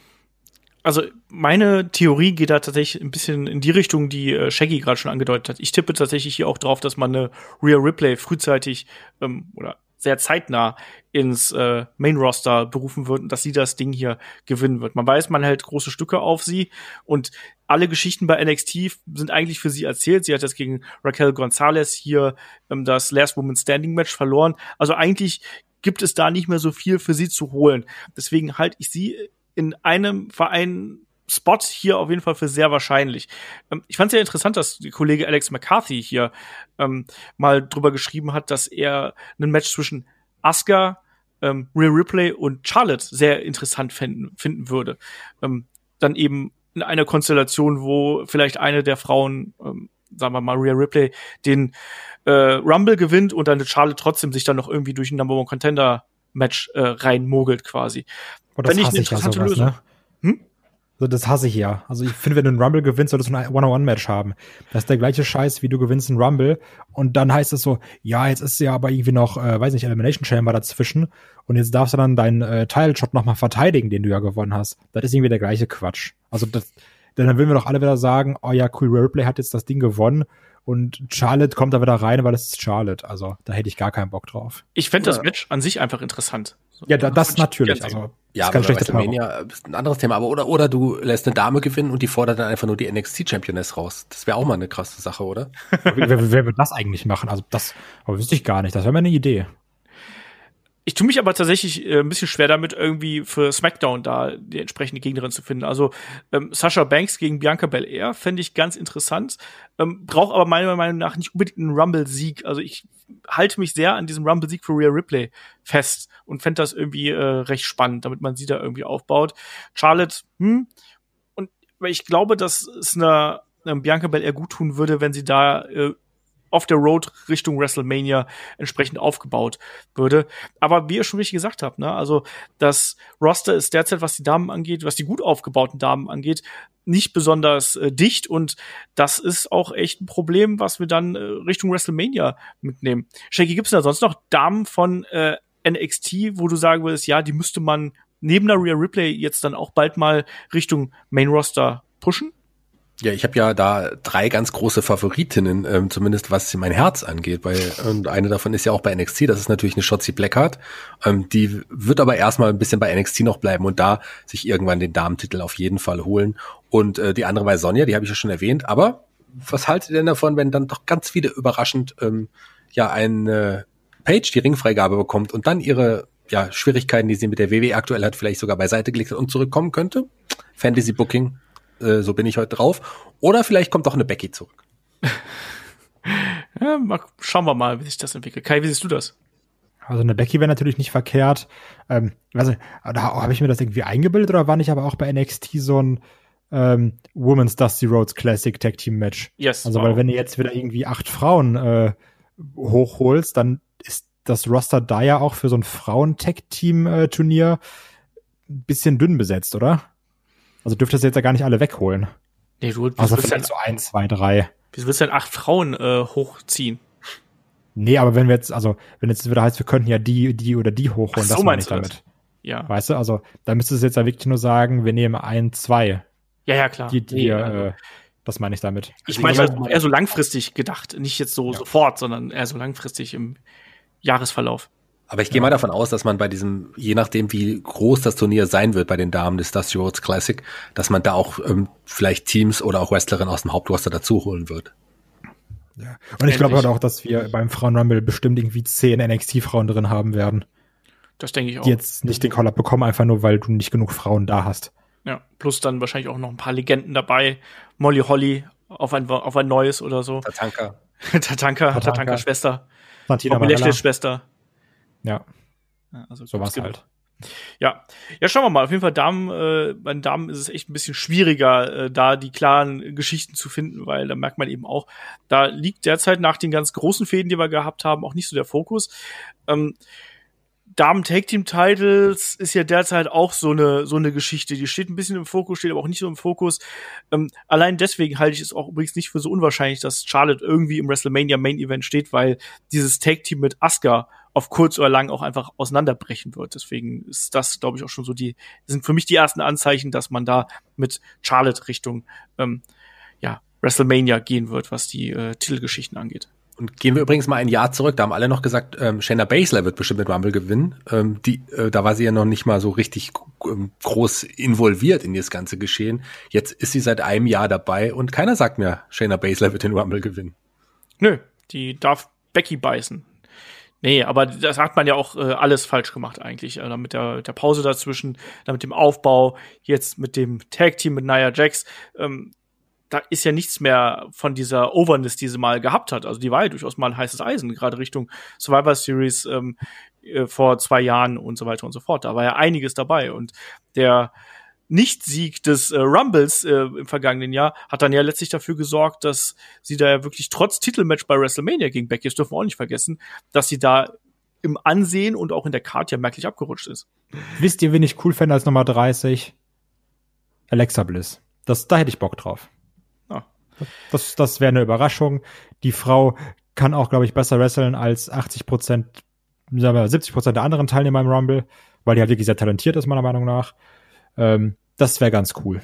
Also meine Theorie geht da tatsächlich ein bisschen in die Richtung, die äh, Shaggy gerade schon angedeutet hat. Ich tippe tatsächlich hier auch drauf, dass man eine Rhea Ripley frühzeitig ähm, oder sehr zeitnah ins äh, Main-Roster berufen wird und dass sie das Ding hier gewinnen wird. Man weiß, man hält große Stücke auf sie und alle Geschichten bei N X T sind eigentlich für sie erzählt. Sie hat jetzt gegen Raquel Gonzalez hier ähm, das Last Woman Standing Match verloren. Also eigentlich gibt es da nicht mehr so viel für sie zu holen. Deswegen halte ich sie in einem Verein Spot hier auf jeden Fall für sehr wahrscheinlich. Ähm, ich fand es sehr interessant, dass der Kollege Alex McCarthy hier ähm, mal drüber geschrieben hat, dass er ein Match zwischen Asuka, ähm, Rhea Ripley und Charlotte sehr interessant finden, finden würde. Ähm, dann eben in einer Konstellation, wo vielleicht eine der Frauen, ähm, sagen wir mal Rhea Ripley, den äh, Rumble gewinnt und dann eine Charlotte trotzdem sich dann noch irgendwie durch ein Number One Contender Match äh, reinmogelt quasi. Oh, das hasse ich ja sowas, Lösung. Ne? Hm? Also das hasse ich ja. Also ich finde, wenn du einen Rumble gewinnst, solltest du ein One-on-One-Match haben. Das ist der gleiche Scheiß, wie du gewinnst einen Rumble und dann heißt es so, ja, jetzt ist ja aber irgendwie noch, äh, weiß nicht, Elimination Chamber dazwischen und jetzt darfst du dann deinen äh, Title-Shot nochmal verteidigen, den du ja gewonnen hast. Das ist irgendwie der gleiche Quatsch. Also das, dann würden wir doch alle wieder sagen, oh ja, cool, Rhea Ripley hat jetzt das Ding gewonnen und Charlotte kommt da wieder rein, weil es ist Charlotte. Also da hätte ich gar keinen Bock drauf. Ich fände das Match an sich einfach interessant. So, ja, da, das natürlich. Also ja, aber WrestleMania ist ein anderes Thema. Aber oder oder du lässt eine Dame gewinnen und die fordert dann einfach nur die N X T-Championess raus. Das wäre auch mal eine krasse Sache, oder? wer, wer, wer wird das eigentlich machen? Also das aber wüsste ich gar nicht. Das wäre mal eine Idee. Ich tue mich aber tatsächlich äh, ein bisschen schwer damit, irgendwie für SmackDown da die entsprechende Gegnerin zu finden. Also ähm, Sasha Banks gegen Bianca Belair fände ich ganz interessant, ähm, braucht aber meiner Meinung nach nicht unbedingt einen Rumble-Sieg. Also ich halte mich sehr an diesem Rumble-Sieg für Rhea Ripley fest und fände das irgendwie äh, recht spannend, damit man sie da irgendwie aufbaut. Charlotte, hm, und aber ich glaube, dass es einer, einer Bianca Belair gut tun würde, wenn sie da äh, auf der Road Richtung WrestleMania entsprechend aufgebaut würde. Aber wie ihr schon richtig gesagt habt, ne, also das Roster ist derzeit, was die Damen angeht, was die gut aufgebauten Damen angeht, nicht besonders äh, dicht und das ist auch echt ein Problem, was wir dann äh, Richtung WrestleMania mitnehmen. Shaggy, gibt's da sonst noch Damen von äh, N X T, wo du sagen würdest, ja, die müsste man neben der Rhea Ripley jetzt dann auch bald mal Richtung Main Roster pushen? Ja, ich habe ja da drei ganz große Favoritinnen, ähm, zumindest was mein Herz angeht, weil ähm, eine davon ist ja auch bei N X T, das ist natürlich eine Shotzi Blackheart, ähm, die wird aber erstmal ein bisschen bei N X T noch bleiben und da sich irgendwann den Damentitel auf jeden Fall holen. Und äh, die andere war Sonja, die habe ich ja schon erwähnt, aber was haltet ihr denn davon, wenn dann doch ganz viele überraschend ähm, ja eine Paige die Ringfreigabe bekommt und dann ihre ja Schwierigkeiten, die sie mit der W W E aktuell hat, vielleicht sogar beiseite gelegt hat und zurückkommen könnte? Fantasy Booking. So bin ich heute drauf. Oder vielleicht kommt doch eine Becky zurück. Ja, mal, schauen wir mal, wie sich das entwickelt. Kai, wie siehst du das? Also eine Becky wäre natürlich nicht verkehrt. Ähm, weiß nicht, da habe ich mir das irgendwie eingebildet oder war nicht aber auch bei N X T so ein ähm, Women's Dusty Rhodes Classic Tag Team Match? Yes. Also wow. weil wenn du jetzt wieder irgendwie acht Frauen äh, hochholst, dann ist das Roster da ja auch für so ein Frauen-Tag-Team-Turnier ein bisschen dünn besetzt, oder? Also dürftest du jetzt ja gar nicht alle wegholen. Nee, du also willst vielleicht so eins, zwei, drei. Wieso willst du denn acht Frauen äh, hochziehen? Nee, aber wenn wir jetzt, also wenn jetzt wieder heißt, wir könnten ja die, die oder die hochholen, Ach so, das meine ich meinst du damit. das? Ja. Weißt du, also da müsstest du jetzt ja wirklich nur sagen, wir nehmen ein, zwei. Ja, ja, klar. Die, die, nee, äh, das meine ich damit. Ich Also meine ich halt glaub, eher so langfristig gedacht. Nicht jetzt so Ja. sofort, sondern eher so langfristig im Jahresverlauf. Aber ich gehe ja. mal davon aus, dass man bei diesem, je nachdem wie groß das Turnier sein wird bei den Damen des Dusty Rhodes Classic, dass man da auch ähm, vielleicht Teams oder auch Wrestlerinnen aus dem Hauptroster dazu holen wird. Ja. Und ich glaube halt auch, dass wir beim Frauen-Rumble bestimmt irgendwie zehn N X T-Frauen drin haben werden. Das denke ich auch. Die jetzt nicht den Call-Up bekommen, einfach nur, weil du nicht genug Frauen da hast. Ja, plus dann wahrscheinlich auch noch ein paar Legenden dabei. Molly Holly auf ein, auf ein neues oder so. Tatanka. Tatanka, Tatanka Schwester. Santina Bobby Marella. Lashley's Schwester. Ja, Ja, also so war's genau. halt. Ja, ja, schauen wir mal. Auf jeden Fall Damen, äh, bei den Damen ist es echt ein bisschen schwieriger, äh, da die klaren Geschichten zu finden, weil da merkt man eben auch, da liegt derzeit nach den ganz großen Fäden, die wir gehabt haben, auch nicht so der Fokus. Ähm, Damen Tag Team Titles ist ja derzeit auch so eine so eine Geschichte, die steht ein bisschen im Fokus, steht aber auch nicht so im Fokus. Ähm, allein deswegen halte ich es auch übrigens nicht für so unwahrscheinlich, dass Charlotte irgendwie im WrestleMania Main Event steht, weil dieses Tag Team mit Asuka auf kurz oder lang auch einfach auseinanderbrechen wird. Deswegen ist das, glaube ich, auch schon so die sind für mich die ersten Anzeichen, dass man da mit Charlotte Richtung ähm, ja WrestleMania gehen wird, was die äh, Titelgeschichten angeht. Und gehen wir übrigens mal ein Jahr zurück, da haben alle noch gesagt, ähm, Shayna Baszler wird bestimmt mit Rumble gewinnen. Ähm, die, äh, da war sie ja noch nicht mal so richtig ähm, groß involviert in das ganze Geschehen. Jetzt ist sie seit einem Jahr dabei und keiner sagt mir, Shayna Baszler wird den Rumble gewinnen. Nö, die darf Becky beißen. Nee, aber das hat man ja auch äh, alles falsch gemacht eigentlich. Also mit der, mit der Pause dazwischen, dann mit dem Aufbau, jetzt mit dem Tag-Team mit Nia Jax. Ähm, da ist ja nichts mehr von dieser Overness, die sie mal gehabt hat. Also die war ja durchaus mal ein heißes Eisen, gerade Richtung Survivor Series ähm, äh, vor zwei Jahren und so weiter und so fort. Da war ja einiges dabei. Und der Nicht-Sieg des äh, Rumbles äh, im vergangenen Jahr hat dann ja letztlich dafür gesorgt, dass sie da ja wirklich trotz Titelmatch bei WrestleMania gegen Becky, das dürfen wir auch nicht vergessen, dass sie da im Ansehen und auch in der Card ja merklich abgerutscht ist. Wisst ihr, wen ich cool fände als Nummer dreißig? Alexa Bliss. Das, da hätte ich Bock drauf. Ah. Das, das wäre eine Überraschung. Die Frau kann auch, glaube ich, besser wresteln als achtzig Prozent, sagen wir siebzig Prozent der anderen Teilnehmer im Rumble, weil die halt wirklich sehr talentiert ist, meiner Meinung nach. Ähm, das wäre ganz cool.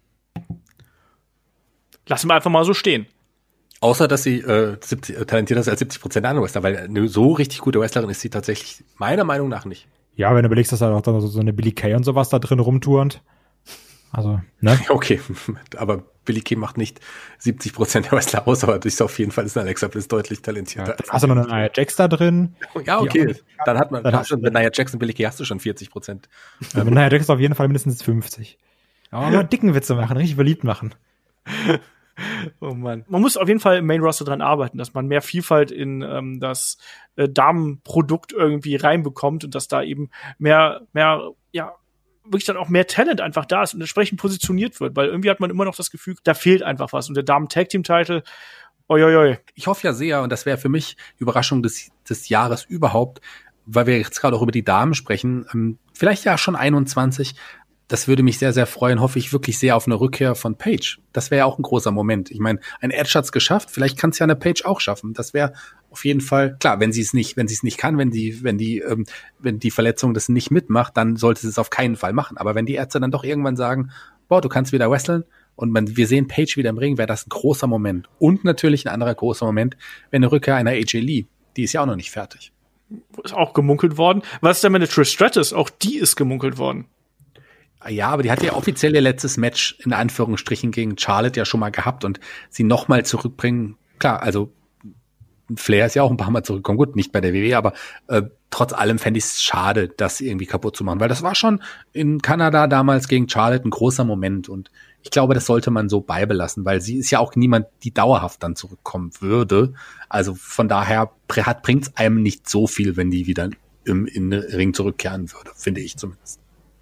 Lassen wir einfach mal so stehen. Außer, dass sie äh, siebzig, äh, talentierter ist als siebzig Prozent der anderen Wrestler, weil eine so richtig gute Wrestlerin ist sie tatsächlich meiner Meinung nach nicht. Ja, wenn du überlegst, dass da auch dann so eine Billie Kay und sowas da drin rumturnt. Also, ne? Okay, aber Billie Kay macht nicht siebzig Prozent der Wrestler aus, aber das ist auf jeden Fall ist eine Alexa Bliss deutlich talentierter. Ja, hast du noch eine Nia Jax da drin? Ja, okay. Nicht, dann hat man, dann dann hast schon, mit Nia Jax und Billie Kay hast du schon vierzig Prozent. Ja, mit Nia Jax auf jeden Fall mindestens fünfzig. Aber mal dicken Witze machen, richtig beliebt machen. Oh Mann. Man muss auf jeden Fall im Main Roster dran arbeiten, dass man mehr Vielfalt in ähm, das äh, Damenprodukt irgendwie reinbekommt und dass da eben mehr, mehr, ja, wirklich dann auch mehr Talent einfach da ist und entsprechend positioniert wird, weil irgendwie hat man immer noch das Gefühl, da fehlt einfach was. Und der Damen-Tag-Team-Title, oi. Ich hoffe ja sehr, und das wäre für mich Überraschung des, des Jahres überhaupt, weil wir jetzt gerade auch über die Damen sprechen, ähm, vielleicht ja schon einundzwanzig, das würde mich sehr, sehr freuen, hoffe ich wirklich sehr auf eine Rückkehr von Paige. Das wäre ja auch ein großer Moment. Ich meine, ein Edge hat's geschafft, vielleicht kann es ja eine Paige auch schaffen. Das wäre auf jeden Fall, klar, wenn sie es nicht, wenn sie es nicht kann, wenn die, wenn die, ähm, wenn die Verletzung das nicht mitmacht, dann sollte sie es auf keinen Fall machen. Aber wenn die Ärzte dann doch irgendwann sagen, boah, du kannst wieder wresteln und man, wir sehen Paige wieder im Ring, wäre das ein großer Moment. Und natürlich ein anderer großer Moment, wenn eine Rückkehr einer A J Lee, die ist ja auch noch nicht fertig. Ist auch gemunkelt worden. Was ist denn mit der Trish Stratus? Auch die ist gemunkelt worden. Ja, aber die hat ja offiziell ihr letztes Match in Anführungsstrichen gegen Charlotte ja schon mal gehabt und sie nochmal zurückbringen. Klar, also Flair ist ja auch ein paar Mal zurückgekommen. Gut, nicht bei der W W E, aber äh, trotz allem fände ich es schade, das irgendwie kaputt zu machen. Weil das war schon in Kanada damals gegen Charlotte ein großer Moment. Und ich glaube, das sollte man so beibelassen, weil sie ist ja auch niemand, die dauerhaft dann zurückkommen würde. Also von daher bringt es einem nicht so viel, wenn die wieder im, in den Ring zurückkehren würde, finde ich zumindest.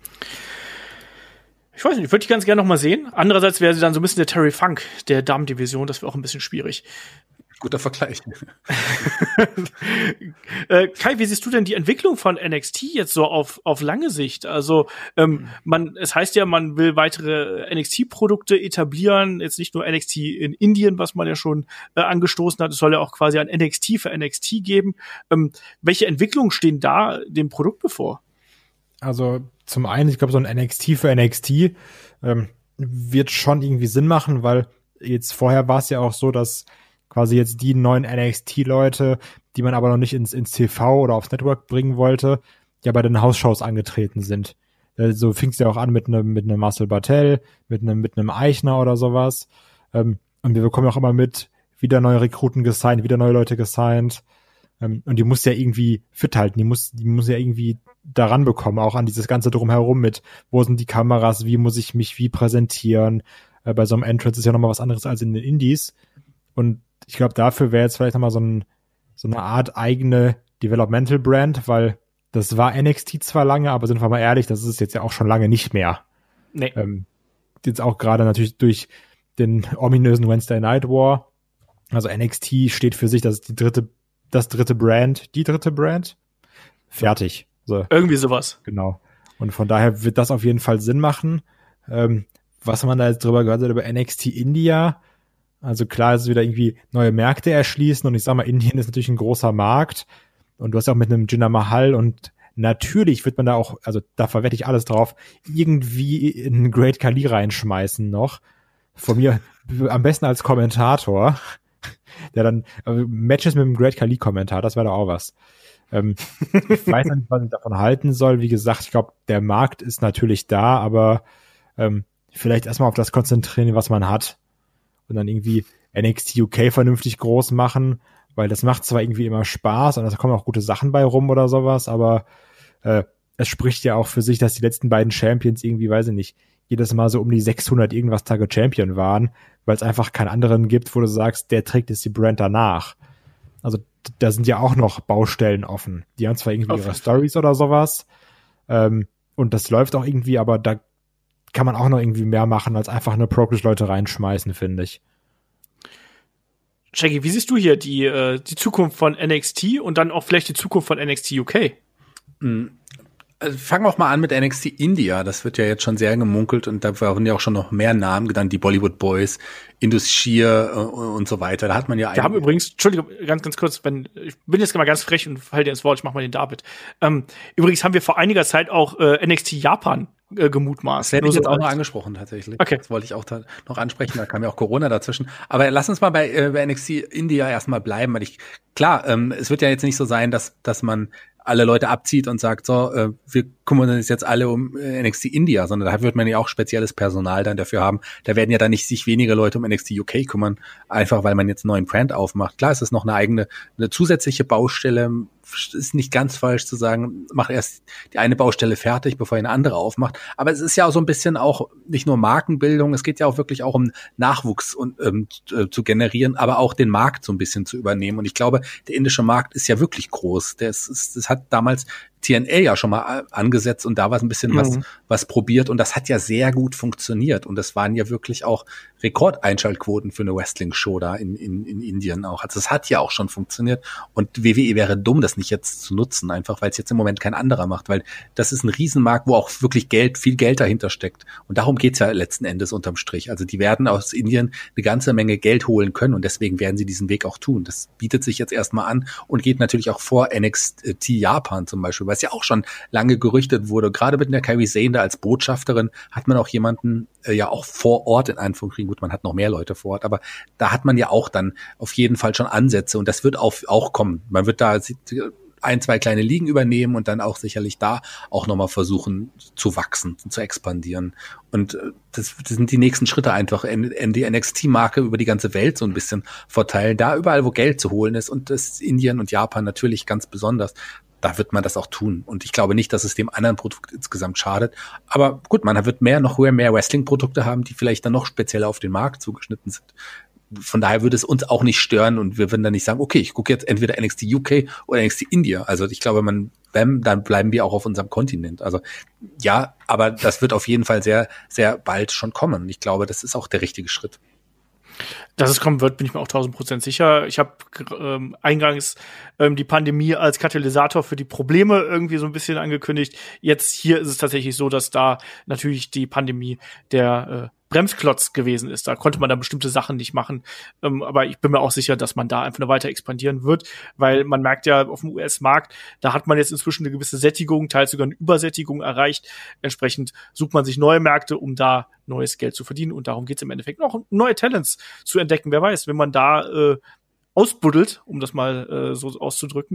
Ich weiß nicht, ich würde die ganz gerne noch mal sehen. Andererseits wäre sie dann so ein bisschen der Terry Funk der Damen-Division. Das wäre auch ein bisschen schwierig. Guter Vergleich. äh, Kai, wie siehst du denn die Entwicklung von N X T jetzt so auf auf lange Sicht? Also ähm, man, es heißt ja, man will weitere N X T-Produkte etablieren, jetzt nicht nur N X T in Indien, was man ja schon äh, angestoßen hat. Es soll ja auch quasi ein N X T für N X T geben. Ähm, welche Entwicklungen stehen da dem Produkt bevor? Also zum einen, ich glaube, so ein N X T für N X T ähm, wird schon irgendwie Sinn machen, weil jetzt vorher war es ja auch so, dass quasi jetzt die neuen N X T-Leute, die man aber noch nicht ins, ins T V oder aufs Network bringen wollte, ja bei den Hausshows angetreten sind. Äh, so fing es ja auch an mit einem mit einem Marcel Bartel, mit einem mit einem Eichner oder sowas. Ähm, und wir bekommen auch immer mit, wieder neue Rekruten gesigned, wieder neue Leute gesigned. Ähm, und die muss ja irgendwie fit halten, die muss, die muss ja irgendwie daran bekommen, auch an dieses ganze Drumherum mit, wo sind die Kameras, wie muss ich mich wie präsentieren. Äh, bei so einem Entrance ist ja nochmal was anderes als in den Indies. Und ich glaube, dafür wäre jetzt vielleicht nochmal so, ein, so eine Art eigene Developmental Brand, weil das war N X T zwar lange, aber sind wir mal ehrlich, das ist es jetzt ja auch schon lange nicht mehr. Nee. Ähm, jetzt auch gerade natürlich durch den ominösen Wednesday Night War. Also N X T steht für sich, das ist die dritte, das dritte Brand, die dritte Brand. Fertig. So. Irgendwie sowas. Genau. Und von daher wird das auf jeden Fall Sinn machen. Ähm, was man da jetzt drüber gehört hat über N X T India, also klar ist es wieder irgendwie neue Märkte erschließen und ich sag mal, Indien ist natürlich ein großer Markt und du hast ja auch mit einem Jinder Mahal und natürlich wird man da auch, also da verwette ich alles drauf, irgendwie in Great Khali reinschmeißen noch. Von mir am besten als Kommentator, der dann also Matches mit dem Great Khali Kommentar, das wäre doch auch was. Ähm, ich weiß nicht, was ich davon halten soll. Wie gesagt, ich glaube, der Markt ist natürlich da, aber ähm, vielleicht erstmal auf das konzentrieren, was man hat. Und dann irgendwie N X T U K vernünftig groß machen, weil das macht zwar irgendwie immer Spaß und da kommen auch gute Sachen bei rum oder sowas, aber äh, es spricht ja auch für sich, dass die letzten beiden Champions irgendwie, weiß ich nicht, jedes Mal so um die sechshundert irgendwas Tage Champion waren, weil es einfach keinen anderen gibt, wo du sagst, der trägt jetzt die Brand danach. Also da sind ja auch noch Baustellen offen. Die haben zwar irgendwie ihre Stories oder sowas ähm, und das läuft auch irgendwie, aber da kann man auch noch irgendwie mehr machen, als einfach nur Progress-Leute reinschmeißen, finde ich. Shaggy, wie siehst du hier die, äh, die Zukunft von N X T und dann auch vielleicht die Zukunft von N X T U K? Also fangen wir auch mal an mit N X T India. Das wird ja jetzt schon sehr gemunkelt und da wurden ja auch schon noch mehr Namen genannt, die Bollywood Boys, Indus Shear äh, und so weiter. Da hat man ja. Wir haben übrigens, Entschuldigung, ganz, ganz kurz, wenn, ich bin jetzt mal ganz frech und falle dir ins Wort, ich mach mal den David. Ähm, übrigens haben wir vor einiger Zeit auch äh, N X T Japan äh, gemutmaßt. Das hätte ich so jetzt auch noch angesprochen, tatsächlich. Okay. Das wollte ich auch da noch ansprechen, da kam ja auch Corona dazwischen. Aber lass uns mal bei, äh, bei N X T India erstmal bleiben, weil ich, klar, ähm, es wird ja jetzt nicht so sein, dass, dass man alle Leute abzieht und sagt, so, äh, wir kümmern uns jetzt alle um äh, N X T India, sondern da wird man ja auch spezielles Personal dann dafür haben. Da werden ja dann nicht sich weniger Leute um N X T U K kümmern, einfach weil man jetzt einen neuen Brand aufmacht. Klar, es ist noch eine eigene, eine zusätzliche Baustelle. Ist nicht ganz falsch zu sagen, mach erst die eine Baustelle fertig, bevor ihr eine andere aufmacht. Aber es ist ja auch so ein bisschen auch nicht nur Markenbildung, es geht ja auch wirklich auch um Nachwuchs und, ähm, zu generieren, aber auch den Markt so ein bisschen zu übernehmen. Und ich glaube, der indische Markt ist ja wirklich groß. Der ist, ist, das hat damals T N L ja schon mal angesetzt und da war es ein bisschen mhm. was, was probiert und das hat ja sehr gut funktioniert und das waren ja wirklich auch Rekordeinschaltquoten für eine Wrestling-Show da in, in, in Indien auch. Also das hat ja auch schon funktioniert und W W E wäre dumm, das nicht jetzt zu nutzen, einfach weil es jetzt im Moment kein anderer macht, weil das ist ein Riesenmarkt, wo auch wirklich Geld, viel Geld dahinter steckt und darum geht's ja letzten Endes unterm Strich. Also die werden aus Indien eine ganze Menge Geld holen können und deswegen werden sie diesen Weg auch tun. Das bietet sich jetzt erstmal an und geht natürlich auch vor N X T Japan zum Beispiel, was ja auch schon lange gerüchtet wurde. Gerade mit der Kairi Sane da als Botschafterin hat man auch jemanden äh, ja auch vor Ort in Anführungsstrichen. Gut, man hat noch mehr Leute vor Ort, aber da hat man ja auch dann auf jeden Fall schon Ansätze und das wird auch, auch kommen. Man wird da ein, zwei kleine Ligen übernehmen und dann auch sicherlich da auch nochmal versuchen zu wachsen, zu expandieren. Und das, das sind die nächsten Schritte einfach, in die N X T-Marke über die ganze Welt so ein bisschen verteilen. Da überall, wo Geld zu holen ist und das ist Indien und Japan natürlich ganz besonders, da wird man das auch tun. Und ich glaube nicht, dass es dem anderen Produkt insgesamt schadet. Aber gut, man wird mehr, noch mehr Wrestling-Produkte haben, die vielleicht dann noch spezieller auf den Markt zugeschnitten sind. Von daher würde es uns auch nicht stören und wir würden dann nicht sagen, okay, ich gucke jetzt entweder N X T U K oder N X T India. Also ich glaube, man, wenn, dann bleiben wir auch auf unserem Kontinent. Also ja, aber das wird auf jeden Fall sehr, sehr bald schon kommen. Und ich glaube, das ist auch der richtige Schritt. Dass es kommen wird, bin ich mir auch tausend Prozent sicher. Ich habe ähm, eingangs ähm, die Pandemie als Katalysator für die Probleme irgendwie so ein bisschen angekündigt. Jetzt hier ist es tatsächlich so, dass da natürlich die Pandemie der äh, Bremsklotz gewesen ist. Da konnte man dann bestimmte Sachen nicht machen. Ähm, aber ich bin mir auch sicher, dass man da einfach noch weiter expandieren wird, weil man merkt ja auf dem U S-Markt, da hat man jetzt inzwischen eine gewisse Sättigung, teils sogar eine Übersättigung erreicht. Entsprechend sucht man sich neue Märkte, um da neues Geld zu verdienen. Und darum geht es im Endeffekt auch, neue Talents zu entdecken. Wer weiß, wenn man da äh, ausbuddelt, um das mal äh, so auszudrücken,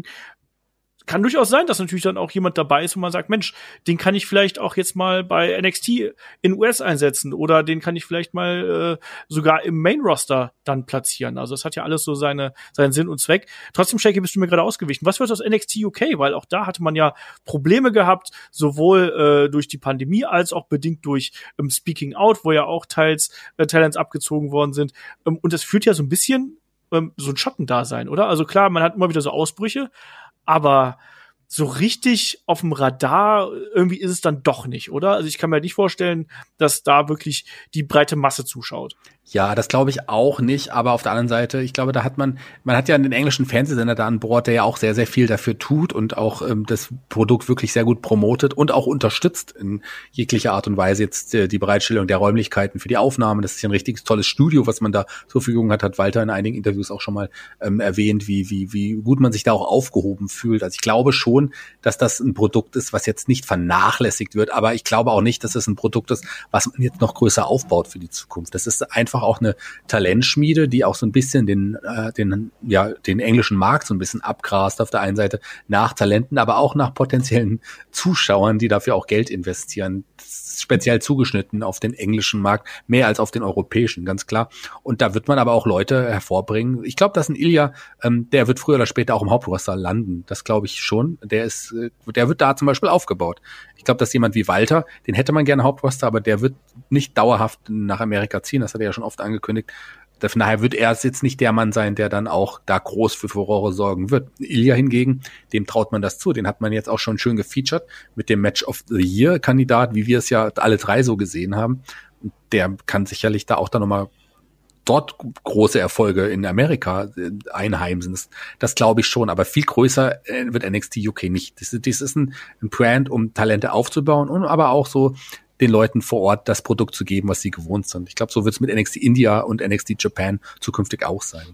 kann durchaus sein, dass natürlich dann auch jemand dabei ist, wo man sagt, Mensch, den kann ich vielleicht auch jetzt mal bei N X T in U S einsetzen oder den kann ich vielleicht mal äh, sogar im Main-Roster dann platzieren. Also das hat ja alles so seine seinen Sinn und Zweck. Trotzdem, Shaky, bist du mir gerade ausgewichen. Was wird aus N X T U K? Weil auch da hatte man ja Probleme gehabt, sowohl äh, durch die Pandemie als auch bedingt durch ähm, Speaking Out, wo ja auch teils äh, Talents abgezogen worden sind. Ähm, und das führt ja so ein bisschen ähm, so ein Schattendasein, oder? Also klar, man hat immer wieder so Ausbrüche, aber so richtig auf dem Radar irgendwie ist es dann doch nicht, oder? Also ich kann mir nicht vorstellen, dass da wirklich die breite Masse zuschaut. Ja, das glaube ich auch nicht, aber auf der anderen Seite, ich glaube, da hat man, man hat ja einen englischen Fernsehsender da an Bord, der ja auch sehr, sehr viel dafür tut und auch ähm, das Produkt wirklich sehr gut promotet und auch unterstützt in jeglicher Art und Weise jetzt äh, die Bereitstellung der Räumlichkeiten für die Aufnahmen. Das ist ja ein richtiges tolles Studio, was man da zur Verfügung hat, hat Walter in einigen Interviews auch schon mal ähm, erwähnt, wie, wie, wie gut man sich da auch aufgehoben fühlt. Also ich glaube schon, dass das ein Produkt ist, was jetzt nicht vernachlässigt wird, aber ich glaube auch nicht, dass es ein Produkt ist, was man jetzt noch größer aufbaut für die Zukunft. Das ist einfach auch eine Talentschmiede, die auch so ein bisschen den, äh, den, ja, den englischen Markt so ein bisschen abgrast auf der einen Seite nach Talenten, aber auch nach potenziellen Zuschauern, die dafür auch Geld investieren. Speziell zugeschnitten auf den englischen Markt, mehr als auf den europäischen, ganz klar. Und da wird man aber auch Leute hervorbringen. Ich glaube, dass ein Ilya, ähm, der wird früher oder später auch im Hauptroster landen. Das glaube ich schon. Der ist, äh, der wird da zum Beispiel aufgebaut. Ich glaube, dass jemand wie Walter, den hätte man gerne Hauptroster, aber der wird nicht dauerhaft nach Amerika ziehen. Das hat er ja schon oft angekündigt. Von daher wird er jetzt nicht der Mann sein, der dann auch da groß für Furore sorgen wird. Ilya hingegen, dem traut man das zu. Den hat man jetzt auch schon schön gefeatured mit dem Match of the Year Kandidat, wie wir es ja alle drei so gesehen haben. Der kann sicherlich da auch dann nochmal dort große Erfolge in Amerika einheimsen. Das, das glaube ich schon. Aber viel größer wird N X T U K nicht. Das, das ist ein, ein Brand, um Talente aufzubauen und aber auch so den Leuten vor Ort das Produkt zu geben, was sie gewohnt sind. Ich glaube, so wird es mit N X T India und N X T Japan zukünftig auch sein.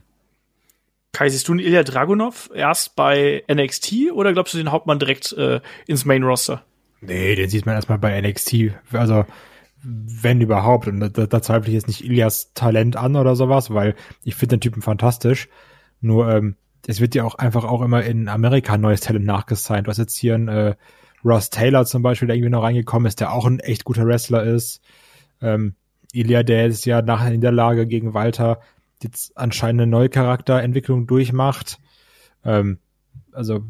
Kai, siehst du einen Ilya Dragunov erst bei N X T oder glaubst du den Hauptmann direkt äh, ins Main-Roster? Nee, den sieht man erstmal bei N X T. Also, wenn überhaupt. Und da, da zweifle ich jetzt nicht Ilyas Talent an oder sowas, weil ich finde den Typen fantastisch. Nur, ähm, es wird ja auch einfach auch immer in Amerika neues Talent nachgesigned. Du hast jetzt hier ein äh, Ross Taylor zum Beispiel, der irgendwie noch reingekommen ist, der auch ein echt guter Wrestler ist. Ähm, Ilya, der ist ja nachher in der Lage gegen Walter jetzt anscheinend eine neue Charakterentwicklung durchmacht. Ähm, also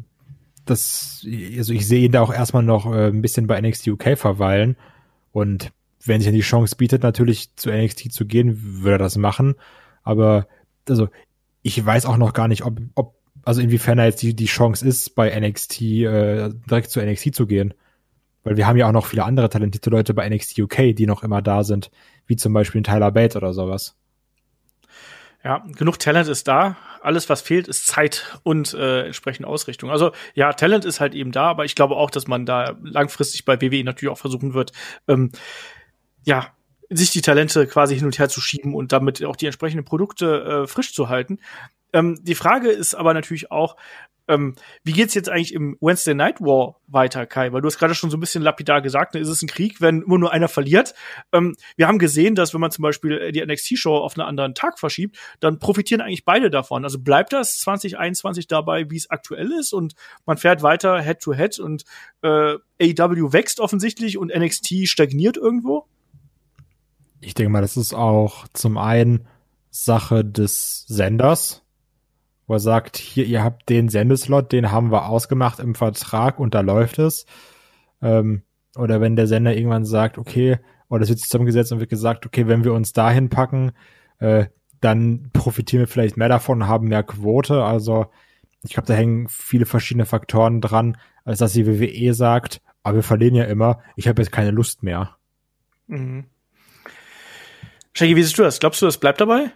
das, also ich sehe ihn da auch erstmal noch äh, ein bisschen bei N X T U K verweilen und wenn sich dann die Chance bietet, natürlich zu N X T zu gehen, würde er das machen. Aber also ich weiß auch noch gar nicht, ob, ob also inwiefern da jetzt die, die Chance ist, bei N X T äh, direkt zu N X T zu gehen. Weil wir haben ja auch noch viele andere talentierte Leute bei N X T U K, die noch immer da sind, wie zum Beispiel Tyler Bate oder sowas. Ja, genug Talent ist da. Alles, was fehlt, ist Zeit und äh, entsprechende Ausrichtung. Also ja, Talent ist halt eben da, aber ich glaube auch, dass man da langfristig bei W W E natürlich auch versuchen wird, ähm, ja, sich die Talente quasi hin und her zu schieben und damit auch die entsprechenden Produkte äh, frisch zu halten. Ähm, die Frage ist aber natürlich auch, ähm, wie geht's jetzt eigentlich im Wednesday Night War weiter, Kai? Weil du hast gerade schon so ein bisschen lapidar gesagt, ne, ist es ein Krieg, wenn immer nur einer verliert. Ähm, wir haben gesehen, dass wenn man zum Beispiel die N X T-Show auf einen anderen Tag verschiebt, dann profitieren eigentlich beide davon. Also bleibt das zwanzig einundzwanzig dabei, wie es aktuell ist, und man fährt weiter Head-to-Head und äh, A E W wächst offensichtlich und N X T stagniert irgendwo? Ich denke mal, das ist auch zum einen Sache des Senders, wo er sagt, hier, ihr habt den Sendeslot, den haben wir ausgemacht im Vertrag und da läuft es. Ähm, oder wenn der Sender irgendwann sagt, okay, oder es wird zusammengesetzt und wird gesagt, okay, wenn wir uns dahin packen, äh, dann profitieren wir vielleicht mehr davon und haben mehr Quote. Also ich glaube, da hängen viele verschiedene Faktoren dran, als dass die W W E sagt, aber wir verlieren ja immer, ich habe jetzt keine Lust mehr. Mhm. Shaggy, wie siehst du das? Glaubst du, das bleibt dabei?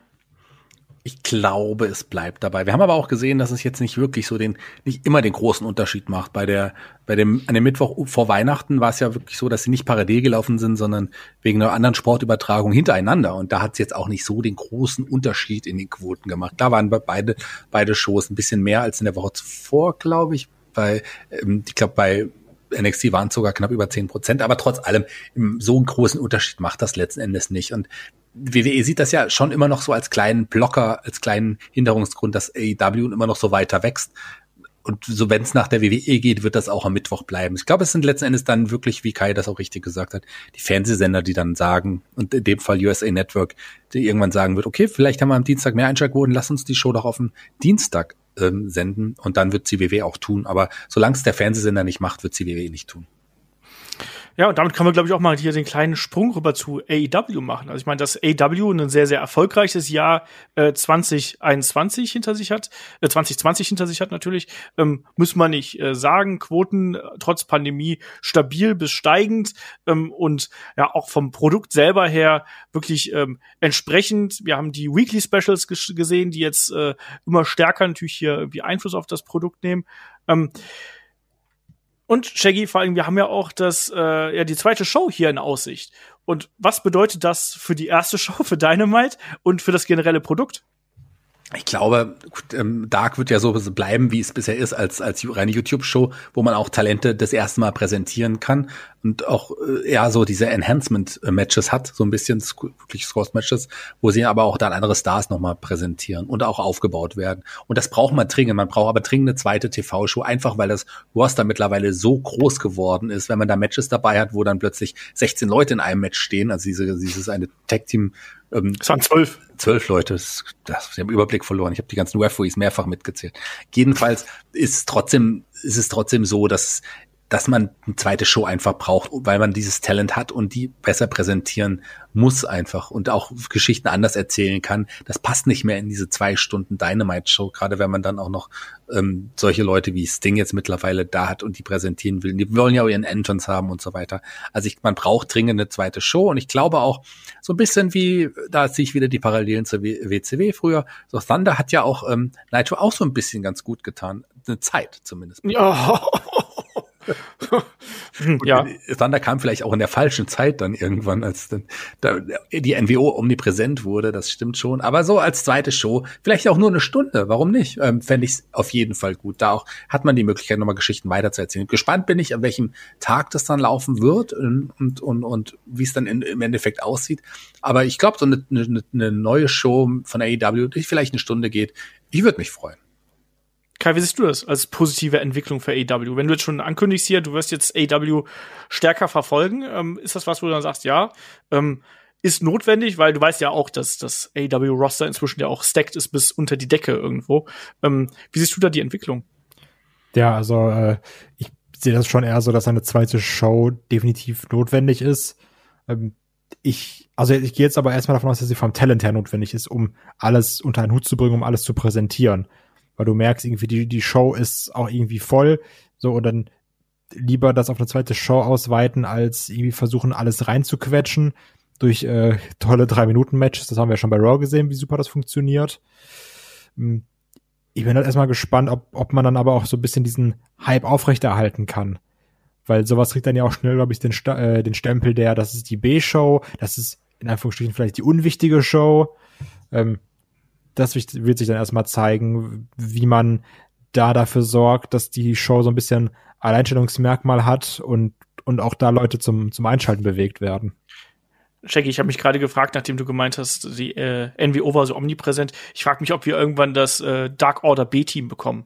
Ich glaube, es bleibt dabei. Wir haben aber auch gesehen, dass es jetzt nicht wirklich so den, nicht immer den großen Unterschied macht. Bei der, bei dem, an dem Mittwoch vor Weihnachten war es ja wirklich so, dass sie nicht parallel gelaufen sind, sondern wegen einer anderen Sportübertragung hintereinander. Und da hat es jetzt auch nicht so den großen Unterschied in den Quoten gemacht. Da waren beide, beide Shows ein bisschen mehr als in der Woche zuvor, glaube ich. Bei, ähm, ich glaube, bei N X T waren es sogar knapp über zehn Prozent. Aber trotz allem, so einen großen Unterschied macht das letzten Endes nicht. Und W W E sieht das ja schon immer noch so als kleinen Blocker, als kleinen Hinderungsgrund, dass A E W immer noch so weiter wächst. Und so, wenn es nach der W W E geht, wird das auch am Mittwoch bleiben. Ich glaube, es sind letzten Endes dann wirklich, wie Kai das auch richtig gesagt hat, die Fernsehsender, die dann sagen, und in dem Fall U S A Network, die irgendwann sagen wird, okay, vielleicht haben wir am Dienstag mehr Einschaltquoten, lass uns die Show doch auf den Dienstag ähm, senden. Und dann wird die W W E auch tun. Aber solange es der Fernsehsender nicht macht, wird die W W E nicht tun. Ja, und damit können wir, glaube ich, auch mal hier den kleinen Sprung rüber zu A E W machen. Also ich meine, dass A E W ein sehr, sehr erfolgreiches Jahr äh, zwanzig einundzwanzig hinter sich hat, äh, zwanzig zwanzig hinter sich hat natürlich, ähm, muss man nicht äh, sagen. Quoten äh, trotz Pandemie stabil bis steigend ähm, und ja auch vom Produkt selber her wirklich ähm, entsprechend. Wir haben die Weekly Specials ges- gesehen, die jetzt äh, immer stärker natürlich hier irgendwie Einfluss auf das Produkt nehmen. Ähm, Und Shaggy, vor allem, wir haben ja auch das, äh, ja, die zweite Show hier in Aussicht. Und was bedeutet das für die erste Show, für Dynamite und für das generelle Produkt? Ich glaube, gut, ähm, Dark wird ja so bleiben, wie es bisher ist, als als reine YouTube-Show, wo man auch Talente das erste Mal präsentieren kann und auch äh, eher so diese Enhancement-Matches hat, so ein bisschen wirklich Scores-Matches, wo sie aber auch dann andere Stars nochmal präsentieren und auch aufgebaut werden. Und das braucht man dringend. Man braucht aber dringend eine zweite T V-Show, einfach weil das Roster mittlerweile so groß geworden ist, wenn man da Matches dabei hat, wo dann plötzlich sechzehn Leute in einem Match stehen, also diese dieses eine Tag-Team. Ähm, es waren zwölf. Zwölf Leute, das, das, ich habe Überblick verloren. Ich habe die ganzen Referees mehrfach mitgezählt. Jedenfalls ist trotzdem, ist es trotzdem so, dass dass man eine zweite Show einfach braucht, weil man dieses Talent hat und die besser präsentieren muss einfach und auch Geschichten anders erzählen kann. Das passt nicht mehr in diese zwei Stunden Dynamite-Show, gerade wenn man dann auch noch ähm, solche Leute wie Sting jetzt mittlerweile da hat und die präsentieren will. Die wollen ja auch ihren Entrance haben und so weiter. Also ich, man braucht dringend eine zweite Show und ich glaube auch so ein bisschen wie, da sehe ich wieder die Parallelen zur W C W früher. So Thunder hat ja auch ähm, Nitro auch so ein bisschen ganz gut getan. Eine Zeit zumindest. Ja. Ja. Thunder kam vielleicht auch in der falschen Zeit dann irgendwann, als dann da die N W O omnipräsent wurde, das stimmt schon. Aber so als zweite Show, vielleicht auch nur eine Stunde, warum nicht? Ähm, fände ich es auf jeden Fall gut. Da auch hat man die Möglichkeit, nochmal Geschichten weiterzuerzählen. Gespannt bin ich, an welchem Tag das dann laufen wird und, und, und, und wie es dann in, im Endeffekt aussieht. Aber ich glaube, so eine, eine, eine neue Show von A E W, die vielleicht eine Stunde geht, ich würde mich freuen. Kai, wie siehst du das als positive Entwicklung für A E W? Wenn du jetzt schon ankündigst hier, du wirst jetzt A E W stärker verfolgen, ähm, ist das was, wo du dann sagst, ja, ähm, ist notwendig, weil du weißt ja auch, dass das A E W-Roster inzwischen ja auch stacked ist bis unter die Decke irgendwo. Ähm, wie siehst du da die Entwicklung? Ja, also äh, ich sehe das schon eher so, dass eine zweite Show definitiv notwendig ist. Ähm, ich, also ich gehe jetzt aber erstmal davon aus, dass sie vom Talent her notwendig ist, um alles unter einen Hut zu bringen, um alles zu präsentieren. Weil du merkst irgendwie, die, die Show ist auch irgendwie voll, so, und dann lieber das auf eine zweite Show ausweiten, als irgendwie versuchen, alles reinzuquetschen durch äh, tolle drei-Minuten-Matches. Das haben wir ja schon bei Raw gesehen, wie super das funktioniert. Ich bin halt erstmal gespannt, ob, ob man dann aber auch so ein bisschen diesen Hype aufrechterhalten kann. Weil sowas kriegt dann ja auch schnell, glaube ich, den, Sta- äh, den Stempel der, das ist die B-Show, das ist in Anführungsstrichen vielleicht die unwichtige Show. Ähm, das wird sich dann erstmal zeigen, wie man da dafür sorgt, dass die Show so ein bisschen Alleinstellungsmerkmal hat und, und auch da Leute zum, zum Einschalten bewegt werden. Shaggy, ich habe mich gerade gefragt, nachdem du gemeint hast, die äh, N W O war so omnipräsent. Ich frage mich, ob wir irgendwann das äh, Dark Order B-Team bekommen.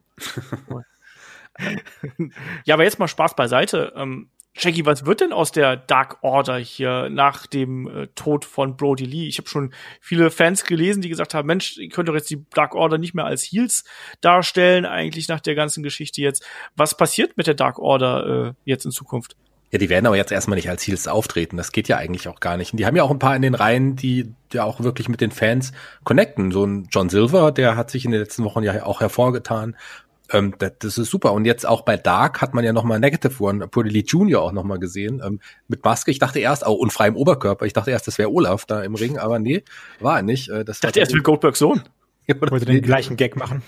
Ja, aber jetzt mal Spaß beiseite. Ähm, Shaggy, was wird denn aus der Dark Order hier nach dem äh, Tod von Brody Lee? Ich habe schon viele Fans gelesen, die gesagt haben, Mensch, ihr könnt doch jetzt die Dark Order nicht mehr als Heels darstellen, eigentlich nach der ganzen Geschichte jetzt. Was passiert mit der Dark Order äh, jetzt in Zukunft? Ja, die werden aber jetzt erstmal nicht als Heels auftreten. Das geht ja eigentlich auch gar nicht. Und die haben ja auch ein paar in den Reihen, die ja auch wirklich mit den Fans connecten. So ein John Silver, der hat sich in den letzten Wochen ja auch hervorgetan. Ähm, das, das ist super. Und jetzt auch bei Dark hat man ja nochmal Negative One, Brody Lee Junior auch nochmal gesehen. Ähm, mit Maske. Ich dachte erst, auch oh, und freiem Oberkörper. Ich dachte erst, das wäre Olaf da im Ring. Aber nee, war er nicht. Äh, das ich dachte erst, wie Goldbergs Sohn. Ja, wollte den gleichen Gag machen.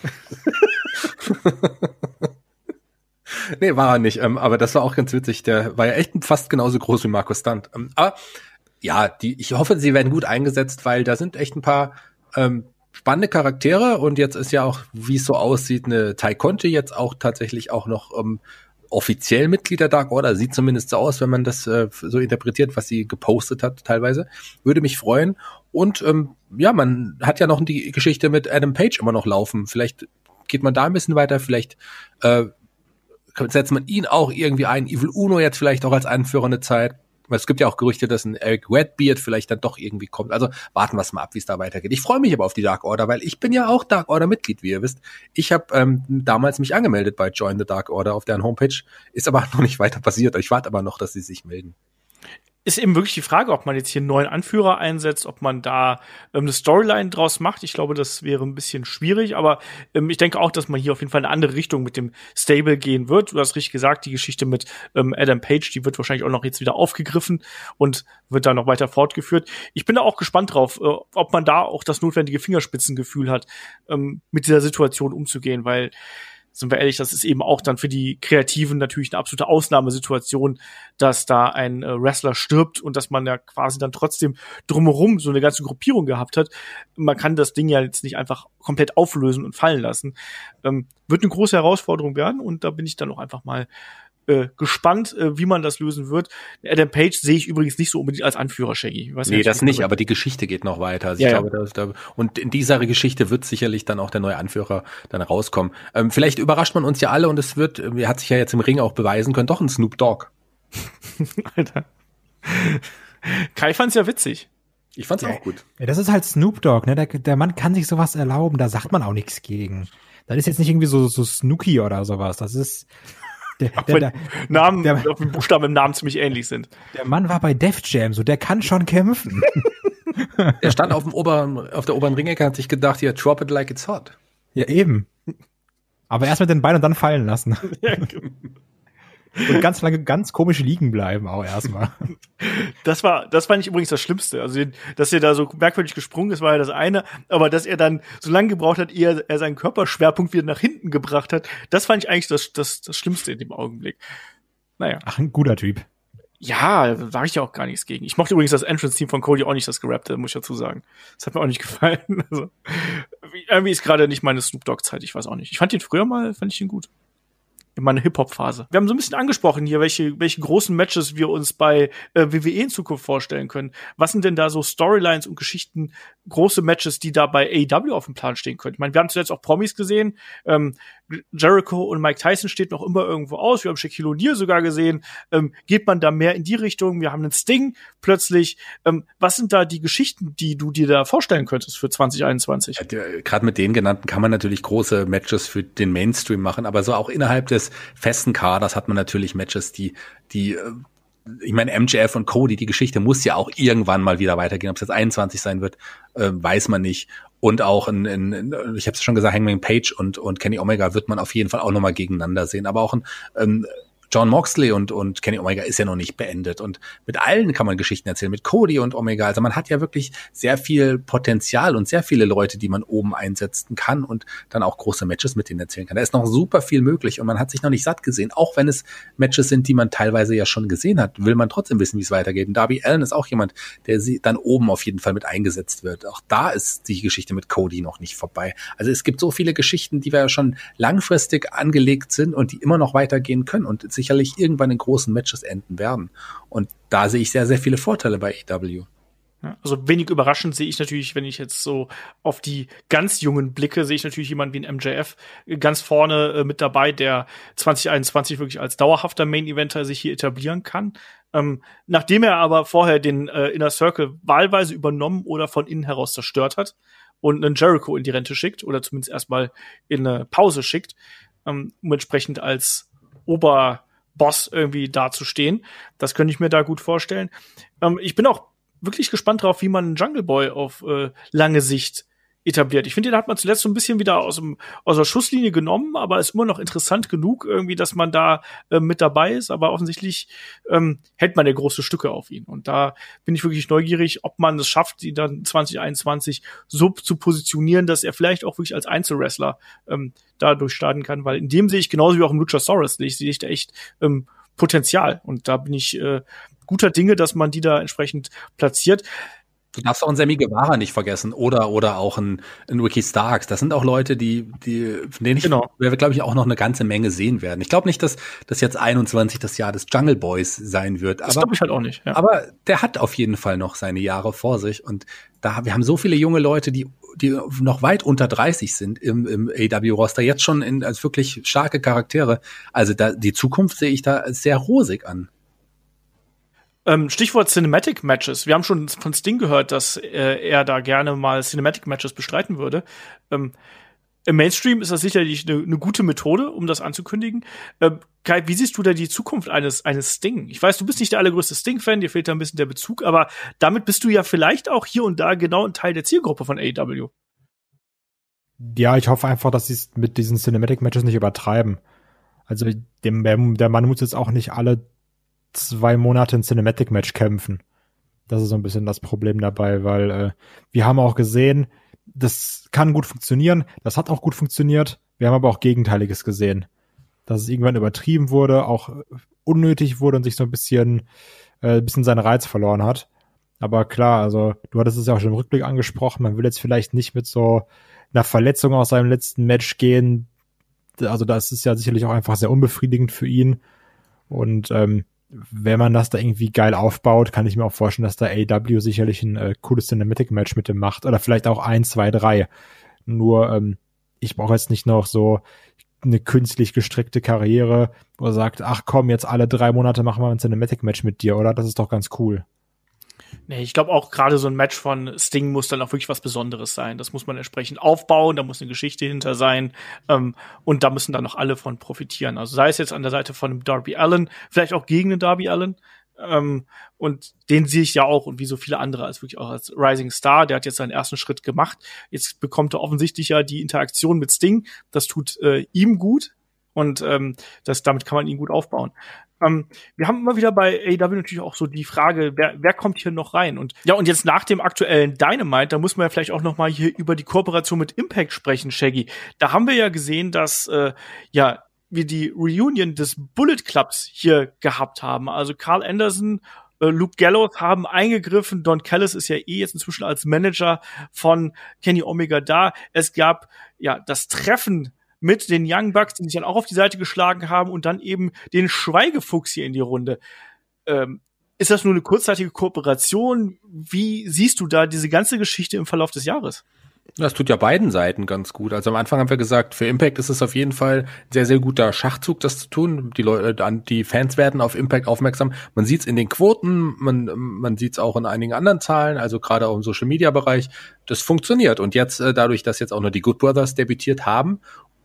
Nee, war er nicht. Ähm, aber das war auch ganz witzig. Der war ja echt fast genauso groß wie Markus Stunt. Ähm, aber ja, die, ich hoffe, sie werden gut eingesetzt, weil da sind echt ein paar ähm, spannende Charaktere. Und jetzt ist ja auch, wie es so aussieht, eine Tay Conti jetzt auch tatsächlich auch noch ähm, offiziell Mitglied der Dark Order. Sieht zumindest so aus, wenn man das äh, so interpretiert, was sie gepostet hat teilweise. Würde mich freuen. Und ähm, ja, man hat ja noch die Geschichte mit Adam Page immer noch laufen. Vielleicht geht man da ein bisschen weiter. Vielleicht äh, setzt man ihn auch irgendwie ein, Evil Uno jetzt vielleicht auch als Anführer eine Zeit. Es gibt ja auch Gerüchte, dass ein Eric Redbeard vielleicht dann doch irgendwie kommt. Also warten wir es mal ab, wie es da weitergeht. Ich freue mich aber auf die Dark Order, weil ich bin ja auch Dark Order Mitglied, wie ihr wisst. Ich habe ähm, damals mich angemeldet bei Join the Dark Order auf deren Homepage. Ist aber noch nicht weiter passiert. Ich warte aber noch, dass sie sich melden. Ist eben wirklich die Frage, ob man jetzt hier einen neuen Anführer einsetzt, ob man da ähm, eine Storyline draus macht. Ich glaube, das wäre ein bisschen schwierig, aber ähm, ich denke auch, dass man hier auf jeden Fall eine andere Richtung mit dem Stable gehen wird. Du hast richtig gesagt, die Geschichte mit ähm, Adam Page, die wird wahrscheinlich auch noch jetzt wieder aufgegriffen und wird da noch weiter fortgeführt. Ich bin da auch gespannt drauf, äh, ob man da auch das notwendige Fingerspitzengefühl hat, ähm, mit dieser Situation umzugehen, weil sind wir ehrlich, das ist eben auch dann für die Kreativen natürlich eine absolute Ausnahmesituation, dass da ein äh, Wrestler stirbt und dass man ja quasi dann trotzdem drumherum so eine ganze Gruppierung gehabt hat. Man kann das Ding ja jetzt nicht einfach komplett auflösen und fallen lassen. Ähm, wird eine große Herausforderung werden und da bin ich dann auch einfach mal äh, gespannt, äh, wie man das lösen wird. Adam Page sehe ich übrigens nicht so unbedingt als Anführer, Shaggy. Ich weiß nee, nicht, das nicht, aber die Geschichte geht noch weiter. Also ja, ich ja. glaube, da, da, und in dieser Geschichte wird sicherlich dann auch der neue Anführer dann rauskommen. Ähm, vielleicht überrascht man uns ja alle und es wird, er hat sich ja jetzt im Ring auch beweisen können, doch ein Snoop Dogg. Alter. Kai fand's ja witzig. Ich fand's ja, auch gut. Ja, das ist halt Snoop Dogg, ne? Der, der Mann kann sich sowas erlauben, da sagt man auch nichts gegen. Das ist jetzt nicht irgendwie so, so Snooki oder sowas. Das ist Der, der, der, Namen, der, der Buchstaben im Namen ziemlich ähnlich sind. Der Mann war bei Def Jam, so der kann schon kämpfen. Der stand auf dem oberen, auf der oberen Ringecke, hat sich gedacht, ja, drop it like it's hot. Ja, eben. Aber erst mit den Beinen und dann fallen lassen. Und ganz lange, ganz komisch liegen bleiben auch erstmal. Das war, das war nicht übrigens das Schlimmste. Also, dass er da so merkwürdig gesprungen ist, war ja das eine. Aber dass er dann so lange gebraucht hat, ehe er seinen Körperschwerpunkt wieder nach hinten gebracht hat, das fand ich eigentlich das, das, das Schlimmste in dem Augenblick. Naja. Ach, ein guter Typ. Ja, da sage ich ja auch gar nichts gegen. Ich mochte übrigens das Entrance-Team von Cody auch nicht, das Gerappte, muss ich dazu sagen. Das hat mir auch nicht gefallen. Also, irgendwie ist gerade nicht meine Snoop Dogg-Zeit, ich weiß auch nicht. Ich fand ihn früher mal, fand ich ihn gut. In meiner Hip-Hop-Phase. Wir haben so ein bisschen angesprochen hier, welche, welche großen Matches wir uns bei äh, W W E in Zukunft vorstellen können. Was sind denn da so Storylines und Geschichten, große Matches, die da bei A E W auf dem Plan stehen können? Ich meine, wir haben zuletzt auch Promis gesehen. Ähm, Jericho und Mike Tyson steht noch immer irgendwo aus. Wir haben Shaquille O'Neal sogar gesehen. Ähm, geht man da mehr in die Richtung? Wir haben einen Sting plötzlich. Ähm, was sind da die Geschichten, die du dir da vorstellen könntest für zwanzig einundzwanzig? Ja, gerade mit den genannten kann man natürlich große Matches für den Mainstream machen, aber so auch innerhalb des festen Kaders hat man natürlich Matches, die, die, ich meine, M J F und Cody, die Geschichte muss ja auch irgendwann mal wieder weitergehen. Ob es jetzt einundzwanzig sein wird, äh, weiß man nicht. Und auch in, in, in ich habe es schon gesagt, Hangman Page und und Kenny Omega wird man auf jeden Fall auch nochmal gegeneinander sehen. Aber auch ein ähm, Jon Moxley und, und Kenny Omega ist ja noch nicht beendet. Und mit allen kann man Geschichten erzählen, mit Cody und Omega. Also man hat ja wirklich sehr viel Potenzial und sehr viele Leute, die man oben einsetzen kann und dann auch große Matches mit denen erzählen kann. Da ist noch super viel möglich und man hat sich noch nicht satt gesehen. Auch wenn es Matches sind, die man teilweise ja schon gesehen hat, will man trotzdem wissen, wie es weitergeht. Und Darby Allin ist auch jemand, der sie dann oben auf jeden Fall mit eingesetzt wird. Auch da ist die Geschichte mit Cody noch nicht vorbei. Also es gibt so viele Geschichten, die wir ja schon langfristig angelegt sind und die immer noch weitergehen können und sicherlich irgendwann in großen Matches enden werden. Und da sehe ich sehr, sehr viele Vorteile bei A E W. Ja, also wenig überraschend sehe ich natürlich, wenn ich jetzt so auf die ganz Jungen blicke, sehe ich natürlich jemanden wie ein M J F ganz vorne äh, mit dabei, der zwanzig einundzwanzig wirklich als dauerhafter Main-Eventer sich hier etablieren kann. Ähm, nachdem er aber vorher den äh, Inner Circle wahlweise übernommen oder von innen heraus zerstört hat und einen Jericho in die Rente schickt oder zumindest erstmal in eine Pause schickt, ähm, um entsprechend als Oberboss irgendwie dazustehen. Das könnte ich mir da gut vorstellen. Ähm, ich bin auch wirklich gespannt drauf, wie man Jungle Boy auf äh, lange Sicht etabliert. Ich finde, den hat man zuletzt so ein bisschen wieder aus dem aus der Schusslinie genommen, aber ist immer noch interessant genug irgendwie, dass man da äh, mit dabei ist. Aber offensichtlich ähm, hält man ja große Stücke auf ihn. Und da bin ich wirklich neugierig, ob man es schafft, ihn dann zwanzig einundzwanzig so zu positionieren, dass er vielleicht auch wirklich als Einzelwrestler ähm, da durchstarten kann. Weil in dem sehe ich genauso wie auch im Luchasaurus, sehe ich, sehe ich da echt ähm, Potenzial. Und da bin ich äh, guter Dinge, dass man die da entsprechend platziert. Du darfst auch einen Sammy Guevara nicht vergessen oder oder auch einen, einen Ricky Starks. Das sind auch Leute, die die von denen ich, genau. wir glaube ich auch noch eine ganze Menge sehen werden. Ich glaube nicht, dass das jetzt einundzwanzig das Jahr des Jungle Boys sein wird. Das glaube ich halt auch nicht. Ja. Aber der hat auf jeden Fall noch seine Jahre vor sich und da wir haben so viele junge Leute, die die noch weit unter dreißig sind im, im A E W-Roster, jetzt schon in, als wirklich starke Charaktere. Also da die Zukunft sehe ich da sehr rosig an. Ähm, Stichwort Cinematic Matches. Wir haben schon von Sting gehört, dass äh, er da gerne mal Cinematic Matches bestreiten würde. Ähm, Im Mainstream ist das sicherlich eine ne gute Methode, um das anzukündigen. Ähm, Kai, wie siehst du da die Zukunft eines eines Sting? Ich weiß, du bist nicht der allergrößte Sting-Fan, dir fehlt da ein bisschen der Bezug, aber damit bist du ja vielleicht auch hier und da genau ein Teil der Zielgruppe von A E W. Ja, ich hoffe einfach, dass sie es mit diesen Cinematic Matches nicht übertreiben. Also dem, der Mann muss jetzt auch nicht alle zwei Monate ein Cinematic-Match kämpfen. Das ist so ein bisschen das Problem dabei, weil äh, wir haben auch gesehen, das kann gut funktionieren, das hat auch gut funktioniert, wir haben aber auch Gegenteiliges gesehen. Dass es irgendwann übertrieben wurde, auch unnötig wurde und sich so ein bisschen, äh, ein bisschen seinen Reiz verloren hat. Aber klar, also du hattest es ja auch schon im Rückblick angesprochen, man will jetzt vielleicht nicht mit so einer Verletzung aus seinem letzten Match gehen. Also das ist ja sicherlich auch einfach sehr unbefriedigend für ihn. Und ähm, wenn man das da irgendwie geil aufbaut, kann ich mir auch vorstellen, dass da A E W sicherlich ein äh, cooles Cinematic-Match mit dem macht. Oder vielleicht auch eins, zwei, drei. Nur, ähm, ich brauche jetzt nicht noch so eine künstlich gestrickte Karriere, wo er sagt, ach komm, jetzt alle drei Monate machen wir ein Cinematic-Match mit dir, oder? Das ist doch ganz cool. Nee, ich glaube auch gerade so ein Match von Sting muss dann auch wirklich was Besonderes sein. Das muss man entsprechend aufbauen, da muss eine Geschichte hinter sein ähm, und da müssen dann noch alle von profitieren. Also sei es jetzt an der Seite von Darby Allin, vielleicht auch gegen den Darby Allin ähm, und den sehe ich ja auch und wie so viele andere als wirklich auch als Rising Star. Der hat jetzt seinen ersten Schritt gemacht. Jetzt bekommt er offensichtlich ja die Interaktion mit Sting. Das tut äh, ihm gut und ähm, das damit kann man ihn gut aufbauen. Ähm, wir haben immer wieder bei A E W natürlich auch so die Frage, wer, wer kommt hier noch rein? Und ja, und jetzt nach dem aktuellen Dynamite, da muss man ja vielleicht auch noch mal hier über die Kooperation mit Impact sprechen, Shaggy. Da haben wir ja gesehen, dass äh, ja wir die Reunion des Bullet Clubs hier gehabt haben. Also Carl Anderson, äh, Luke Gallows haben eingegriffen. Don Callis ist ja eh jetzt inzwischen als Manager von Kenny Omega da. Es gab ja das Treffen mit den Young Bucks, die sich dann auch auf die Seite geschlagen haben und dann eben den Schweigefuchs hier in die Runde. Ähm, ist das nur eine kurzzeitige Kooperation? Wie siehst du da diese ganze Geschichte im Verlauf des Jahres? Das tut ja beiden Seiten ganz gut. Also am Anfang haben wir gesagt, für Impact ist es auf jeden Fall ein sehr, sehr guter Schachzug, das zu tun. Die Leute, die Fans werden auf Impact aufmerksam. Man sieht es in den Quoten, man, man sieht es auch in einigen anderen Zahlen, also gerade auch im Social-Media-Bereich. Das funktioniert. Und jetzt, dadurch, dass jetzt auch nur die Good Brothers debütiert haben,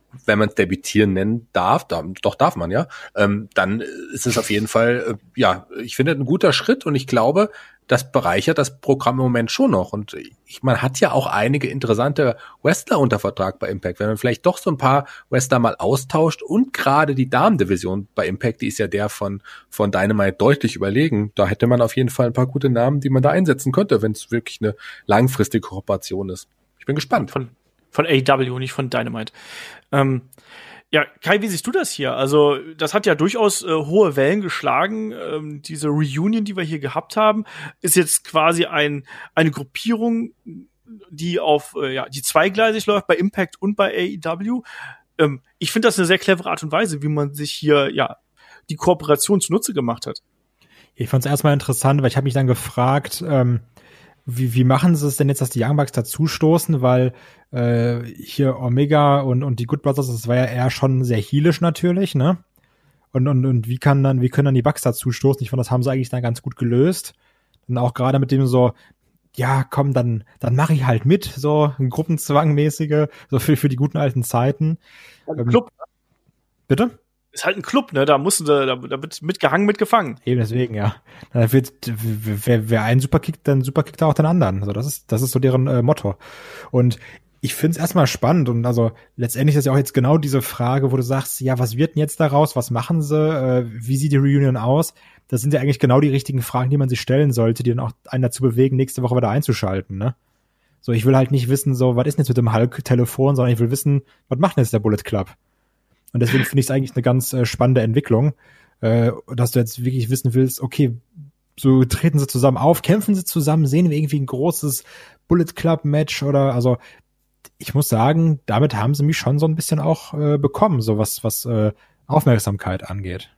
wenn man es debütieren nennen darf, da, doch darf man ja, ähm, dann ist es auf jeden Fall, äh, ja, ich finde ein guter Schritt und ich glaube, das bereichert das Programm im Moment schon noch. Und ich, man hat ja auch einige interessante Wrestler unter Vertrag bei Impact. Wenn man vielleicht doch so ein paar Wrestler mal austauscht und gerade die Damendivision bei Impact, die ist ja der von, von Dynamite deutlich überlegen. Da hätte man auf jeden Fall ein paar gute Namen, die man da einsetzen könnte, wenn es wirklich eine langfristige Kooperation ist. Ich bin gespannt. Von, von A E W, nicht von Dynamite. Ähm, Ja, Kai, wie siehst du das hier? Also, das hat ja durchaus äh, hohe Wellen geschlagen. Ähm, diese Reunion, die wir hier gehabt haben, ist jetzt quasi ein, eine Gruppierung, die auf, äh, ja, die zweigleisig läuft bei Impact und bei A E W. Ähm, ich finde das eine sehr clevere Art und Weise, wie man sich hier, ja, die Kooperation zunutze gemacht hat. Ich fand es erstmal interessant, weil ich habe mich dann gefragt, ähm, Wie, wie machen sie es denn jetzt, dass die Young Bucks dazustoßen? Weil äh, hier Omega und, und die Good Brothers, das war ja eher schon sehr heelisch natürlich, ne? Und, und, und wie kann dann, wie können dann die Bucks dazustoßen? Ich fand, das haben sie eigentlich dann ganz gut gelöst. Und auch gerade mit dem so, ja, komm, dann, dann mache ich halt mit, so ein Gruppenzwangmäßige, so für, für die guten alten Zeiten. Ein Club. Bitte? Ist halt ein Club, ne? Da mussten sie, da, da wird mitgehangen, mitgefangen. Eben deswegen, ja. Da wird, wer, wer einen Superkick, dann Superkickt er auch den anderen. Also das ist, das ist so deren äh, Motto. Und ich finde es erstmal spannend und also letztendlich ist ja auch jetzt genau diese Frage, wo du sagst, ja, was wird denn jetzt daraus? Was machen sie? Äh, wie sieht die Reunion aus? Das sind ja eigentlich genau die richtigen Fragen, die man sich stellen sollte, die dann auch einen dazu bewegen, nächste Woche wieder einzuschalten, ne? So, ich will halt nicht wissen, so, was ist denn jetzt mit dem Hulk-Telefon, sondern ich will wissen, was macht denn jetzt der Bullet Club? Und deswegen finde ich es eigentlich eine ganz äh, spannende Entwicklung, äh, dass du jetzt wirklich wissen willst, okay, so treten sie zusammen auf, kämpfen sie zusammen, sehen wir irgendwie ein großes Bullet Club Match oder, also ich muss sagen, damit haben sie mich schon so ein bisschen auch äh, bekommen, so was, was äh, Aufmerksamkeit angeht.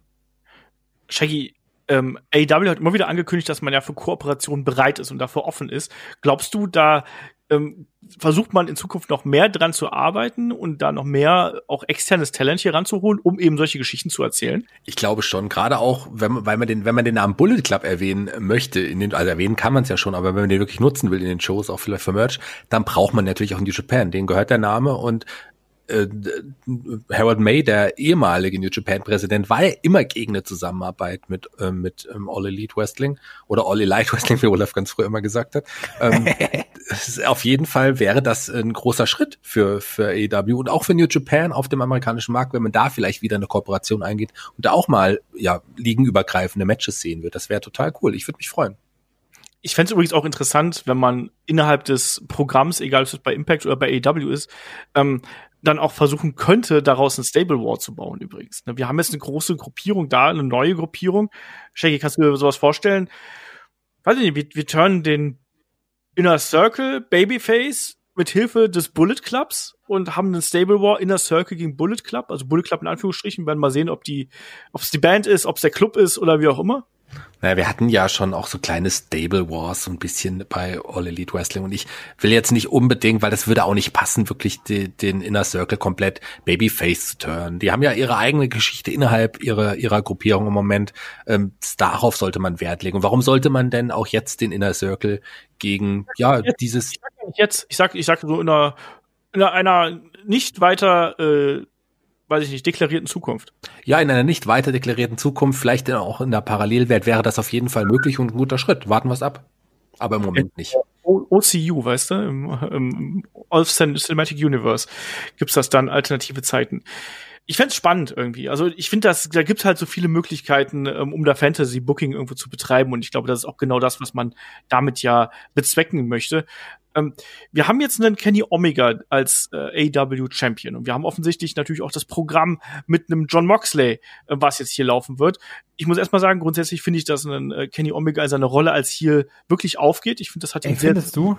Shaggy, ähm, A E W hat immer wieder angekündigt, dass man ja für Kooperation bereit ist und dafür offen ist. Glaubst du, da ähm, versucht man in Zukunft noch mehr dran zu arbeiten und da noch mehr auch externes Talent hier ranzuholen, um eben solche Geschichten zu erzählen? Ich glaube schon, gerade auch, wenn man, weil man den, wenn man den Namen Bullet Club erwähnen möchte, in den, also erwähnen kann man es ja schon, aber wenn man den wirklich nutzen will in den Shows, auch vielleicht für Merch, dann braucht man natürlich auch New Japan. Denen gehört der Name und äh, Harold May, der ehemalige New Japan-Präsident, war ja immer gegen eine Zusammenarbeit mit äh, mit ähm, All Elite Wrestling oder All Elite Wrestling, wie Olaf ganz früher immer gesagt hat. Ähm, auf jeden Fall wäre das ein großer Schritt für für A E W und auch für New Japan auf dem amerikanischen Markt, wenn man da vielleicht wieder eine Kooperation eingeht und da auch mal ja ligenübergreifende Matches sehen wird. Das wäre total cool. Ich würde mich freuen. Ich fände es übrigens auch interessant, wenn man innerhalb des Programms, egal ob es bei Impact oder bei A E W ist, ähm, dann auch versuchen könnte, daraus ein Stable War zu bauen übrigens. Wir haben jetzt eine große Gruppierung da, eine neue Gruppierung. Shaggy, kannst du dir sowas vorstellen? Weiß ich nicht, wir, wir turnen den Inner Circle Babyface mit Hilfe des Bullet Clubs und haben einen Stable War Inner Circle gegen Bullet Club, also Bullet Club in Anführungsstrichen, werden mal sehen, ob die, ob es die Band ist, ob es der Club ist oder wie auch immer. Naja, wir hatten ja schon auch so kleine Stable Wars so ein bisschen bei All Elite Wrestling und ich will jetzt nicht unbedingt, weil das würde auch nicht passen, wirklich die, den Inner Circle komplett Babyface zu turnen. Die haben ja ihre eigene Geschichte innerhalb ihrer ihrer Gruppierung im Moment. Ähm, darauf sollte man Wert legen. Und warum sollte man denn auch jetzt den Inner Circle gegen, ja, jetzt, dieses... Ich sag nicht jetzt, ich sag, ich sag so in einer, in einer nicht weiter, äh, weiß ich nicht, deklarierten Zukunft. Ja, in einer nicht weiter deklarierten Zukunft, vielleicht auch in der Parallelwelt wäre das auf jeden Fall möglich und ein guter Schritt. Warten wir es ab. Aber im Moment nicht. O C U, weißt du, im, im All Cinematic Universe gibt's das dann, alternative Zeiten. Ich fänd's spannend irgendwie. Also ich finde, das da gibt's halt so viele Möglichkeiten, um da Fantasy-Booking irgendwo zu betreiben. Und ich glaube, das ist auch genau das, was man damit ja bezwecken möchte. Ähm, wir haben jetzt einen Kenny Omega als äh, A E W-Champion. Und wir haben offensichtlich natürlich auch das Programm mit einem Jon Moxley, äh, was jetzt hier laufen wird. Ich muss erst mal sagen, grundsätzlich finde ich, dass ein äh, Kenny Omega seine Rolle als Heel wirklich aufgeht. Ich finde, das hat ihn sehr... Findest du?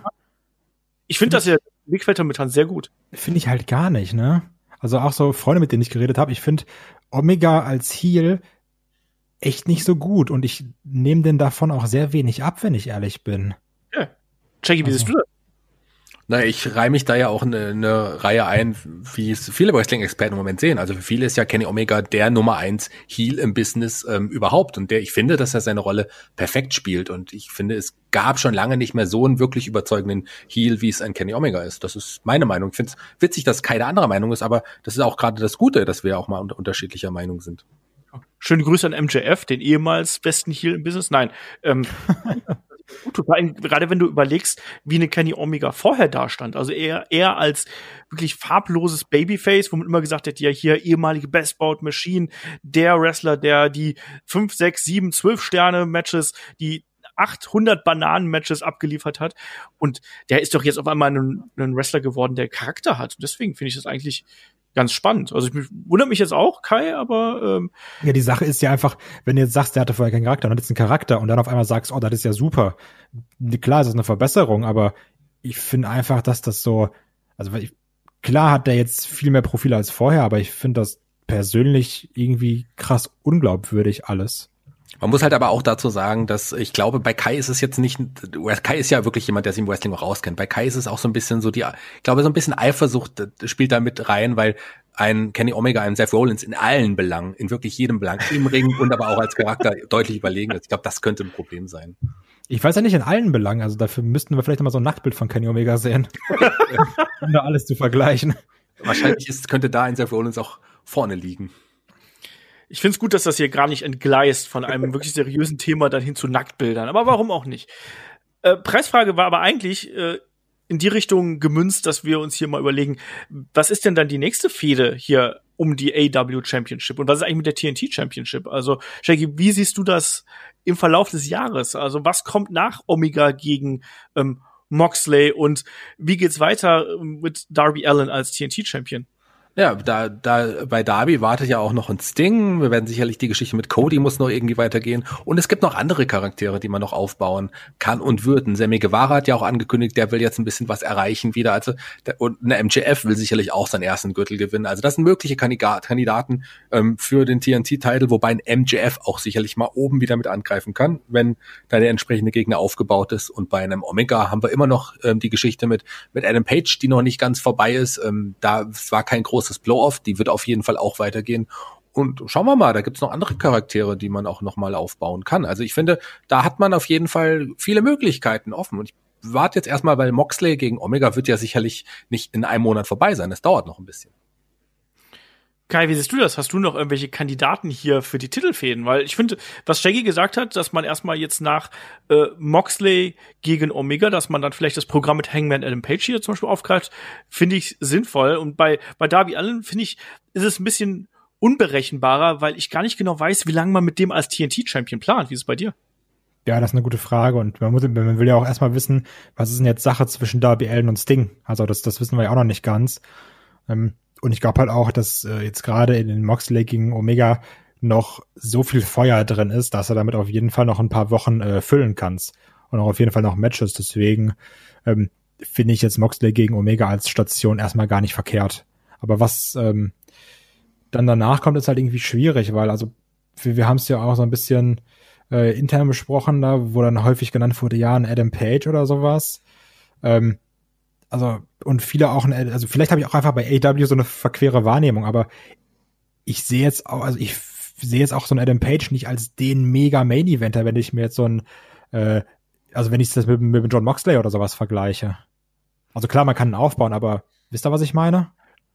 Ich finde, dass er Weg fällt momentan sehr gut. Finde ich halt gar nicht, ne? Also auch so Freunde, mit denen ich geredet habe, ich finde Omega als Heel echt nicht so gut und ich nehme den davon auch sehr wenig ab, wenn ich ehrlich bin. Ja. Jackie, wie also. siehst du das? Na, ich reihe mich da ja auch eine, eine Reihe ein, wie es viele Wrestling-Experten im Moment sehen. Also für viele ist ja Kenny Omega der Nummer eins Heel im Business ähm, überhaupt. Und der, ich finde, dass er seine Rolle perfekt spielt. Und ich finde, es gab schon lange nicht mehr so einen wirklich überzeugenden Heel, wie es ein Kenny Omega ist. Das ist meine Meinung. Ich finde es witzig, dass keine andere Meinung ist, aber das ist auch gerade das Gute, dass wir auch mal unter unterschiedlicher Meinung sind. Schöne Grüße an M J F, den ehemals besten Heel im Business. Nein, ähm, gut, gerade wenn du überlegst, wie eine Kenny Omega vorher dastand, also eher eher als wirklich farbloses Babyface, wo man immer gesagt hat, ja hier ehemalige Best Bout Machine, der Wrestler, der die fünf, sechs, sieben, zwölf Sterne Matches, die achthundert Bananen-Matches abgeliefert hat. Und der ist doch jetzt auf einmal ein, ein Wrestler geworden, der Charakter hat. Und deswegen finde ich das eigentlich ganz spannend. Also ich wundere mich jetzt auch, Kai, aber ähm ja, die Sache ist ja einfach, wenn du jetzt sagst, der hatte vorher keinen Charakter und hat jetzt einen Charakter und dann auf einmal sagst, oh, das ist ja super. Klar, ist das eine Verbesserung, aber ich finde einfach, dass das so, also ich, klar hat der jetzt viel mehr Profile als vorher, aber ich finde das persönlich irgendwie krass unglaubwürdig alles. Man muss halt aber auch dazu sagen, dass ich glaube, bei Kai ist es jetzt nicht, Kai ist ja wirklich jemand, der sich im Wrestling auch auskennt. Bei Kai ist es auch so ein bisschen so die, ich glaube, so ein bisschen Eifersucht spielt da mit rein, weil ein Kenny Omega, ein Seth Rollins in allen Belangen, in wirklich jedem Belang, im Ring und aber auch als Charakter deutlich überlegen ist. Ich glaube, das könnte ein Problem sein. Ich weiß ja nicht in allen Belangen, also dafür müssten wir vielleicht mal so ein Nacktbild von Kenny Omega sehen, um da alles zu vergleichen. Wahrscheinlich ist, könnte da ein Seth Rollins auch vorne liegen. Ich finde es gut, dass das hier gar nicht entgleist von einem wirklich seriösen Thema dann hin zu Nacktbildern. Aber warum auch nicht? Äh, Preisfrage war aber eigentlich äh, in die Richtung gemünzt, dass wir uns hier mal überlegen, was ist denn dann die nächste Fehde hier um die A E W Championship? Und was ist eigentlich mit der T N T Championship? Also, Shaggy, wie siehst du das im Verlauf des Jahres? Also, was kommt nach Omega gegen ähm, Moxley? Und wie geht's weiter mit Darby Allin als T N T Champion? Ja, da, da, bei Darby wartet ja auch noch ein Sting. Wir werden sicherlich die Geschichte mit Cody muss noch irgendwie weitergehen. Und es gibt noch andere Charaktere, die man noch aufbauen kann und würden. Sammy Guevara hat ja auch angekündigt, der will jetzt ein bisschen was erreichen wieder. Also, der, und eine M J F will sicherlich auch seinen ersten Gürtel gewinnen. Also, das sind mögliche Kandidat, Kandidaten, ähm, für den T N T-Titel, wobei ein M J F auch sicherlich mal oben wieder mit angreifen kann, wenn da der entsprechende Gegner aufgebaut ist. Und bei einem Omega haben wir immer noch, ähm, die Geschichte mit, mit Adam Page, die noch nicht ganz vorbei ist. Ähm, da war kein großes das Blow-Off, die wird auf jeden Fall auch weitergehen. Und schauen wir mal, da gibt's noch andere Charaktere, die man auch noch mal aufbauen kann. Also ich finde, da hat man auf jeden Fall viele Möglichkeiten offen. Und ich warte jetzt erstmal, weil Moxley gegen Omega wird ja sicherlich nicht in einem Monat vorbei sein. Das dauert noch ein bisschen. Kai, wie siehst du das? Hast du noch irgendwelche Kandidaten hier für die Titelfäden? Weil ich finde, was Shaggy gesagt hat, dass man erstmal jetzt nach äh, Moxley gegen Omega, dass man dann vielleicht das Programm mit Hangman Adam Page hier zum Beispiel aufgreift, finde ich sinnvoll. Und bei, bei Darby Allin, finde ich, ist es ein bisschen unberechenbarer, weil ich gar nicht genau weiß, wie lange man mit dem als T N T-Champion plant. Wie ist es bei dir? Ja, das ist eine gute Frage. Und man muss, man will ja auch erstmal wissen, was ist denn jetzt Sache zwischen Darby Allin und Sting? Also das, das wissen wir ja auch noch nicht ganz. Ähm, Und ich glaube halt auch, dass äh, jetzt gerade in den Moxley gegen Omega noch so viel Feuer drin ist, dass er damit auf jeden Fall noch ein paar Wochen äh, füllen kannst. Und auch auf jeden Fall noch Matches. Deswegen ähm, finde ich jetzt Moxley gegen Omega als Station erstmal gar nicht verkehrt. Aber was ähm, dann danach kommt, ist halt irgendwie schwierig, weil also wir, wir haben es ja auch so ein bisschen äh, intern besprochen, da wo dann häufig genannt wurde, ja, ein Adam Page oder sowas. Ähm, Also, und viele auch, also vielleicht habe ich auch einfach bei A E W so eine verquere Wahrnehmung, aber ich sehe jetzt auch, also ich sehe jetzt auch so einen Adam Page nicht als den mega Main-Eventer, wenn ich mir jetzt so ein, äh, also wenn ich das mit, mit John Moxley oder sowas vergleiche. Also klar, man kann ihn aufbauen, aber wisst ihr, was ich meine?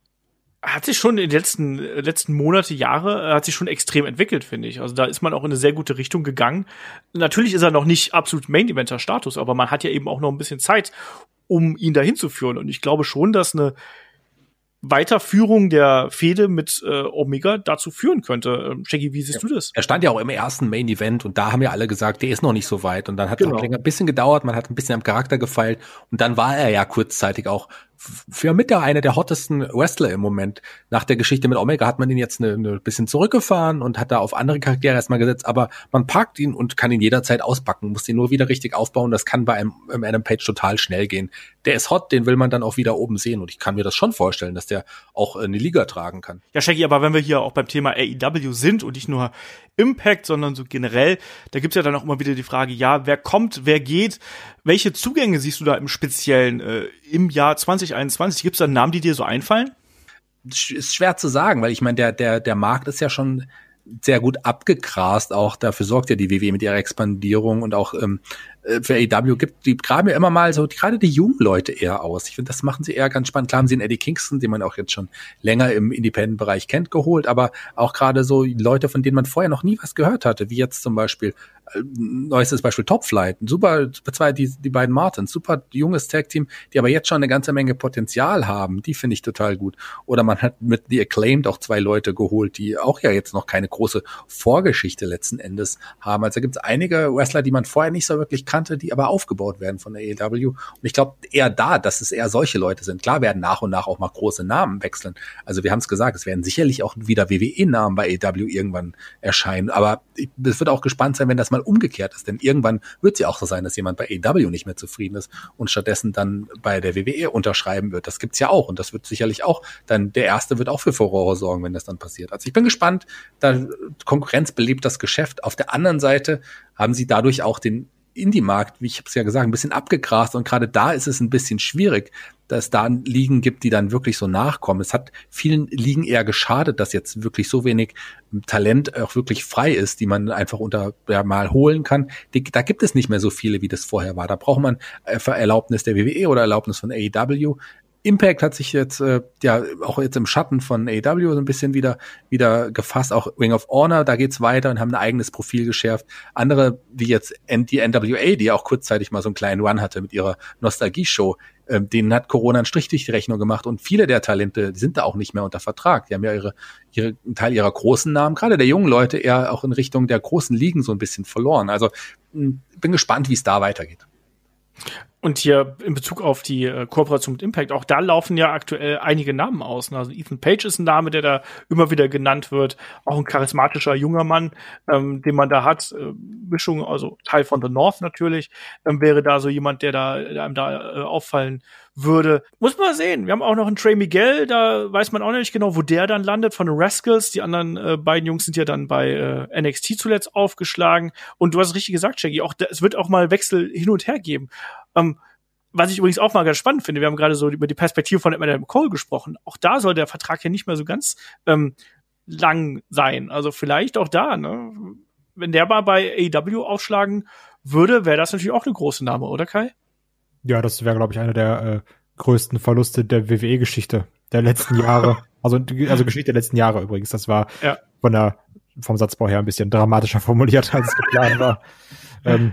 Hat sich schon in den letzten, letzten Monate, Jahre, hat sich schon extrem entwickelt, finde ich. Also da ist man auch in eine sehr gute Richtung gegangen. Natürlich ist er noch nicht absolut Main-Eventer-Status, aber man hat ja eben auch noch ein bisschen Zeit, um ihn dahin zu führen. Und ich glaube schon, dass eine Weiterführung der Fehde mit äh, Omega dazu führen könnte. Ähm, Shaggy, wie siehst ja. du das? Er stand ja auch im ersten Main Event und da haben ja alle gesagt, der ist noch nicht so weit. Und dann hat es genau. auch länger ein bisschen gedauert, man hat ein bisschen am Charakter gefeilt und dann war er ja kurzzeitig auch für mit der einer der hottesten Wrestler im Moment. Nach der Geschichte mit Omega hat man ihn jetzt eine, eine bisschen zurückgefahren und hat da auf andere Charaktere erstmal gesetzt, aber man parkt ihn und kann ihn jederzeit auspacken, muss ihn nur wieder richtig aufbauen. Das kann bei einem, einem Adam Page total schnell gehen. Der ist hot, den will man dann auch wieder oben sehen und ich kann mir das schon vorstellen, dass der auch eine Liga tragen kann. Ja, Shaggy, aber wenn wir hier auch beim Thema A E W sind und nicht nur Impact, sondern so generell, da gibt's ja dann auch immer wieder die Frage, ja, wer kommt, wer geht, welche Zugänge siehst du da im Speziellen äh, im Jahr zwanzig einundzwanzig? Gibt es da Namen, die dir so einfallen? Ist schwer zu sagen, weil ich meine, der, der, der Markt ist ja schon sehr gut abgegrast, auch dafür sorgt ja die W W E mit ihrer Expandierung und auch ähm, für A E W gibt, die graben ja immer mal so, gerade die jungen Leute eher aus. Ich finde, das machen sie eher ganz spannend. Klar haben sie einen Eddie Kingston, den man auch jetzt schon länger im Independent-Bereich kennt, geholt, aber auch gerade so Leute, von denen man vorher noch nie was gehört hatte, wie jetzt zum Beispiel, äh, neuestes Beispiel Top Flight, super, zwei, die, die beiden Martins, super junges Tag-Team, die aber jetzt schon eine ganze Menge Potenzial haben, die finde ich total gut. Oder man hat mit The Acclaimed auch zwei Leute geholt, die auch ja jetzt noch keine große Vorgeschichte letzten Endes haben. Also da gibt es einige Wrestler, die man vorher nicht so wirklich kannte, die aber aufgebaut werden von der A E W. Und ich glaube eher da, dass es eher solche Leute sind. Klar werden nach und nach auch mal große Namen wechseln. Also wir haben es gesagt, es werden sicherlich auch wieder W W E-Namen bei A E W irgendwann erscheinen. Aber es wird auch gespannt sein, wenn das mal umgekehrt ist. Denn irgendwann wird es ja auch so sein, dass jemand bei A E W nicht mehr zufrieden ist und stattdessen dann bei der W W E unterschreiben wird. Das gibt's ja auch. Und das wird sicherlich auch dann, der Erste wird auch für Furore sorgen, wenn das dann passiert. Also ich bin gespannt, da Konkurrenz belebt das Geschäft. Auf der anderen Seite haben sie dadurch auch den Indie-Markt, wie ich habe es ja gesagt, ein bisschen abgegrast und gerade da ist es ein bisschen schwierig, dass es da Ligen gibt, die dann wirklich so nachkommen. Es hat vielen Ligen eher geschadet, dass jetzt wirklich so wenig Talent auch wirklich frei ist, die man einfach unter ja, mal holen kann. Die, da gibt es nicht mehr so viele, wie das vorher war. Da braucht man Erlaubnis der W W E oder Erlaubnis von A E W. Impact hat sich jetzt äh, ja auch jetzt im Schatten von A E W so ein bisschen wieder wieder gefasst. Auch Ring of Honor, da geht's weiter und haben ein eigenes Profil geschärft. Andere wie jetzt die N W A, die ja auch kurzzeitig mal so einen kleinen Run hatte mit ihrer Nostalgie-Show, äh, denen hat Corona einen Strich durch die Rechnung gemacht und viele der Talente, die sind da auch nicht mehr unter Vertrag. Die haben ja ihre ihre einen Teil ihrer großen Namen, gerade der jungen Leute, eher auch in Richtung der großen Ligen so ein bisschen verloren. Also mh, bin gespannt, wie es da weitergeht. Und hier in Bezug auf die äh, Kooperation mit Impact, auch da laufen ja aktuell einige Namen aus. Ne? Also Ethan Page ist ein Name, der da immer wieder genannt wird. Auch ein charismatischer junger Mann, ähm, den man da hat. Äh, Mischung, also Teil von The North natürlich, ähm, wäre da so jemand, der da der einem da äh, auffallen würde. Muss man sehen. Wir haben auch noch einen Trey Miguel, da weiß man auch nicht genau, wo der dann landet von den Rascals. Die anderen äh, beiden Jungs sind ja dann bei äh, N X T zuletzt aufgeschlagen. Und du hast es richtig gesagt, Shaggy, auch da, es wird auch mal Wechsel hin und her geben. Ähm, was ich übrigens auch mal ganz spannend finde, wir haben gerade so über die Perspektive von Adam Cole gesprochen. Auch da soll der Vertrag ja nicht mehr so ganz ähm, lang sein. Also vielleicht auch da, ne? Wenn der mal bei A E W aufschlagen würde, wäre das natürlich auch eine große Name, oder Kai? Ja, das wäre, glaube ich, einer der äh, größten Verluste der W W E-Geschichte der letzten Jahre. Also, also Geschichte der letzten Jahre übrigens. Das war ja. von der, vom Satzbau her ein bisschen dramatischer formuliert, als es geplant war. Ähm,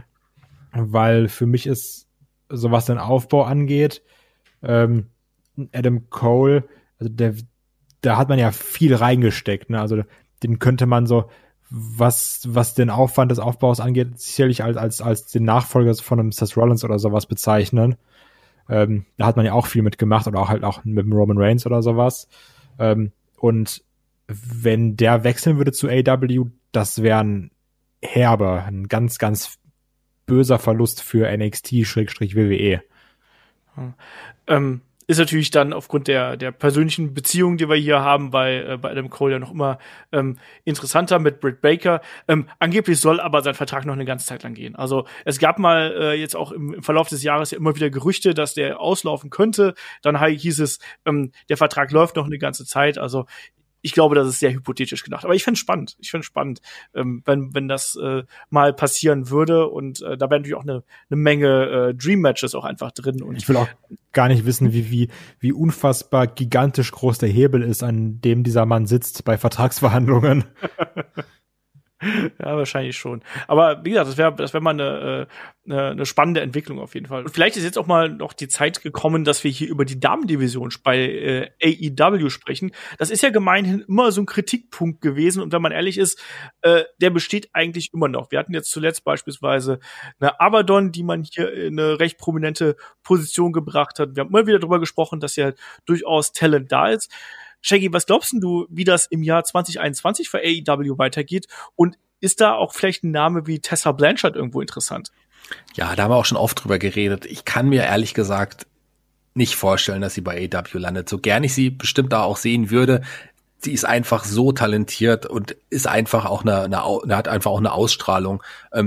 weil für mich ist, so was den Aufbau angeht, ähm, Adam Cole, also der, da hat man ja viel reingesteckt, ne? Also den könnte man so, was, was den Aufwand des Aufbaus angeht, sicherlich als, als, als den Nachfolger von einem Seth Rollins oder sowas bezeichnen. Ähm, da hat man ja auch viel mitgemacht oder auch halt auch mit dem Roman Reigns oder sowas. Ähm, und wenn der wechseln würde zu A E W, das wäre ein herber, ein ganz, ganz böser Verlust für N X T-W W E. Hm. Ähm, ist natürlich dann aufgrund der der persönlichen Beziehung, die wir hier haben, bei äh, bei Adam Cole ja noch immer ähm, interessanter mit Britt Baker. Ähm, angeblich soll aber sein Vertrag noch eine ganze Zeit lang gehen. Also es gab mal äh, jetzt auch im, im Verlauf des Jahres ja immer wieder Gerüchte, dass der auslaufen könnte. Dann hieß es, ähm, der Vertrag läuft noch eine ganze Zeit. Also ich glaube, das ist sehr hypothetisch gedacht. Aber ich finde es spannend. Ich finde es spannend, ähm, wenn wenn das äh, mal passieren würde. Und äh, da wäre natürlich auch eine eine Menge äh, Dream-Matches auch einfach drin. Und ich will auch gar nicht wissen, wie wie wie unfassbar gigantisch groß der Hebel ist, an dem dieser Mann sitzt bei Vertragsverhandlungen. Ja, wahrscheinlich schon. Aber wie gesagt, das wäre das wäre mal eine, eine, eine spannende Entwicklung auf jeden Fall. Und vielleicht ist jetzt auch mal noch die Zeit gekommen, dass wir hier über die Damendivision bei äh, A E W sprechen. Das ist ja gemeinhin immer so ein Kritikpunkt gewesen. Und wenn man ehrlich ist, äh, der besteht eigentlich immer noch. Wir hatten jetzt zuletzt beispielsweise eine Abaddon, die man hier in eine recht prominente Position gebracht hat. Wir haben immer wieder darüber gesprochen, dass ja durchaus Talent da ist. Shaggy, was glaubst du, wie das im Jahr zwanzig einundzwanzig für A E W weitergeht? Und ist da auch vielleicht ein Name wie Tessa Blanchard irgendwo interessant? Ja, da haben wir auch schon oft drüber geredet. Ich kann mir ehrlich gesagt nicht vorstellen, dass sie bei A E W landet. So gern ich sie bestimmt da auch sehen würde, sie ist einfach so talentiert und ist einfach auch eine, eine, eine hat einfach auch eine Ausstrahlung. Ähm,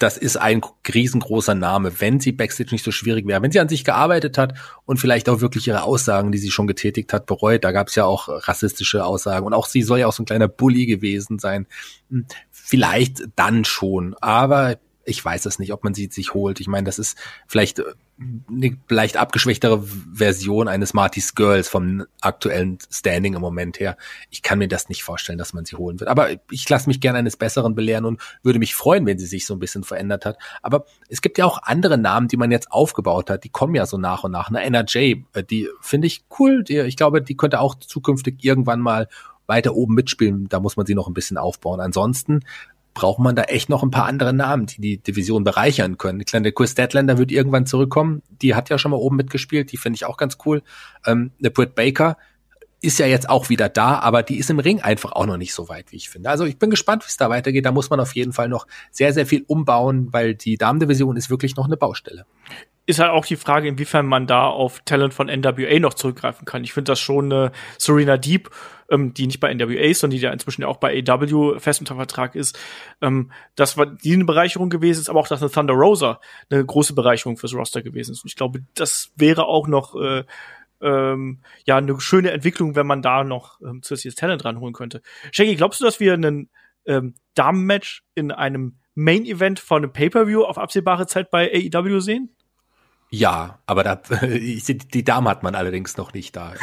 das ist ein riesengroßer Name, wenn sie Backstage nicht so schwierig wäre, wenn sie an sich gearbeitet hat und vielleicht auch wirklich ihre Aussagen, die sie schon getätigt hat, bereut. Da gab es ja auch rassistische Aussagen und auch sie soll ja auch so ein kleiner Bully gewesen sein. Vielleicht dann schon, aber ich weiß es nicht, ob man sie sich holt. Ich meine, das ist vielleicht eine leicht abgeschwächtere Version eines Marty's Girls vom aktuellen Standing im Moment her. Ich kann mir das nicht vorstellen, dass man sie holen wird. Aber ich lasse mich gerne eines Besseren belehren und würde mich freuen, wenn sie sich so ein bisschen verändert hat. Aber es gibt ja auch andere Namen, die man jetzt aufgebaut hat. Die kommen ja so nach und nach. Eine N R J, die finde ich cool. Die, ich glaube, die könnte auch zukünftig irgendwann mal weiter oben mitspielen. Da muss man sie noch ein bisschen aufbauen. Ansonsten braucht man da echt noch ein paar andere Namen, die die Division bereichern können. Die kleine Chris Statlander wird irgendwann zurückkommen. Die hat ja schon mal oben mitgespielt. Die finde ich auch ganz cool. Ähm, eine Britt Baker ist ja jetzt auch wieder da, aber die ist im Ring einfach auch noch nicht so weit, wie ich finde. Also ich bin gespannt, wie es da weitergeht. Da muss man auf jeden Fall noch sehr, sehr viel umbauen, weil die Damendivision ist wirklich noch eine Baustelle. Ist halt auch die Frage, inwiefern man da auf Talent von N W A noch zurückgreifen kann. Ich finde das schon eine Serena Deeb, ähm, die nicht bei N W A ist, sondern die ja inzwischen ja auch bei A E W fest unter Vertrag ist. Ähm, das war die eine Bereicherung gewesen, ist aber auch, dass eine Thunder Rosa eine große Bereicherung fürs Roster gewesen ist. Und ich glaube, das wäre auch noch äh, ähm, ja eine schöne Entwicklung, wenn man da noch ähm, zusätzliches Talent ranholen könnte. Shaggy, glaubst du, dass wir einen ähm, Damen-Match in einem Main-Event von einem Pay-Per-View auf absehbare Zeit bei A E W sehen? Ja, aber da, die Dame hat man allerdings noch nicht da.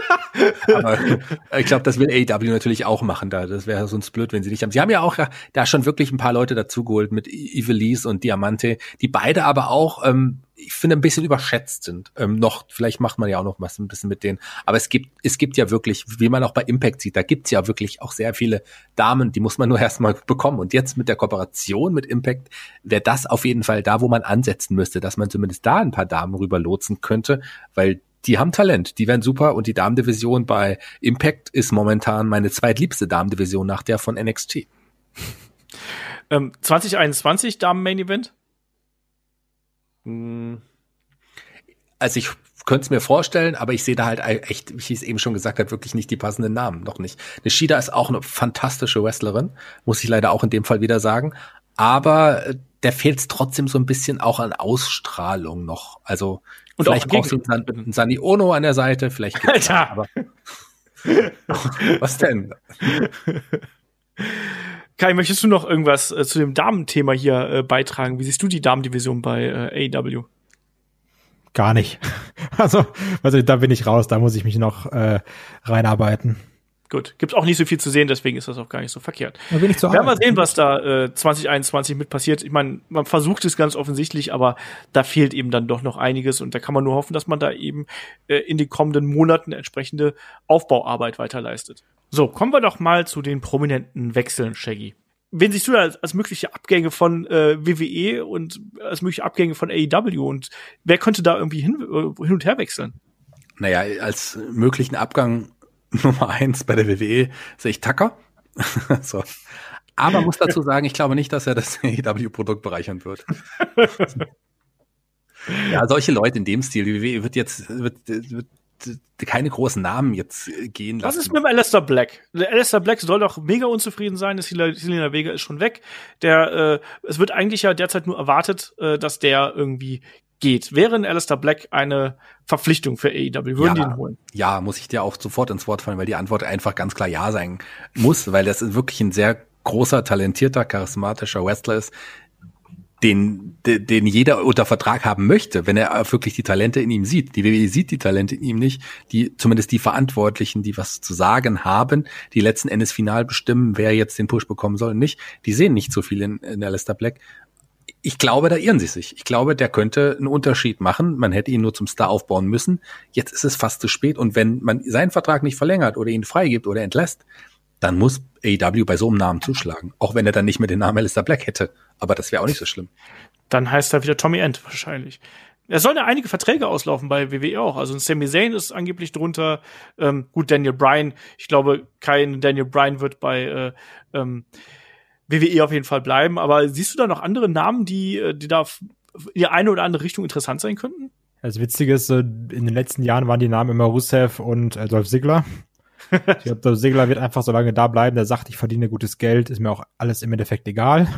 Nee. Aber ich glaube, das will A E W natürlich auch machen da. Das wäre sonst blöd, wenn sie nicht haben. Sie haben ja auch da schon wirklich ein paar Leute dazugeholt mit Ivelisse und Diamante, die beide aber auch, ähm, ich finde, ein bisschen überschätzt sind. Ähm, noch, vielleicht macht man ja auch noch was ein bisschen mit denen. Aber es gibt, es gibt ja wirklich, wie man auch bei Impact sieht, da gibt's ja wirklich auch sehr viele Damen, die muss man nur erstmal bekommen. Und jetzt mit der Kooperation mit Impact wäre das auf jeden Fall da, wo man ansetzen müsste, dass man zumindest da ein paar Damen rüberlotsen könnte, weil die haben Talent, die wären super und die Damendivision bei Impact ist momentan meine zweitliebste Damendivision nach der von N X T. ähm, zwanzig einundzwanzig Damen-Main-Event? Also ich könnte es mir vorstellen, aber ich sehe da halt echt, wie ich es eben schon gesagt habe, wirklich nicht die passenden Namen, noch nicht. Eine Shida ist auch eine fantastische Wrestlerin, muss ich leider auch in dem Fall wieder sagen, aber der fehlt es trotzdem so ein bisschen auch an Ausstrahlung noch. Also und vielleicht brauchst du einen, einen Sani Ono an der Seite, vielleicht gibt's Alter. Aber was denn? Kai, möchtest du noch irgendwas äh, zu dem Damenthema hier äh, beitragen? Wie siehst du die Damendivision bei äh, A E W? Gar nicht. Also, also da bin ich raus, da muss ich mich noch äh, reinarbeiten. Gut, gibt's auch nicht so viel zu sehen, deswegen ist das auch gar nicht so verkehrt. Da bin ich zu Werden wir sehen, was da äh, zwanzig einundzwanzig mit passiert. Ich meine, man versucht es ganz offensichtlich, aber da fehlt eben dann doch noch einiges und da kann man nur hoffen, dass man da eben äh, in den kommenden Monaten entsprechende Aufbauarbeit weiterleistet. So, kommen wir doch mal zu den prominenten Wechseln, Shaggy. Wen siehst du da als, als mögliche Abgänge von äh, W W E und als mögliche Abgänge von A E W und wer könnte da irgendwie hin, äh, hin und her wechseln? Naja, als möglichen Abgang Nummer eins bei der W W E sehe ich Tucker. So. Aber muss dazu sagen, ich glaube nicht, dass er das A E W-Produkt bereichern wird. Ja, solche Leute in dem Stil, die W W E wird jetzt wird, wird keine großen Namen jetzt gehen lassen. Was ist mit dem Aleister Black? Der Aleister Black soll doch mega unzufrieden sein. Das Zelina Vega ist schon weg. Der, äh, es wird eigentlich ja derzeit nur erwartet, äh, dass der irgendwie geht. Wäre ein Aleister Black eine Verpflichtung für A E W? Würden ja, die ihn holen? Ja, muss ich dir auch sofort ins Wort fallen, weil die Antwort einfach ganz klar ja sein muss, weil das wirklich ein sehr großer, talentierter, charismatischer Wrestler ist, den, den jeder unter Vertrag haben möchte, wenn er wirklich die Talente in ihm sieht. Die W W E sieht die Talente in ihm nicht, die zumindest die Verantwortlichen, die was zu sagen haben, die letzten Endes final bestimmen, wer jetzt den Push bekommen soll und nicht. Die sehen nicht so viel in, in Aleister Black. Ich glaube, da irren sie sich. Ich glaube, der könnte einen Unterschied machen. Man hätte ihn nur zum Star aufbauen müssen. Jetzt ist es fast zu spät. Und wenn man seinen Vertrag nicht verlängert oder ihn freigibt oder entlässt, dann muss A E W bei so einem Namen zuschlagen. Auch wenn er dann nicht mehr den Namen Aleister Black hätte. Aber das wäre auch nicht so schlimm. Dann heißt er wieder Tommy End wahrscheinlich. Es sollen ja einige Verträge auslaufen bei W W E auch. Also ein Sami Zayn ist angeblich drunter. Ähm, gut, Daniel Bryan. Ich glaube, kein Daniel Bryan wird bei äh, ähm, W W E auf jeden Fall bleiben. Aber siehst du da noch andere Namen, die, die da in die eine oder andere Richtung interessant sein könnten? Das Witzige ist, in den letzten Jahren waren die Namen immer Rusev und äh, Dolph Ziggler. Ich glaube, Dolph Ziggler wird einfach so lange da bleiben, der sagt, ich verdiene gutes Geld, ist mir auch alles im Endeffekt egal.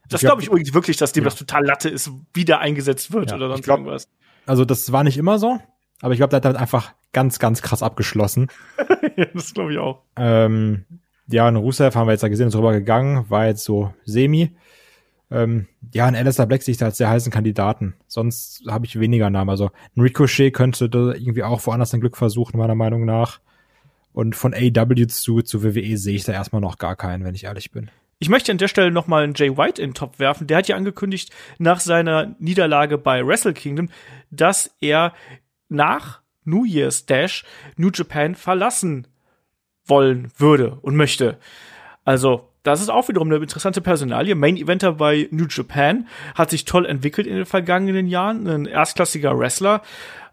Das glaube ich übrigens wirklich, dass dem ja. das total Latte ist, wie der eingesetzt wird ja, oder sonst glaub, irgendwas. Also das war nicht immer so, aber ich glaube, der hat damit einfach ganz, ganz krass abgeschlossen. Ja, das glaube ich auch. Ähm, ja, in Rusev haben wir jetzt da gesehen, ist drüber gegangen, war jetzt so semi. Ähm, ja, in Aleister Black sehe ich da als sehr heißen Kandidaten. Sonst habe ich weniger Namen. Also ein Ricochet könnte da irgendwie auch woanders ein Glück versuchen, meiner Meinung nach. Und von A E W zu, zu W W E sehe ich da erstmal noch gar keinen, wenn ich ehrlich bin. Ich möchte an der Stelle noch mal einen Jay White in den Topf werfen. Der hat ja angekündigt, nach seiner Niederlage bei Wrestle Kingdom, dass er nach New Year's Dash New Japan verlassen wollen würde und möchte. Also, das ist auch wiederum eine interessante Personalie. Main Eventer bei New Japan, hat sich toll entwickelt in den vergangenen Jahren, ein erstklassiger Wrestler.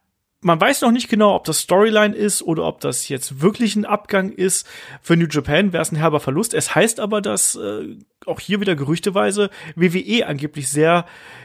Man weiß noch nicht genau, ob das Storyline ist oder ob das jetzt wirklich ein Abgang ist. Für New Japan wäre es ein herber Verlust. Es heißt aber, dass äh, auch hier wieder gerüchteweise W W E angeblich sehr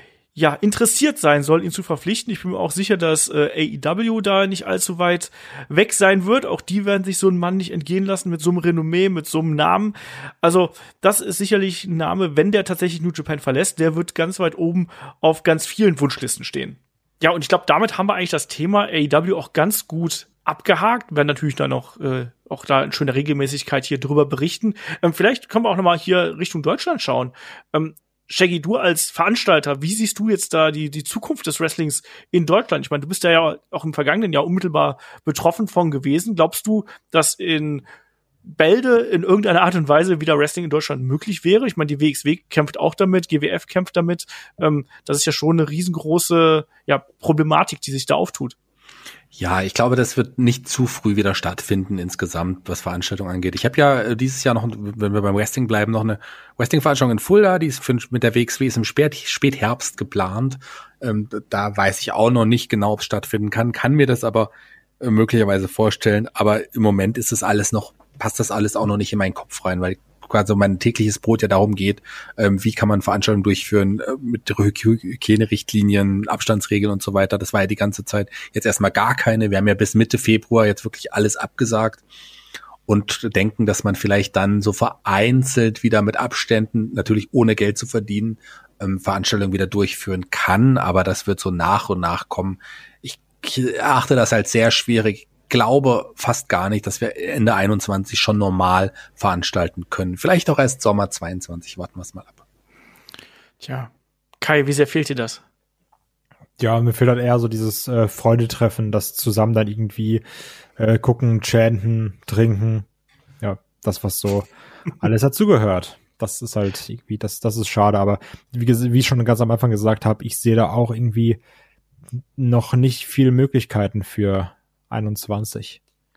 ja interessiert sein soll, ihn zu verpflichten. Ich bin mir auch sicher, dass äh, A E W da nicht allzu weit weg sein wird. Auch die werden sich so einen Mann nicht entgehen lassen mit so einem Renommee, mit so einem Namen. Also das ist sicherlich ein Name, wenn der tatsächlich New Japan verlässt, der wird ganz weit oben auf ganz vielen Wunschlisten stehen. Ja, und ich glaube, damit haben wir eigentlich das Thema A E W auch ganz gut abgehakt. Wir werden natürlich dann noch äh, auch da in schöner Regelmäßigkeit hier drüber berichten. Ähm, vielleicht können wir auch noch mal hier Richtung Deutschland schauen. Ähm, Shaggy, du als Veranstalter, wie siehst du jetzt da die die Zukunft des Wrestlings in Deutschland? Ich meine, du bist da ja auch im vergangenen Jahr unmittelbar betroffen von gewesen. Glaubst du, dass in Bälde in irgendeiner Art und Weise wieder Wrestling in Deutschland möglich wäre? Ich meine, die W X W kämpft auch damit, G W F kämpft damit. Ähm, das ist ja schon eine riesengroße ja, Problematik, die sich da auftut. Ja, ich glaube, das wird nicht zu früh wieder stattfinden insgesamt, was Veranstaltungen angeht. Ich habe ja dieses Jahr noch, wenn wir beim Wrestling bleiben, noch eine Wrestling-Veranstaltung in Fulda, die ist für, mit der W X W ist im Spät, Spätherbst geplant. Ähm, da weiß ich auch noch nicht genau, ob es stattfinden kann, kann mir das aber äh, möglicherweise vorstellen. Aber im Moment ist es alles noch passt das alles auch noch nicht in meinen Kopf rein, weil quasi mein tägliches Brot ja darum geht, ähm, wie kann man Veranstaltungen durchführen äh, mit Hygienerichtlinien, Abstandsregeln und so weiter. Das war ja die ganze Zeit jetzt erstmal gar keine. Wir haben ja bis Mitte Februar jetzt wirklich alles abgesagt und denken, dass man vielleicht dann so vereinzelt wieder mit Abständen, natürlich ohne Geld zu verdienen, ähm, Veranstaltungen wieder durchführen kann. Aber das wird so nach und nach kommen. Ich erachte das als sehr schwierig. Glaube fast gar nicht, dass wir Ende einundzwanzig schon normal veranstalten können. Vielleicht auch erst Sommer zweiundzwanzig, warten wir es mal ab. Tja, Kai, wie sehr fehlt dir das? Ja, mir fehlt halt eher so dieses äh, Freundetreffen, das zusammen dann irgendwie äh, gucken, chanten, trinken. Ja, das, was so alles dazugehört. Das ist halt irgendwie, das, das ist schade. Aber wie, wie ich schon ganz am Anfang gesagt habe, ich sehe da auch irgendwie noch nicht viele Möglichkeiten für einundzwanzig.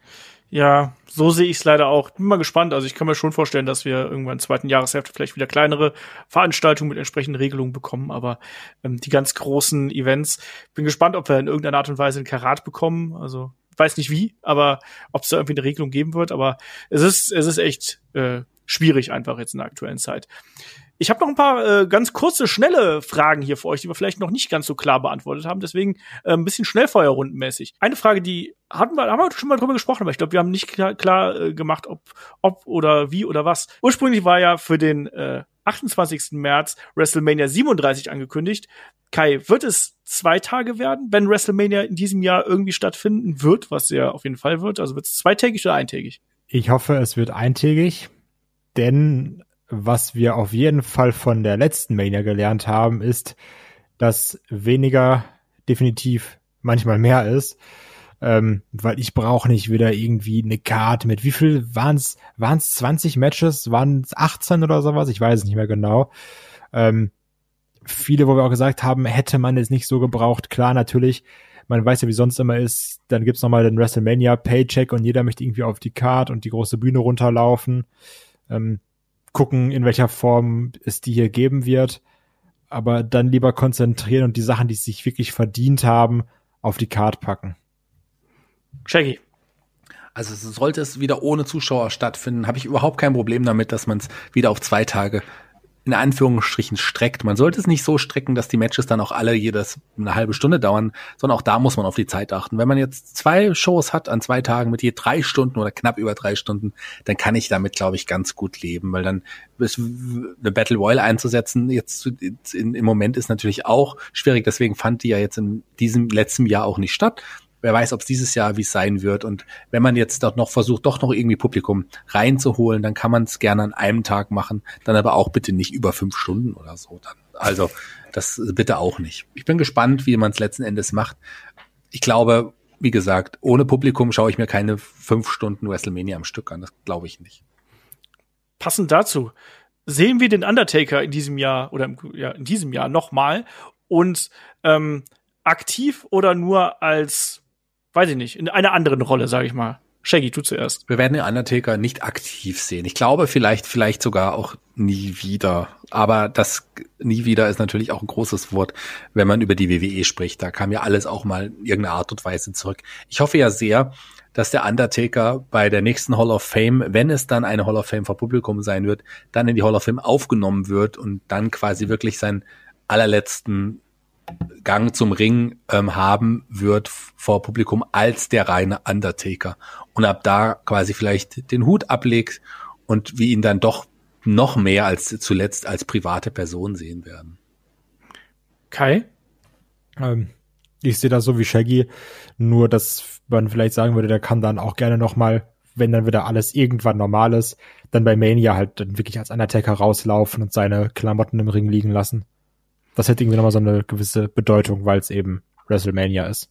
Ja, so sehe ich es leider auch. Bin mal gespannt. Also ich kann mir schon vorstellen, dass wir irgendwann in der zweiten Jahreshälfte vielleicht wieder kleinere Veranstaltungen mit entsprechenden Regelungen bekommen. Aber ähm, die ganz großen Events, bin gespannt, ob wir in irgendeiner Art und Weise ein Karat bekommen. Also ich weiß nicht wie, aber ob es da irgendwie eine Regelung geben wird. Aber es ist es ist echt äh, schwierig einfach jetzt in der aktuellen Zeit. Ich habe noch ein paar äh, ganz kurze, schnelle Fragen hier für euch, die wir vielleicht noch nicht ganz so klar beantwortet haben. Deswegen äh, ein bisschen Schnellfeuerrundenmäßig. Eine Frage, die hatten wir, haben wir schon mal drüber gesprochen, aber ich glaube, wir haben nicht klar, klar äh, gemacht, ob, ob oder wie oder was. Ursprünglich war ja für den äh, achtundzwanzigsten März WrestleMania siebenunddreißig angekündigt. Kai, wird es zwei Tage werden, wenn WrestleMania in diesem Jahr irgendwie stattfinden wird, was ja auf jeden Fall wird? Also wird es zweitägig oder eintägig? Ich hoffe, es wird eintägig, denn was wir auf jeden Fall von der letzten Mania gelernt haben, ist, dass weniger definitiv manchmal mehr ist, ähm, weil ich brauche nicht wieder irgendwie eine Karte mit, wie viel waren es, waren es zwanzig Matches, waren es achtzehn oder sowas, ich weiß es nicht mehr genau. Ähm, viele, wo wir auch gesagt haben, hätte man es nicht so gebraucht, klar, natürlich, man weiß ja, wie sonst immer ist, dann gibt's nochmal den WrestleMania Paycheck und jeder möchte irgendwie auf die Card und die große Bühne runterlaufen, ähm, gucken, in welcher Form es die hier geben wird, aber dann lieber konzentrieren und die Sachen, die sich wirklich verdient haben, auf die Card packen. Shaggy. Also sollte es wieder ohne Zuschauer stattfinden, habe ich überhaupt kein Problem damit, dass man es wieder auf zwei Tage in Anführungsstrichen streckt. Man sollte es nicht so strecken, dass die Matches dann auch alle jedes eine halbe Stunde dauern, sondern auch da muss man auf die Zeit achten. Wenn man jetzt zwei Shows hat an zwei Tagen mit je drei Stunden oder knapp über drei Stunden, dann kann ich damit, glaube ich, ganz gut leben, weil dann ist eine Battle Royale einzusetzen jetzt in, im Moment ist natürlich auch schwierig. Deswegen fand die ja jetzt in diesem letzten Jahr auch nicht statt. Wer weiß, ob es dieses Jahr wie es sein wird. Und wenn man jetzt doch noch versucht, doch noch irgendwie Publikum reinzuholen, dann kann man es gerne an einem Tag machen, dann aber auch bitte nicht über fünf Stunden oder so. Dann. Also das bitte auch nicht. Ich bin gespannt, wie man es letzten Endes macht. Ich glaube, wie gesagt, ohne Publikum schaue ich mir keine fünf Stunden WrestleMania am Stück an. Das glaube ich nicht. Passend dazu sehen wir den Undertaker in diesem Jahr oder im, ja, in diesem Jahr nochmal und ähm, aktiv oder nur als weiß ich nicht, in einer anderen Rolle, sage ich mal. Shaggy, du zuerst. Wir werden den Undertaker nicht aktiv sehen. Ich glaube vielleicht, vielleicht sogar auch nie wieder. Aber das nie wieder ist natürlich auch ein großes Wort, wenn man über die W W E spricht. Da kam ja alles auch mal in irgendeiner Art und Weise zurück. Ich hoffe ja sehr, dass der Undertaker bei der nächsten Hall of Fame, wenn es dann eine Hall of Fame vor Publikum sein wird, dann in die Hall of Fame aufgenommen wird und dann quasi wirklich seinen allerletzten Gang zum Ring ähm, haben wird vor Publikum als der reine Undertaker und ab da quasi vielleicht den Hut ablegt und wir ihn dann doch noch mehr als zuletzt als private Person sehen werden. Kai? Ähm, ich sehe das so wie Shaggy, nur dass man vielleicht sagen würde, der kann dann auch gerne noch mal, wenn dann wieder alles irgendwann normal ist, dann bei Mania halt dann wirklich als Undertaker rauslaufen und seine Klamotten im Ring liegen lassen. Das hätte irgendwie nochmal so eine gewisse Bedeutung, weil es eben WrestleMania ist.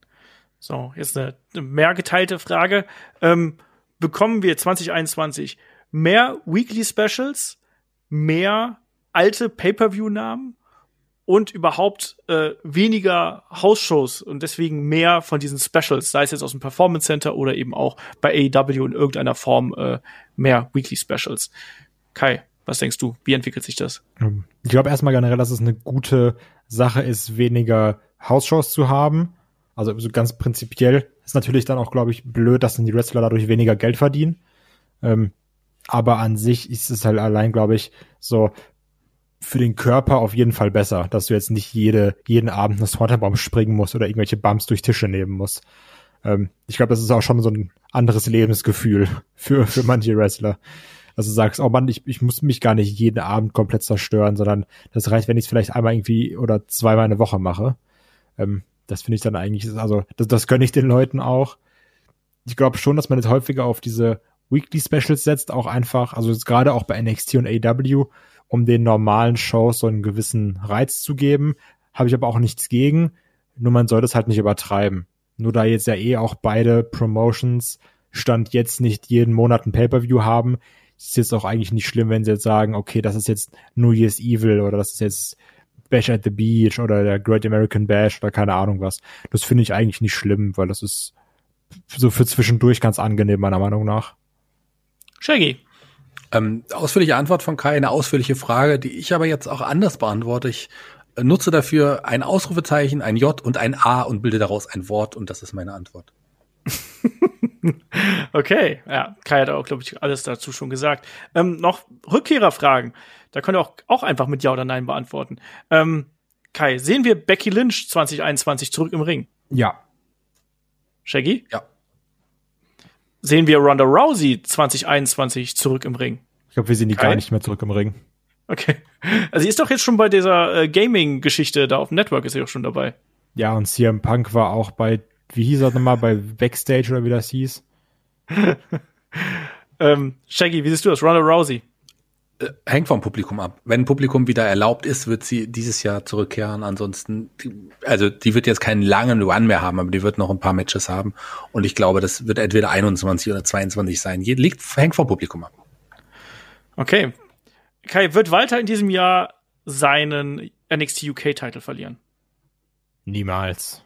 So, jetzt eine, eine mehr geteilte Frage. Ähm, bekommen wir zwanzig einundzwanzig mehr Weekly Specials, mehr alte Pay-Per-View-Namen und überhaupt äh, weniger House-Shows und deswegen mehr von diesen Specials, sei es jetzt aus dem Performance Center oder eben auch bei A E W in irgendeiner Form äh, mehr Weekly Specials? Kai, was denkst du? Wie entwickelt sich das? Ich glaube erstmal generell, dass es eine gute Sache ist, weniger House-Shows zu haben. Also so ganz prinzipiell ist natürlich dann auch, glaube ich, blöd, dass dann die Wrestler dadurch weniger Geld verdienen. Ähm, aber an sich ist es halt allein, glaube ich, so für den Körper auf jeden Fall besser, dass du jetzt nicht jede jeden Abend eine Swanterbaum springen musst oder irgendwelche Bumps durch Tische nehmen musst. Ähm, ich glaube, das ist auch schon so ein anderes Lebensgefühl für für manche Wrestler. Dass du sagst, oh Mann, ich, ich muss mich gar nicht jeden Abend komplett zerstören, sondern das reicht, wenn ich es vielleicht einmal irgendwie oder zweimal eine Woche mache. Ähm, das finde ich dann eigentlich, also das, das gönne ich den Leuten auch. Ich glaube schon, dass man jetzt häufiger auf diese Weekly Specials setzt, auch einfach, also gerade auch bei N X T und A E W, um den normalen Shows so einen gewissen Reiz zu geben. Habe ich aber auch nichts gegen, nur man soll das halt nicht übertreiben. Nur da jetzt ja eh auch beide Promotions Stand jetzt nicht jeden Monat ein Pay-Per-View haben, ist jetzt auch eigentlich nicht schlimm, wenn sie jetzt sagen, okay, das ist jetzt New Year's Evil oder das ist jetzt Bash at the Beach oder der Great American Bash oder keine Ahnung was. Das finde ich eigentlich nicht schlimm, weil das ist so für zwischendurch ganz angenehm, meiner Meinung nach. Shaggy. Ähm, ausführliche Antwort von Kai, eine ausführliche Frage, die ich aber jetzt auch anders beantworte. Ich äh, nutze dafür ein Ausrufezeichen, ein J und ein A und bilde daraus ein Wort und das ist meine Antwort. Okay, ja, Kai hat auch, glaube ich, alles dazu schon gesagt. Ähm, noch Rückkehrerfragen. Da könnt ihr auch, auch einfach mit Ja oder Nein beantworten. Ähm, Kai, sehen wir Becky Lynch zwanzig einundzwanzig zurück im Ring? Ja. Shaggy? Ja. Sehen wir Ronda Rousey zwanzig einundzwanzig zurück im Ring? Ich glaube, wir sehen die Kai? gar nicht mehr zurück im Ring. Okay. Also sie ist doch jetzt schon bei dieser äh, Gaming-Geschichte da auf dem Network, ist sie auch schon dabei. Ja, und C M Punk war auch bei, wie hieß das nochmal, bei Backstage oder wie das hieß? ähm, Shaggy, wie siehst du das? Ronda Rousey? Äh, hängt vom Publikum ab. Wenn Publikum wieder erlaubt ist, wird sie dieses Jahr zurückkehren. Ansonsten, die, also die wird jetzt keinen langen Run mehr haben, aber die wird noch ein paar Matches haben. Und ich glaube, das wird entweder einundzwanzig oder zweiundzwanzig sein. Je, liegt, hängt vom Publikum ab. Okay. Kai, wird Walter in diesem Jahr seinen N X T U K-Titel verlieren? Niemals.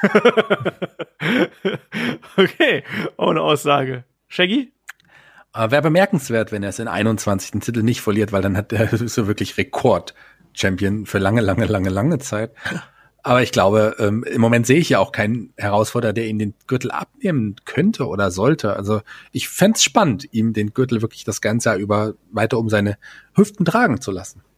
Okay, ohne Aussage. Shaggy? Aber wäre bemerkenswert, wenn er es in einundzwanzig Titel nicht verliert, weil dann hat er so wirklich Rekord-Champion für lange, lange, lange, lange Zeit. Aber ich glaube, ähm, im Moment sehe ich ja auch keinen Herausforderer, der ihn den Gürtel abnehmen könnte oder sollte. Also ich fände es spannend, ihm den Gürtel wirklich das ganze Jahr über weiter um seine Hüften tragen zu lassen.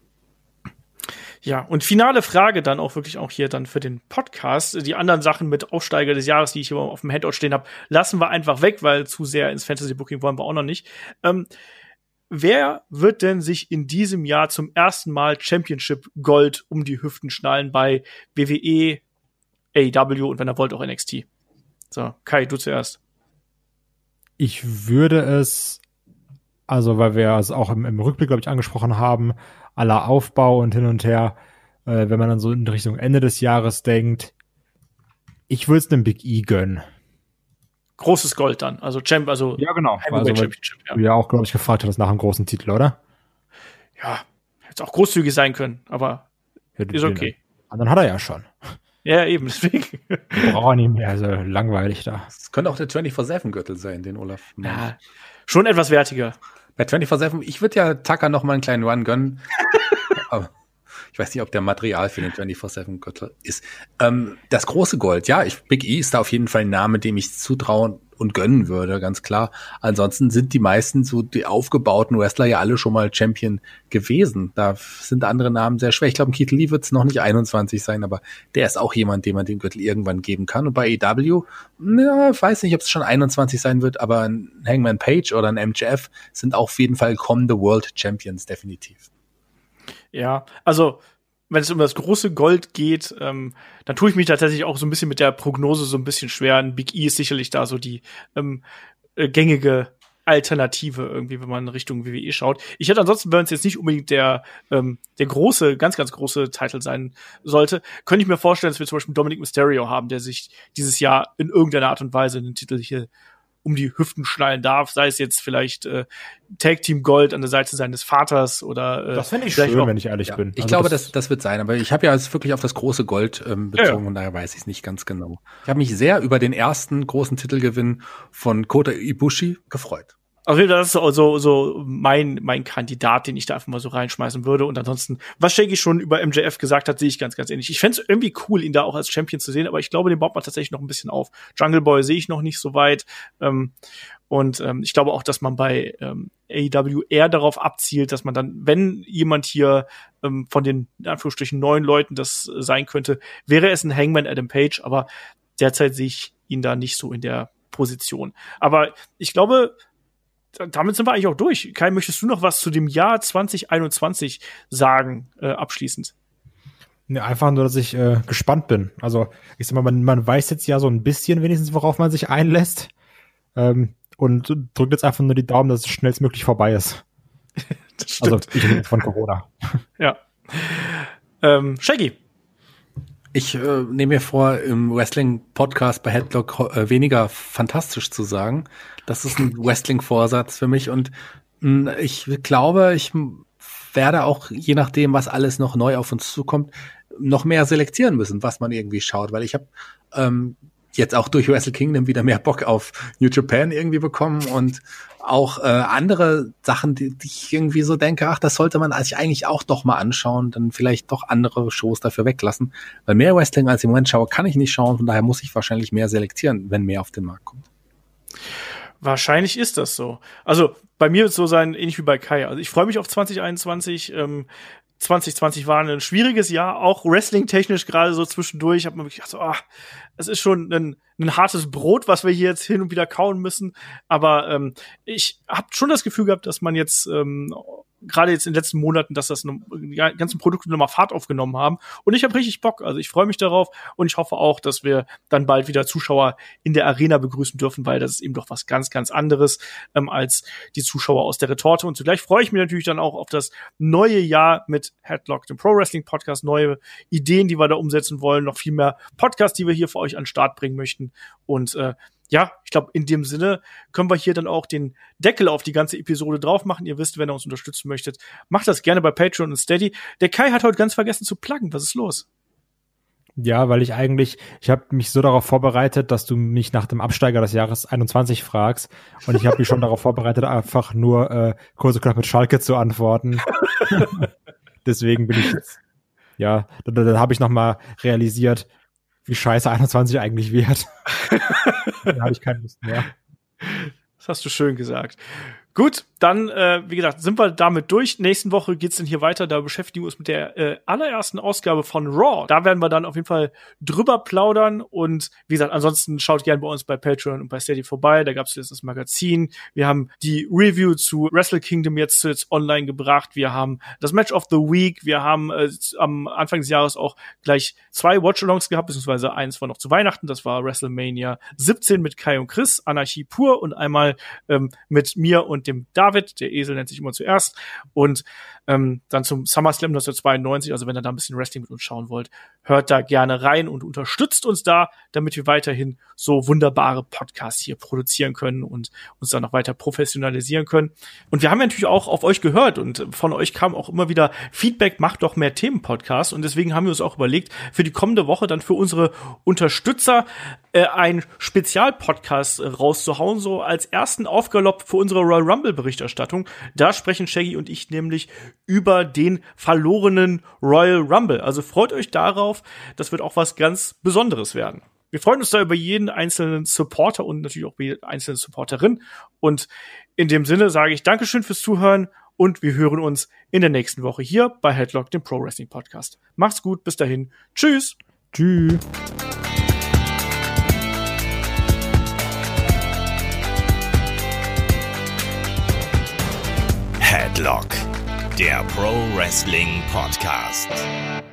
Ja, und finale Frage dann auch wirklich auch hier dann für den Podcast. Die anderen Sachen mit Aufsteiger des Jahres, die ich hier auf dem Handout stehen habe, lassen wir einfach weg, weil zu sehr ins Fantasy-Booking wollen wir auch noch nicht. Ähm, wer wird denn sich in diesem Jahr zum ersten Mal Championship Gold um die Hüften schnallen bei W W E, A E W und wenn er wollt auch N X T? So, Kai, du zuerst. Ich würde es, also weil wir es auch im, im Rückblick, glaube ich, angesprochen haben, aller Aufbau und hin und her, äh, wenn man dann so in Richtung Ende des Jahres denkt, ich würde es dem Big E gönnen. Großes Gold dann, also Champ, also ja genau, Heavyweight also, Championship. Ja. Du ja auch, glaube ich, gefragt hattest nach einem großen Titel, oder? Ja, hätte auch großzügig sein können, aber ja, ist okay. Und dann hat er ja schon. Ja, eben, deswegen. Wir brauchen nicht mehr, also langweilig da. Das könnte auch der vierundzwanzig sieben Gürtel sein, den Olaf macht. Ja, schon etwas wertiger. Bei vierundzwanzig sieben, ich würde ja Tucker noch mal einen kleinen Run gönnen. Aber ich weiß nicht, ob der Material für den vierundzwanzig sieben Gürtel ist. Ähm, das große Gold, ja, ich, Big E ist da auf jeden Fall ein Name, dem ich zutrauen und gönnen würde, ganz klar. Ansonsten sind die meisten so die aufgebauten Wrestler ja alle schon mal Champion gewesen. Da sind andere Namen sehr schwer. Ich glaube, Keith Lee wird es noch nicht einundzwanzig sein, aber der ist auch jemand, dem man den Gürtel irgendwann geben kann. Und bei A E W, ja, ich weiß nicht, ob es schon einundzwanzig sein wird, aber ein Hangman Page oder ein M J F sind auch auf jeden Fall kommende World Champions, definitiv. Ja, also wenn es um das große Gold geht, ähm, dann tue ich mich tatsächlich auch so ein bisschen mit der Prognose so ein bisschen schwer. Ein Big E ist sicherlich da so die ähm, äh, gängige Alternative irgendwie, wenn man Richtung W W E schaut. Ich hätte ansonsten, wenn es jetzt nicht unbedingt der ähm, der große, ganz, ganz große Titel sein sollte, könnte ich mir vorstellen, dass wir zum Beispiel Dominic Mysterio haben, der sich dieses Jahr in irgendeiner Art und Weise den Titel hier um die Hüften schnallen darf, sei es jetzt vielleicht äh, Tag Team Gold an der Seite seines Vaters oder äh, das fände ich schön, auch, wenn ich ehrlich ja, bin. Ich also glaube, das, das, das wird sein, aber ich habe ja jetzt wirklich auf das große Gold ähm, bezogen, ja, ja. Und daher weiß ich es nicht ganz genau. Ich habe mich sehr über den ersten großen Titelgewinn von Kota Ibushi gefreut. Also das ist so, so, so mein, mein Kandidat, den ich da einfach mal so reinschmeißen würde. Und ansonsten, was Shaggy schon über M J F gesagt hat, sehe ich ganz, ganz ähnlich. Ich fände es irgendwie cool, ihn da auch als Champion zu sehen, aber ich glaube, den baut man tatsächlich noch ein bisschen auf. Jungle Boy sehe ich noch nicht so weit. Ähm, und ähm, ich glaube auch, dass man bei ähm, A E W eher darauf abzielt, dass man dann, wenn jemand hier ähm, von den, in Anführungsstrichen, neuen Leuten das äh, sein könnte, wäre es ein Hangman Adam Page, aber derzeit sehe ich ihn da nicht so in der Position. Aber ich glaube, damit sind wir eigentlich auch durch. Kai, möchtest du noch was zu dem Jahr zwanzig einundzwanzig sagen, äh, abschließend? Ne, einfach nur, dass ich äh, gespannt bin. Also, ich sag mal, man, man weiß jetzt ja so ein bisschen wenigstens, worauf man sich einlässt. Ähm, und drückt jetzt einfach nur die Daumen, dass es schnellstmöglich vorbei ist. Das stimmt. Also, ich rede von Corona. Ja. Ähm, Shaggy. Ich äh, nehme mir vor, im Wrestling-Podcast bei Headlock äh, weniger fantastisch zu sagen. Das ist ein Wrestling-Vorsatz für mich und mh, ich glaube, ich werde auch, je nachdem, was alles noch neu auf uns zukommt, noch mehr selektieren müssen, was man irgendwie schaut, weil ich habe ähm, jetzt auch durch Wrestle Kingdom wieder mehr Bock auf New Japan irgendwie bekommen und auch äh, andere Sachen, die, die ich irgendwie so denke, ach, das sollte man sich eigentlich auch doch mal anschauen, dann vielleicht doch andere Shows dafür weglassen, weil mehr Wrestling als ich im Moment schaue, kann ich nicht schauen, von daher muss ich wahrscheinlich mehr selektieren, wenn mehr auf den Markt kommt. Wahrscheinlich ist das so. Also bei mir wird es so sein, ähnlich wie bei Kai. Also ich freue mich auf zwanzig einundzwanzig. Ähm, zwanzig zwanzig war ein schwieriges Jahr, auch wrestling-technisch gerade so zwischendurch. Ich habe mir wirklich gedacht, so, ah, es ist schon ein, ein hartes Brot, was wir hier jetzt hin und wieder kauen müssen. Aber ähm, ich habe schon das Gefühl gehabt, dass man jetzt ähm, gerade jetzt in den letzten Monaten, dass das ne, die ganzen Produkte nochmal Fahrt aufgenommen haben. Und ich habe richtig Bock. Also ich freue mich darauf und ich hoffe auch, dass wir dann bald wieder Zuschauer in der Arena begrüßen dürfen, weil das ist eben doch was ganz, ganz anderes ähm, als die Zuschauer aus der Retorte. Und zugleich freue ich mich natürlich dann auch auf das neue Jahr mit Headlock, dem Pro Wrestling Podcast, neue Ideen, die wir da umsetzen wollen, noch viel mehr Podcasts, die wir hier für euch an den Start bringen möchten. Und äh, ja, ich glaube, in dem Sinne können wir hier dann auch den Deckel auf die ganze Episode drauf machen. Ihr wisst, wenn ihr uns unterstützen möchtet, macht das gerne bei Patreon und Steady. Der Kai hat heute ganz vergessen zu pluggen. Was ist los? Ja, weil ich eigentlich, ich habe mich so darauf vorbereitet, dass du mich nach dem Absteiger des Jahres einundzwanzig fragst. Und ich habe mich schon darauf vorbereitet, einfach nur äh, kurz und knapp mit Schalke zu antworten. Deswegen bin ich jetzt, ja, dann, dann habe ich noch mal realisiert, wie scheiße einundzwanzig eigentlich wird. Da habe ich keine Lust mehr. Das hast du schön gesagt. Gut, dann, äh, wie gesagt, sind wir damit durch. Nächsten Woche geht's dann hier weiter. Da beschäftigen wir uns mit der äh, allerersten Ausgabe von Raw. Da werden wir dann auf jeden Fall drüber plaudern. Und wie gesagt, ansonsten schaut gerne bei uns bei Patreon und bei Steady vorbei. Da gab's jetzt das Magazin. Wir haben die Review zu Wrestle Kingdom jetzt, jetzt online gebracht. Wir haben das Match of the Week. Wir haben äh, am Anfang des Jahres auch gleich zwei Watch-Alongs gehabt, beziehungsweise eins war noch zu Weihnachten. Das war WrestleMania siebzehn mit Kai und Chris, Anarchie pur, und einmal ähm, mit mir und dem David, der Esel nennt sich immer zuerst, und ähm, dann zum SummerSlam neunzehnhundertzweiundneunzig, also wenn ihr da ein bisschen Wrestling mit uns schauen wollt, hört da gerne rein und unterstützt uns da, damit wir weiterhin so wunderbare Podcasts hier produzieren können und uns dann noch weiter professionalisieren können. Und wir haben ja natürlich auch auf euch gehört und von euch kam auch immer wieder Feedback, macht doch mehr Themenpodcasts, und deswegen haben wir uns auch überlegt, für die kommende Woche dann für unsere Unterstützer äh, ein Spezialpodcast äh, rauszuhauen, so als ersten Aufgalopp für unsere Royal Rumble Berichterstattung. Da sprechen Shaggy und ich nämlich über den verlorenen Royal Rumble. Also freut euch darauf, das wird auch was ganz Besonderes werden. Wir freuen uns da über jeden einzelnen Supporter und natürlich auch über jede einzelne Supporterin. Und in dem Sinne sage ich Dankeschön fürs Zuhören und wir hören uns in der nächsten Woche hier bei Headlock, dem Pro Wrestling Podcast. Macht's gut, bis dahin. Tschüss. Tschüss. Headlock, der Pro Wrestling Podcast.